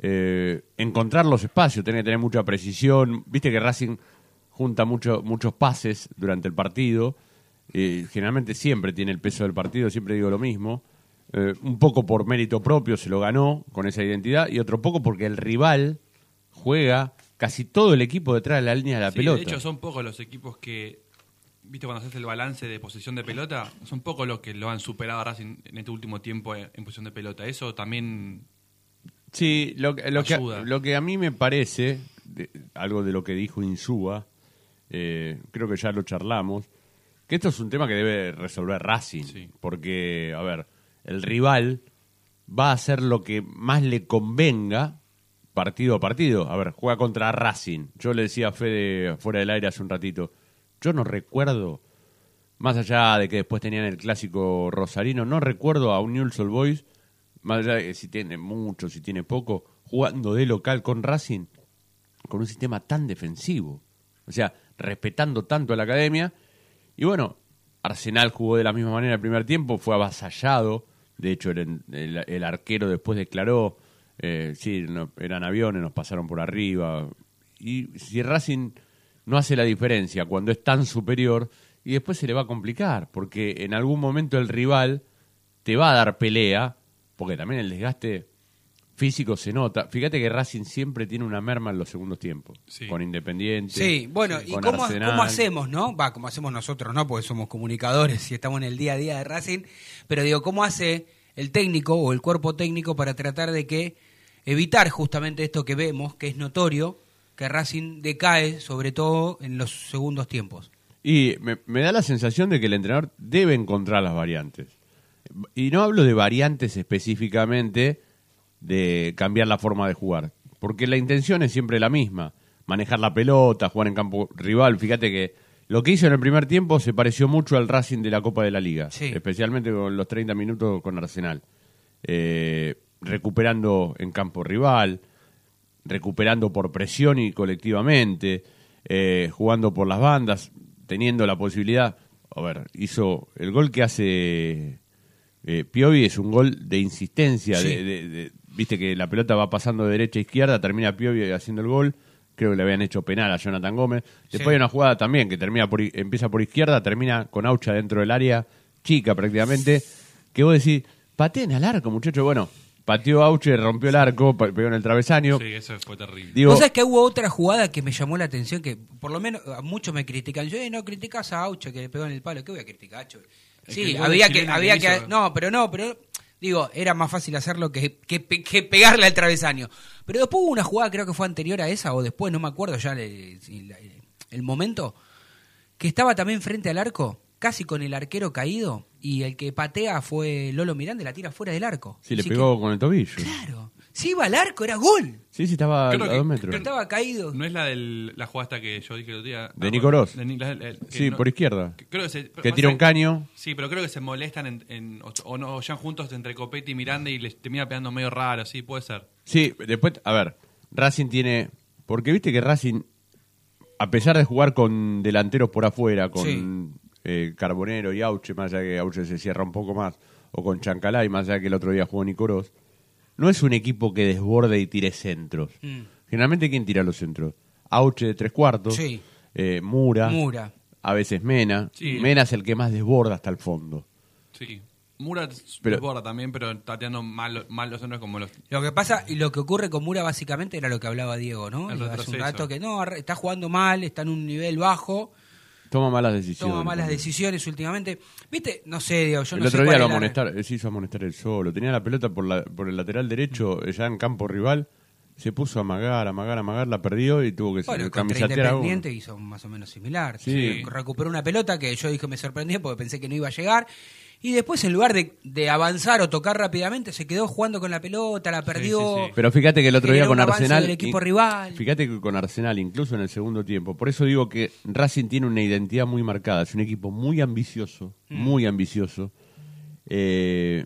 eh, encontrar los espacios, tiene que tener mucha precisión, viste que Racing junta mucho, muchos pases durante el partido, eh, generalmente siempre tiene el peso del partido, siempre digo lo mismo, eh, un poco por mérito propio se lo ganó con esa identidad y otro poco porque el rival juega casi todo el equipo detrás de la línea de la sí, pelota. De hecho son pocos los equipos que, viste, cuando haces el balance de posesión de pelota, son pocos los que lo han superado a Racing en este último tiempo en posesión de pelota. Eso también sí, lo, lo, que, ayuda. lo que a mí me parece, de, algo de lo que dijo Insúa, eh, creo que ya lo charlamos, que esto es un tema que debe resolver Racing. Sí. Porque, a ver, el rival va a hacer lo que más le convenga partido a partido. A ver, juega contra Racing. Yo le decía a Fede fuera del aire hace un ratito, yo no recuerdo, más allá de que después tenían el clásico rosarino, no recuerdo a un Newell's Old Boys, más allá de que si tiene mucho, si tiene poco, jugando de local con Racing, con un sistema tan defensivo. O sea, respetando tanto a la academia. Y bueno, Arsenal jugó de la misma manera el primer tiempo, fue avasallado. De hecho, el, el, el arquero después declaró, eh, sí, no, eran aviones, nos pasaron por arriba. Y si Racing no hace la diferencia cuando es tan superior y después se le va a complicar porque en algún momento el rival te va a dar pelea porque también el desgaste físico se nota. Fíjate que Racing siempre tiene una merma en los segundos tiempos, sí. Con Independiente. Sí, bueno, sí, ¿y cómo, cómo hacemos, no? Va, como hacemos nosotros, ¿no? Porque somos comunicadores y estamos en el día a día de Racing, pero digo, ¿cómo hace el técnico o el cuerpo técnico para tratar de que evitar justamente esto que vemos, que es notorio, que Racing decae, sobre todo en los segundos tiempos? Y me, me da la sensación de que el entrenador debe encontrar las variantes. Y no hablo de variantes específicamente de cambiar la forma de jugar, porque la intención es siempre la misma, manejar la pelota, jugar en campo rival. Fíjate que lo que hizo en el primer tiempo se pareció mucho al Racing de la Copa de la Liga, sí. Especialmente con los treinta minutos con Arsenal, eh, recuperando en campo rival, recuperando por presión y colectivamente, eh, jugando por las bandas, teniendo la posibilidad. A ver, hizo el gol que hace eh, Piovi, es un gol de insistencia, sí. de, de, de, viste que la pelota va pasando de derecha a izquierda, termina Piovi haciendo el gol, creo que le habían hecho penal a Jonathan Gómez. Después sí. Hay una jugada también que termina por, empieza por izquierda, termina con Aucha dentro del área, chica prácticamente, que vos decís, pateen al arco, muchacho. Bueno, pateó Auche, rompió el arco, pegó en el travesaño. Sí, eso fue terrible. Digo, ¿vos sabés que hubo otra jugada que me llamó la atención? Que por lo menos a muchos me critican. Yo, eh, no criticas a Auche que le pegó en el palo. ¿Qué voy a criticar, Cho? Sí, había que, había que, que no, pero no, pero digo, era más fácil hacerlo que, que, que pegarle al travesaño. Pero después hubo una jugada, creo que fue anterior a esa, o después, no me acuerdo ya el, el, el momento, que estaba también frente al arco, casi con el arquero caído, y el que patea fue Lolo Miranda y la tira fuera del arco. Sí, le Así pegó que, con el tobillo. Claro. Si iba al arco, era gol. Sí, sí, estaba Creo a que- dos metros. Pero estaba caído. No es la de la jugada esta que yo dije el otro día. De Ah, Nico Ross. de Ni- la- el- que Sí, no- por izquierda. que- creo que se- Que tira un caño. Sí, pero creo que se molestan en, en- o, o no, o ya juntos entre Copetti y Miranda y les termina pegando medio raro, sí, puede ser. Sí, después, a ver, Racing tiene... Porque viste que Racing, a pesar de jugar con delanteros por afuera, con Sí. eh, Carbonero y Auche, más allá que Auche se cierra un poco más, o con Chancalay, más allá que el otro día jugó Nico Ross, no es un equipo que desborde y tire centros. Mm. Generalmente, ¿quién tira los centros? Auche de tres cuartos, Sí. eh, Mura, Mura. a veces Mena. Sí. Mena es el que más desborda hasta el fondo. Sí. Murat Pero- desborda también, pero está tirando mal, mal los centros como los... Lo que pasa y lo que ocurre con Mura básicamente era lo que hablaba Diego, ¿no? El Hace un retroceso. rato que no, arre- está jugando mal, está en un nivel bajo, Toma malas decisiones. toma malas decisiones últimamente. ¿Viste? No sé, Diego, yo el no sé otro día cuál lo es la- amonestar, eh, se hizo amonestar él solo. Tenía la pelota por, la, por el lateral derecho, eh, ya en campo rival. Se puso a amagar, amagar, amagar, la perdió y tuvo que Bueno, se- contra camisetear a uno. Independiente hizo más o menos similar. Sí. Recuperó una pelota que yo dije me sorprendió porque pensé que no iba a llegar. Y después, en lugar de, de avanzar o tocar rápidamente, se quedó jugando con la pelota, la perdió. Pero fíjate que el otro día generó con un avance Arsenal. del equipo y- rival. Fíjate que con Arsenal, incluso en el segundo tiempo. Por eso digo que Racing tiene una identidad muy marcada. Es un equipo muy ambicioso, Mm. muy ambicioso. Eh,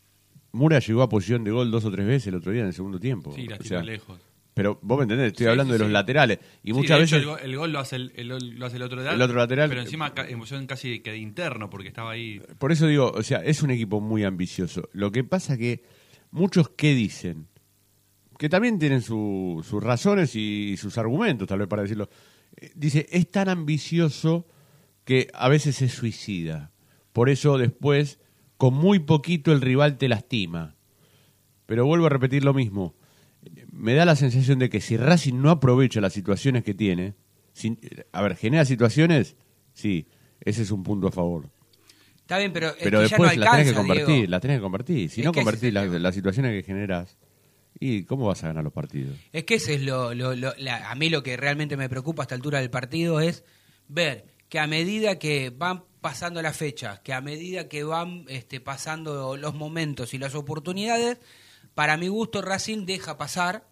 Mura llegó a posición de gol dos o tres veces el otro día en el segundo tiempo. Sí, la O tiró sea, lejos. Pero vos me entendés, estoy Sí, hablando sí, de los sí. laterales. Y Sí, muchas de hecho, veces. el, gol, el gol lo hace el, el- lo hace el otro lateral. El otro lateral. Pero encima ca- emoción casi que de interno, porque estaba ahí. Por eso digo, o sea, es un equipo muy ambicioso. Lo que pasa que muchos que dicen, que también tienen su- sus razones y sus argumentos, tal vez para decirlo, eh, dice, es tan ambicioso que a veces se suicida. Por eso después, con muy poquito el rival te lastima. Pero vuelvo a repetir lo mismo. Me da la sensación de que si Racing no aprovecha las situaciones que tiene, sin- a ver, genera situaciones, sí, ese es un punto a favor. Está bien, pero, es Pero que después ya no las tenés que alcanza, convertir, Diego. las tenés que convertir. Si Es no que ese convertís es el las, las situaciones que generás, ¿y cómo vas a ganar los partidos? Es que ese es lo, lo- lo- la- a mí lo que realmente me preocupa a esta altura del partido es ver que a medida que van pasando las fechas, que a medida que van este, pasando los momentos y las oportunidades, para mi gusto Racing deja pasar.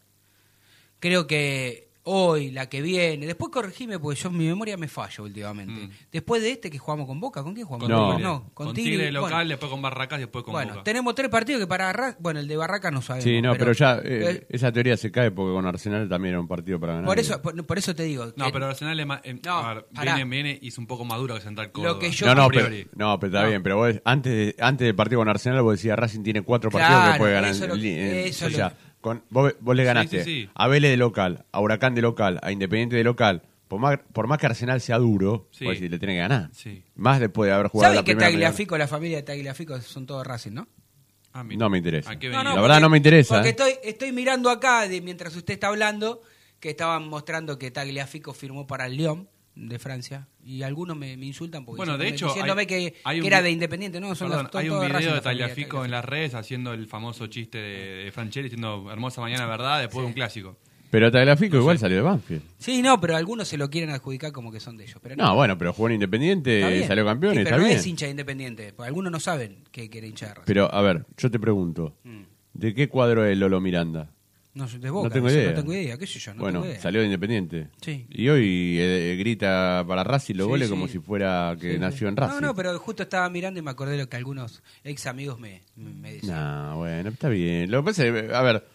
Creo que hoy, la que viene, después corregime porque yo mi memoria me falla últimamente. Mm. Después de este que jugamos con Boca, ¿con quién jugamos? Con No. Tigre. no, Con, con Tigre, Tigre, local, bueno. después con Barracas y después con Bueno, Boca. tenemos tres partidos que para Ra- bueno, el de Barraca no sabemos. Sí, no, pero, ya eh, eh, esa teoría se cae porque con Arsenal también era un partido para ganar. por eso por, por eso te digo. No, que- pero Arsenal es ma- eh, No, a ver, pará. viene, viene y es un poco más duro que Central Córdoba. Lo que yo- no, no, a pero, priori. no, pero está No. bien, pero vos, antes, de, antes del partido con Arsenal vos decías Racing tiene cuatro partidos Claro, que puede ganar. eso es lo en que- li- en- eso o es lo sea, que- con, vos, vos le Sí, ganaste sí, sí. a Vélez de local, a Huracán de local, a Independiente de local. Por más, por más que Arsenal sea duro, Sí. pues le tiene que ganar. Sí. Más después de haber jugado la ¿Saben que primera media- Tagliafico, la familia de Tagliafico son todos Racing, no? Ah, mira. No me interesa. ¿A qué La venía? verdad porque- no me interesa. Porque ¿eh? estoy, estoy mirando acá, de, mientras usted está hablando, que estaban mostrando que Tagliafico firmó para el Lyon de Francia. Y algunos me, me insultan porque Bueno, de diciéndome- hecho, diciéndome hay- que, hay que un era vi- de Independiente. No, son Perdón, las, son hay un todos video Racing, de la familia Tagliafico en las redes haciendo el famoso chiste de, de Franchella diciendo hermosa mañana, ¿verdad? Después de un clásico. Pero Tagliafico igual salió de Banfield. Sí, no, pero algunos se lo quieren adjudicar como que son de ellos. Pero No, bueno, pero jugó en Independiente, Está bien. salió campeón, Sí, está pero no bien. es hincha de Independiente. Porque algunos no saben que, que era hincha de Racing. Pero, a ver, yo te pregunto, Mm. ¿de qué cuadro es Lolo Miranda? No, de Boca, no tengo eso idea. no tengo idea, qué sé yo, no bueno, tengo idea. salió de Independiente. Sí. Y hoy eh, grita para Racing los Sí, goles sí. como si fuera que Sí, sí. nació en Racing. No, no, pero justo estaba mirando y me acordé de lo que algunos ex amigos me, me, me decían. No, bueno, está bien. Lo que pasa es que, a ver,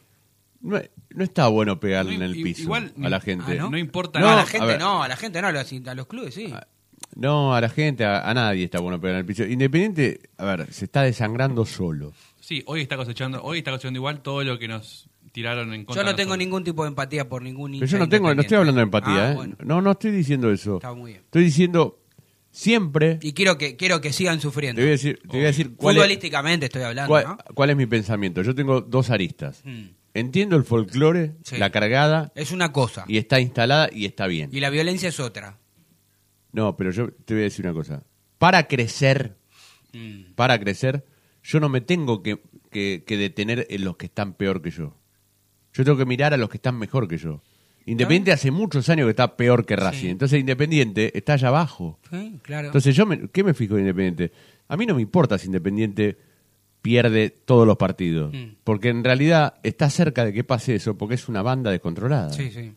no, no está bueno pegarle en el i- piso igual, a la gente. Ah, ¿no? No importa No, nada. a la a gente ver. no, a la gente no, a los, a los clubes sí. No, a la gente, a, a nadie está bueno pegar en el piso. Independiente, a ver, se está desangrando solo. Sí, hoy está cosechando, hoy está cosechando igual todo lo que nos tiraron en contra. Yo no de tengo nosotros. ningún tipo de empatía por ningún hincha Pero yo no tengo, no estoy hablando de empatía, Ah, ¿eh? bueno. No, no estoy diciendo eso. Está muy bien. Estoy diciendo siempre. Y quiero que quiero que sigan sufriendo. Te voy a decir, te voy a decir cuál, es, Futbolísticamente estoy hablando, cuál, ¿no? cuál es mi pensamiento. Yo tengo dos aristas. Mm. Entiendo el folclore, Sí. la cargada, Es una cosa. y está instalada y está bien. Y la violencia es otra. No, pero yo te voy a decir una cosa. Para crecer, Mm. para crecer, yo no me tengo que, que- que detener en los que están peor que yo. Yo tengo que mirar a los que están mejor que yo. Independiente hace muchos años que está peor que Racing. Sí. Entonces Independiente está allá abajo. Sí, claro. Entonces yo, me, ¿qué me fijo de Independiente? A mí no me importa si Independiente pierde todos los partidos. Mm. Porque en realidad está cerca de que pase eso, porque es una banda descontrolada. Sí, sí.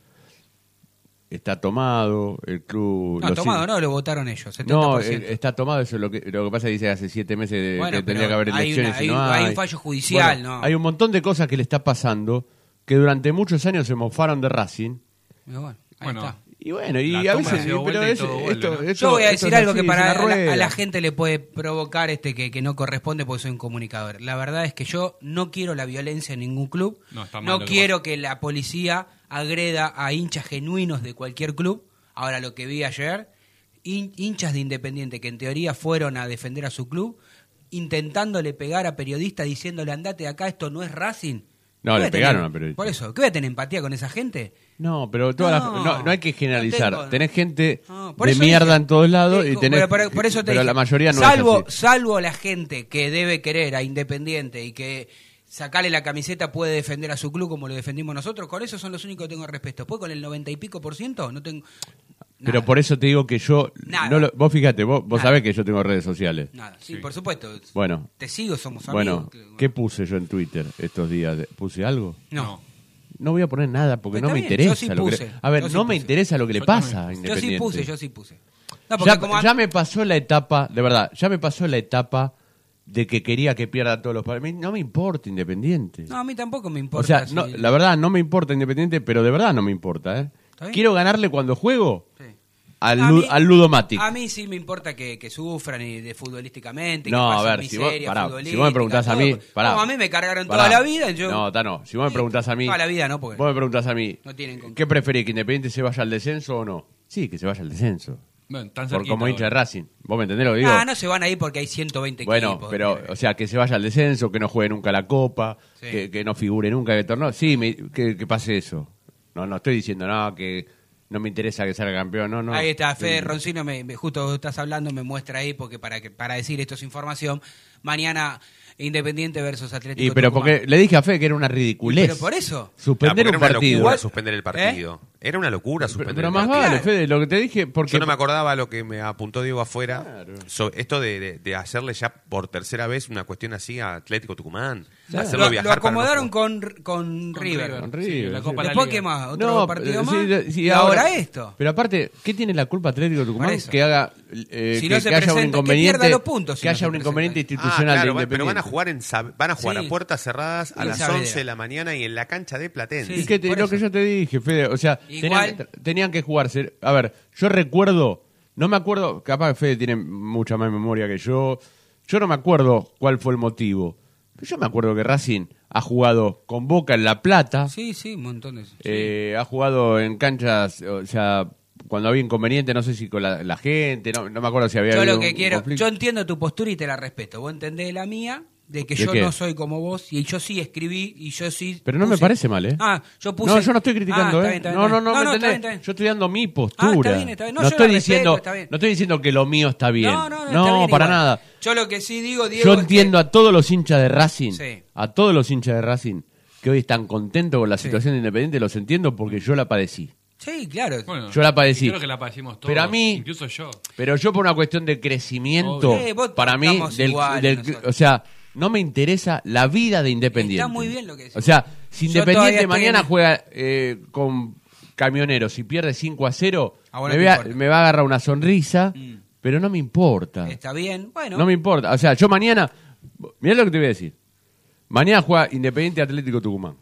Está tomado, el club... No, los tomado hin- no, lo votaron ellos, setenta No, por ciento. eh, está tomado, eso es lo que, lo que pasa es que dice hace siete meses de, Bueno, que tendría pero que haber hay elecciones una- y hay no un- hay hay. un fallo judicial, Bueno, ¿no? Hay un montón de cosas que le está pasando que durante muchos años se mofaron de Racing. Pero bueno, ahí Bueno, está. Y bueno, y La a toma veces... se dio pero vuelta y es- todo vuelve, esto, ¿no? esto- Yo voy a esto decir es algo así, que es para una a la, rueda. a la gente le puede provocar este que, que no corresponde porque soy un comunicador. La verdad es que yo no quiero la violencia en ningún club. No, está mal No lo que quiero que la policía agreda a hinchas genuinos de cualquier club. Ahora, lo que vi ayer, hin- hinchas de Independiente que en teoría fueron a defender a su club, intentándole pegar a periodistas diciéndole andate de acá, esto no es Racing. No, ¿Qué le voy a pegaron tener- a periodistas. Por eso, ¿qué voy a tener empatía con esa gente? No, pero toda No, la- no, no hay que generalizar. no tengo- tenés gente No, por de eso mierda dije- en todos lados y Digo, tenés... pero por, por eso te pero dije, la mayoría no salvo, es así. salvo la gente que debe querer a Independiente y que sacarle la camiseta puede defender a su club como lo defendimos nosotros, con eso son los únicos que tengo respeto. Después con el noventa y pico por ciento no tengo Pero por eso te digo que yo... Nada. No lo- vos fíjate, vos, vos Nada. sabés que yo tengo redes sociales. nada. Sí, por supuesto. Bueno. Te sigo, somos Bueno, amigos. ¿qué puse yo en Twitter estos días? ¿Puse algo? No. No voy a poner nada porque Pues no está me bien, interesa yo sí lo que puse, le- A ver, yo sí no me puse. interesa lo que le Yo pasa a también. Yo Independiente. sí puse, yo sí puse. No, porque ya, como a- ya me pasó la etapa, de verdad, ya me pasó la etapa de que quería que pierda todos los partidos. No me importa Independiente. No, a mí tampoco me importa. O sea, si- no, la verdad no me importa Independiente, pero de verdad no me importa. ¿eh? ¿Está bien? Quiero ganarle cuando juego al, A Lu- mí- al Ludomatic. A mí sí me importa que, que sufran y de futbolísticamente. No, que a pasen ver, si vos, miseria pará, si futbolística, vos me preguntás a mí... todo. Pará, Como a mí me cargaron pará. toda la vida. Yo, No, ta, no. Si vos me preguntás a mí... Toda la vida no, porque Vos me preguntás a mí... no tienen con ¿Qué preferís, que Independiente se vaya al descenso o no? Sí, que se vaya al descenso. Bueno, tan Por cerquita como hincha de ahora. Racing. ¿Vos me entendés lo que digo? Ah, no se van a ir porque hay ciento veinte Bueno, equipos. pero, o sea, que se vaya al descenso, que no juegue nunca la Copa, Sí. que, que no figure nunca en el torneo. Sí, me- que, que pase eso. No, no estoy diciendo nada, que no me interesa que salga campeón, no, no. Ahí está, Fede Sí. Roncino, me, me- justo estás hablando, me muestra ahí, porque para que para decir esto es información. Mañana Independiente versus Atlético Y pero Tucumán. porque le dije a Fede que era una ridiculez. Pero por eso. Suspender Claro, un porque era una partido. locura suspender el partido. ¿Eh? Era una locura suspender Pero el más partido. vale, Fede, lo que te dije, porque... Yo no me acordaba lo que me apuntó Diego afuera. so- esto de, de- de hacerle ya por tercera vez una cuestión así a Atlético Tucumán. Claro. Hacerlo Lo, viajar lo para no acomodaron jugar. con, con, River. Con River, la sí. Copa de la Después, Liga. ¿qué más? ¿Otro No, partido eh, más? sí, sí, y ahora, esto. Pero aparte, ¿qué tiene la culpa Atlético Tucumán? Por eso. Que haga eh, Si que, no se que haya un presenta, que inconveniente, pierda los puntos si que no haya se un presenta. inconveniente institucional Ah, de claro, va- pero van a Independiente. jugar en Sa- van a jugar Sí. a puertas cerradas a En las Saavedra. once de la mañana y en la cancha de Platense. Y que te- por lo eso. que yo te dije, Fede, o sea, Igual- tenían, tenían que jugarse. A ver, yo recuerdo, no me acuerdo, capaz que Fede tiene mucha más memoria que yo, yo no me acuerdo cuál fue el motivo. Pero yo me acuerdo que Racing ha jugado con Boca en La Plata, Sí, sí, un montón de... eh, ha jugado en canchas, o sea, cuando había inconveniente, no sé si con la, la gente, no, no me acuerdo si había Yo habido lo que un quiero, conflicto. yo entiendo tu postura y te la respeto. Vos entendés la mía, de que ¿De yo qué? no soy como vos, y yo sí escribí, y yo sí... Pero no me puse- parece mal, ¿eh? Ah, yo puse... No, yo no estoy criticando, Ah, está ¿eh? bien, está bien, no, está no, bien. no, ¿me está entendés? bien, está bien. Yo estoy dando mi Ah, postura. está bien, está bien. No, No, yo estoy la respeto, diciendo, está bien. no estoy diciendo que lo mío está bien. No, no, no, No, está bien para igual. nada. Yo lo que sí digo, Diego, Yo es que- entiendo a todos los hinchas de Racing, Sí. a todos los hinchas de Racing que hoy están contentos con la situación de Independiente, los entiendo porque yo la padecí. Sí, claro. Bueno, Yo la padecí. y creo que la padecimos todos. Pero a mí- Incluso yo. Pero yo por una cuestión de crecimiento, Obvio. Eh, vos para mí, estamos del, iguales del- nosotros. o sea, no me interesa la vida de Independiente. Está muy bien lo que decís. O sea, si Yo Independiente todavía estoy mañana en- juega eh, con Camioneros y pierde cinco a cero, Ah, bueno, me, no voy a- importa. me va a agarrar una sonrisa, Mm. pero no me importa. Está bien, bueno. No me importa. O sea, yo mañana. Mirá lo que te voy a decir. Mañana juega Independiente Atlético Tucumán.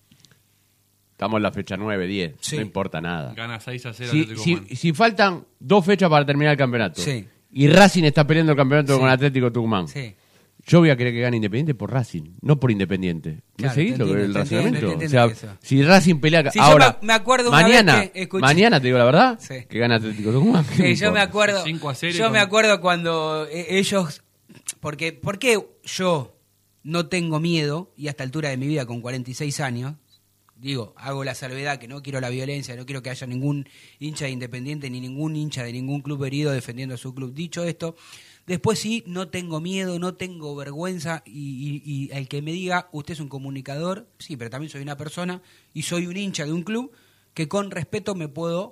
Estamos en la fecha nueve, diez. Sí. No importa nada. Gana seis a cero Si, Atlético si, Tucumán. si faltan dos fechas para terminar el campeonato Sí. y Racing está peleando el campeonato Sí. con Atlético Tucumán, Sí. yo voy a querer que gane Independiente por Racing, no por Independiente. ¿Me Claro, seguís te lo que entiendo, el te entiendo, razonamiento? te O sea, entiendo eso. si Racing pelea... Sí, yo ahora, me- me acuerdo una mañana, vez que escuché- mañana, te digo la verdad, Sí. que gana Atlético Tucumán. ¿Qué Sí, me yo me importa? acuerdo. cinco a cero y Yo con- me acuerdo cuando eh, ellos. Porque, ¿por qué yo no tengo miedo y a esta altura de mi vida, con cuarenta y seis años, digo, hago la salvedad que no quiero la violencia, no quiero que haya ningún hincha de Independiente ni ningún hincha de ningún club herido defendiendo a su club? Dicho esto, después sí, no tengo miedo, no tengo vergüenza y, y, y el que me diga, usted es un comunicador, sí, pero también soy una persona y soy un hincha de un club que con respeto me puedo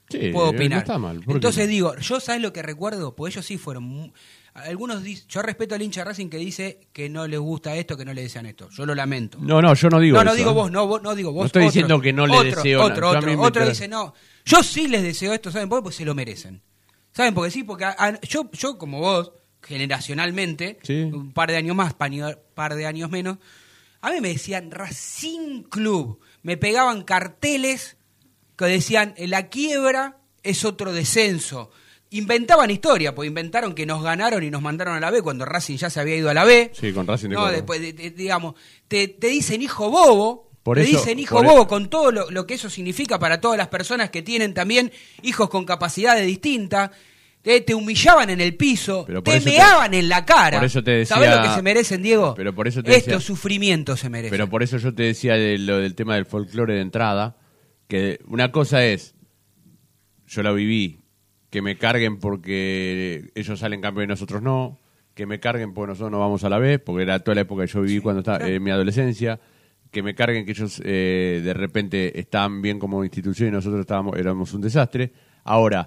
Sí, puedo opinar. no está mal. ¿Por Entonces qué no? digo, yo sabes lo que recuerdo, porque ellos sí fueron... mu- Algunos dicen, yo respeto al hincha de Racing que dice que no les gusta esto, que no le desean esto. Yo lo lamento. No, no, yo no digo No, no eso, digo ¿eh? vos, no, vos, no digo vos. No estoy otro, diciendo que no le otro, deseo nada. Otro, Yo a mí otro, me otro tra- dice, no, yo sí les deseo esto, ¿saben por qué? Porque se lo merecen. ¿Saben por qué? Sí, porque a- a- yo, yo como vos, generacionalmente, Sí. un par de años más, un par de años menos, a mí me decían Racing Club. Me pegaban carteles que decían, la quiebra es otro descenso. Inventaban historia, pues inventaron que nos ganaron y nos mandaron a la B cuando Racing ya se había ido a la B. Sí, con Racing de No, Córdoba. después, de- de- digamos, te, te dicen hijo bobo, Por te eso- dicen hijo por bobo e- con todo lo, lo que eso significa para todas las personas que tienen también hijos con capacidades distintas. Te, te humillaban en el piso, Pero por te eso te- meaban en la cara. por eso te decía- ¿Sabés lo que se merecen, Diego? Pero por eso te Estos decía- sufrimientos se merecen. Pero por eso yo te decía de lo del tema del folclore de entrada, que una cosa es, yo la viví, que me carguen porque ellos salen campeones y nosotros no, que me carguen porque nosotros no vamos a la B, porque era toda la época que yo viví cuando estaba en mi adolescencia, que me carguen que ellos eh, de repente están bien como institución y nosotros estábamos éramos un desastre. Ahora,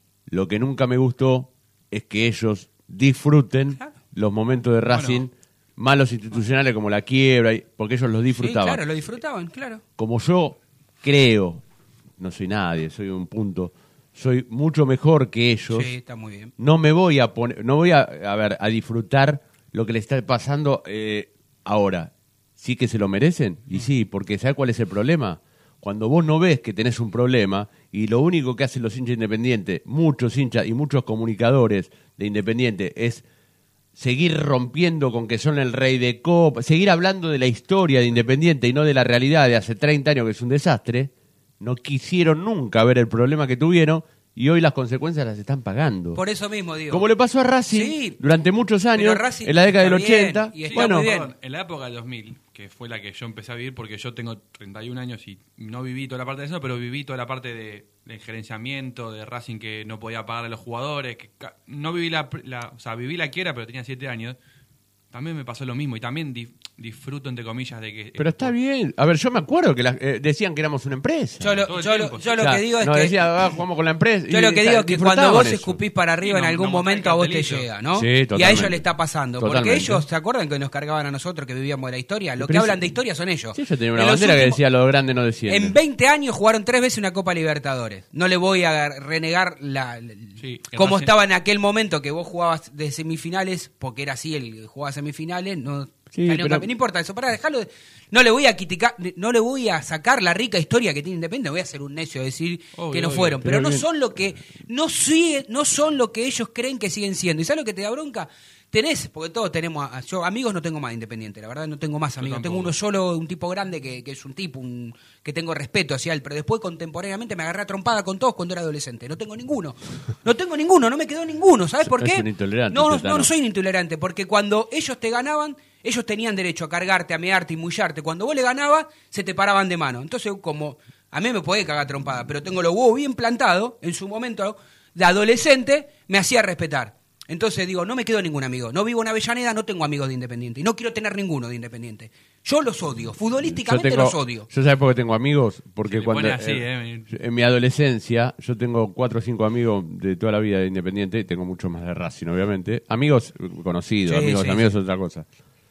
lo que nunca me gustó es que ellos disfruten los momentos de Racing malos institucionales como la quiebra, y- porque ellos los Sí, disfrutaban. claro, lo disfrutaban, claro. Como yo creo, no soy nadie, soy un punto, soy mucho mejor que ellos. Sí, está muy bien. No me voy a poner, no voy a, a ver, a disfrutar lo que le está pasando eh, ahora. ¿Sí que se lo merecen? Y sí, porque ¿sabes cuál es el problema? Cuando vos no ves que tenés un problema y lo único que hacen los hinchas independientes, muchos hinchas y muchos comunicadores de Independiente es seguir rompiendo con que son el rey de copa, seguir hablando de la historia de Independiente y no de la realidad de hace treinta años que es un desastre, no quisieron nunca ver el problema que tuvieron y hoy las consecuencias las están pagando. Por eso mismo, digo. Como le pasó a Racing Sí, durante muchos años, pero Racing en la década del está bien, ochenta. y está Bueno, muy bien. Perdón, en la época del dos mil, que fue la que yo empecé a vivir, porque yo tengo treinta y un años y no viví toda la parte de eso, pero viví toda la parte de, del gerenciamiento, de Racing que no podía pagar a los jugadores, que ca- no viví la, la- o sea, viví la quiebra, pero tenía siete años. También me pasó lo mismo y también di- disfruto, entre comillas, de que... pero está bien. A ver, yo me acuerdo que las- eh, decían que éramos una empresa. Yo lo, Todo el yo lo- tiempo. yo lo O sea, que digo es nos que... decía, ah, jugamos con la empresa. Yo y lo que está- digo es que cuando disfrutaban vos eso. escupís para arriba Sí, en no- algún no mostrás momento a vos te cartelito. llega, ¿no? Sí, y a totalmente. ellos le está pasando. Porque Totalmente. ellos, ¿se acuerdan que nos cargaban a nosotros que vivíamos de la historia? Lo que Pero hablan eso- de historia son ellos. Sí, yo tenía una En los bandera que últimos- decía los grandes no descienden. En veinte años jugaron tres veces una Copa Libertadores. No le voy a renegar la, la- Sí, que cómo Racing- estaba en aquel momento que vos jugabas de semifinales, porque era así el que jugaba semifinales, no, Sí, salió pero- campeón. No importa eso, para dejarlo. de- No le voy a criticar, no le voy a sacar la rica historia que tiene Independiente, voy a ser un necio de decir Obvio, que no obvio. fueron, pero, Pero no bien. son lo que no sigue, no son lo que ellos creen que siguen siendo. ¿Y sabes lo que te da bronca? Tenés, porque todos tenemos, a- yo amigos no tengo más de Independiente, la verdad no tengo más amigos, tengo tampoco. uno solo, un tipo grande que, que es un tipo, un, que tengo respeto hacia él, pero después contemporáneamente me agarré a trompada con todos cuando era adolescente, no tengo ninguno, no tengo ninguno, no me quedó ninguno, ¿sabes por Es qué? un intolerante, no, no, Tetano. no, no soy un intolerante, porque cuando ellos te ganaban, ellos tenían derecho a cargarte, a mearte y mullarte, cuando vos le ganabas, se te paraban de mano, entonces como, a mí me podés cagar trompada, pero tengo los huevos bien plantados, en su momento de adolescente, me hacía respetar. Entonces digo, no me quedo ningún amigo. No vivo en Avellaneda, no tengo amigos de Independiente. Y no quiero tener ninguno de Independiente. Yo los odio. Futbolísticamente Yo tengo- los odio. ¿Yo sabes por qué tengo amigos? Porque Se le cuando pone así, eh, eh. en mi adolescencia yo tengo cuatro o cinco amigos de toda la vida de Independiente y tengo muchos más de Racing, obviamente. Amigos eh, conocidos, Sí, amigos, sí, amigos sí. es otra cosa.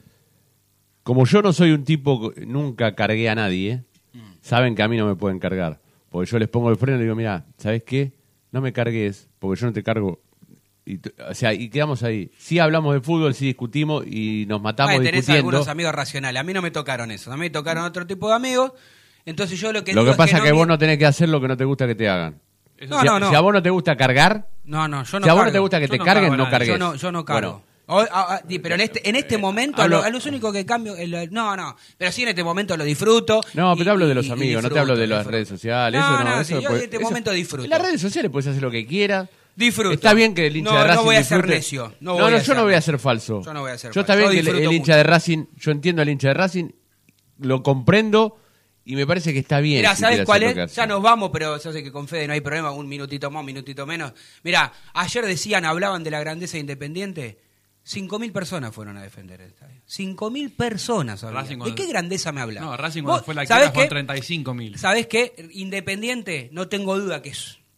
Como yo no soy un tipo, que nunca cargué a nadie, Mm. saben que a mí no me pueden cargar. Porque yo les pongo el freno y digo, mira, ¿sabes qué? No me cargues, porque yo no te cargo. Y, t- o sea, y quedamos ahí. Sí hablamos de fútbol, sí discutimos y nos matamos Ay, tenés discutiendo. algunos amigos racionales. A mí no me tocaron eso. A mí me tocaron otro tipo de amigos. Entonces yo lo que Lo digo que pasa es que, no vos vi- no tenés que hacer lo que no te gusta que te hagan. No, si, a, no, no. si a vos no te gusta cargar, No, no, yo no si a vos no cargo. te gusta que Yo te no carguen, cargo a no nadie. cargues. Yo no, yo no cargo. Bueno. O- a- a- di- pero en este, en este momento, a, hablo- lo- a los únicos que cambio. el- no, no. Pero sí en este momento lo disfruto. No, pero y- te hablo de los y- y amigos, no te disfruto, hablo de las disfruto. redes sociales. No, eso no, no, eso sí, yo pues- en este eso- momento disfruto. En las redes sociales puedes hacer lo que quieras. Disfruto. Está bien que el hincha No, de no Racing voy a ser disfrute. necio, no No, voy no, a yo ser no voy a necio. ser falso. Yo no voy a ser Yo falso. está bien Yo que el, el disfruto hincha de Racing, yo entiendo al hincha de Racing, lo comprendo y me parece que está bien. Mirá, si ¿sabes quiere cuál hacer es? lo que hace. Ya nos vamos, pero yo sé que con Fede no hay problema, un minutito más, un minutito menos. Mirá, ayer decían, hablaban de la grandeza de Independiente, cinco mil personas fueron a defender el estadio. cinco mil personas hablaban. Racing ¿De cuando- qué grandeza me hablan? No, Racing Vos, cuando fue la ¿sabés quiebra fueron qué? treinta y cinco mil. ¿Sabés qué? Independiente, no tengo duda que es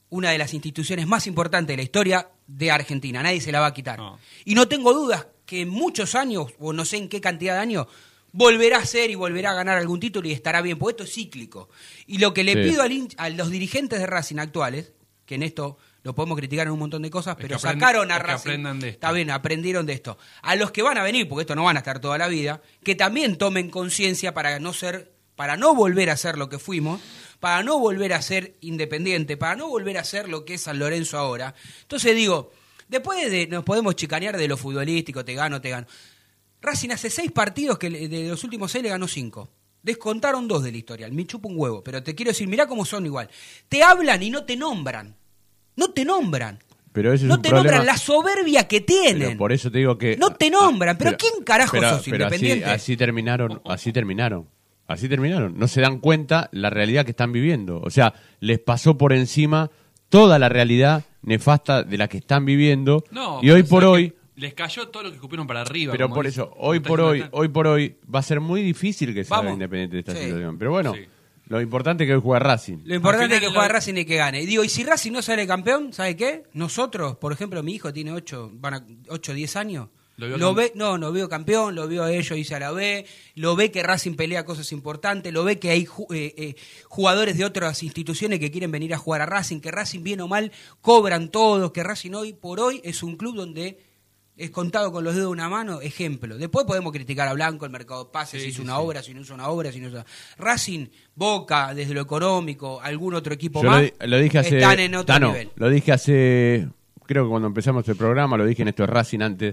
una de las instituciones más importantes de la historia de Argentina. Nadie se la va a quitar. No. Y no tengo dudas que en muchos años, o no sé en qué cantidad de años, volverá a ser y volverá a ganar algún título y estará bien, porque esto es cíclico. Y lo que le Sí. pido al hinch- a los dirigentes de Racing actuales, que en esto lo podemos criticar en un montón de cosas, Es pero que aprend- sacaron a es que Racing. aprendan de esto. Está bien, aprendieron de esto. A los que van a venir, porque esto no van a estar toda la vida, que también tomen conciencia para no ser, para no volver a ser lo que fuimos, para no volver a ser Independiente, para no volver a ser lo que es San Lorenzo ahora. Entonces digo, después de nos podemos chicanear de lo futbolístico, te gano, te gano. Racing hace seis partidos que le- de los últimos seis le ganó cinco. Descontaron dos de la historia, me chupa un huevo, pero te quiero decir, mirá cómo son igual. Te hablan y no te nombran. No te nombran. Pero ese es No un te problema. nombran la soberbia que Pero tienen. por eso te digo que No te nombran. ¿Pero, quién carajo pero- sos, pero así, Independiente? así terminaron, así terminaron. Así terminaron. No se dan cuenta la realidad que están viviendo. O sea, les pasó por encima toda la realidad nefasta de la que están viviendo. No, y hoy o sea por que hoy, les cayó todo lo que escupieron para arriba. pero como por dice- eso, hoy está por hoy, diciendo hoy por hoy va a ser muy difícil que salga Vamos. Independiente de esta Sí. situación. Pero bueno, Sí. lo importante es que hoy juega Racing. Lo importante Al es final que lo- juegue Racing y que gane. Y digo, y si Racing no sale campeón, ¿sabe qué? Nosotros, por ejemplo, mi hijo tiene ocho, van a ocho, diez años. Lo veo Lo cam- ve, no, lo veo campeón, lo veo a ellos irse a la B, lo ve que Racing pelea cosas importantes, lo ve que hay ju- eh, eh, jugadores de otras instituciones que quieren venir a jugar a Racing, que Racing bien o mal cobran todos, que Racing hoy por hoy es un club donde es contado con los dedos de una mano, ejemplo. Después podemos criticar a Blanco, el mercado de pases, Sí, si hizo sí, una sí. obra, si no hizo una obra, si no hizo... Racing, Boca, desde lo económico, algún otro equipo Yo más, lo, di- lo dije hace. están en otro Tano, nivel. lo dije hace. Creo que cuando empezamos el programa, lo dije en esto de Racing antes.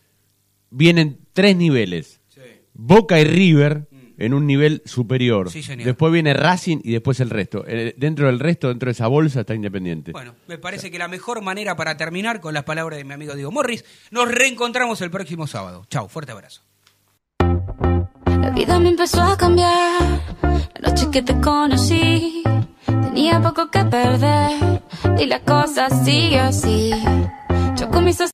Vienen tres niveles: Boca y River en un nivel superior. Sí, señor. Después viene Racing y después el resto. Eh, dentro del resto, dentro de esa bolsa, está Independiente. Bueno, me parece que la mejor manera para terminar con las palabras de mi amigo Diego Morris, nos reencontramos el próximo sábado. Chau, fuerte abrazo. La vida me empezó a cambiar. La noche que te conocí, tenía poco que perder. Y la cosa sigue así. Yo con mis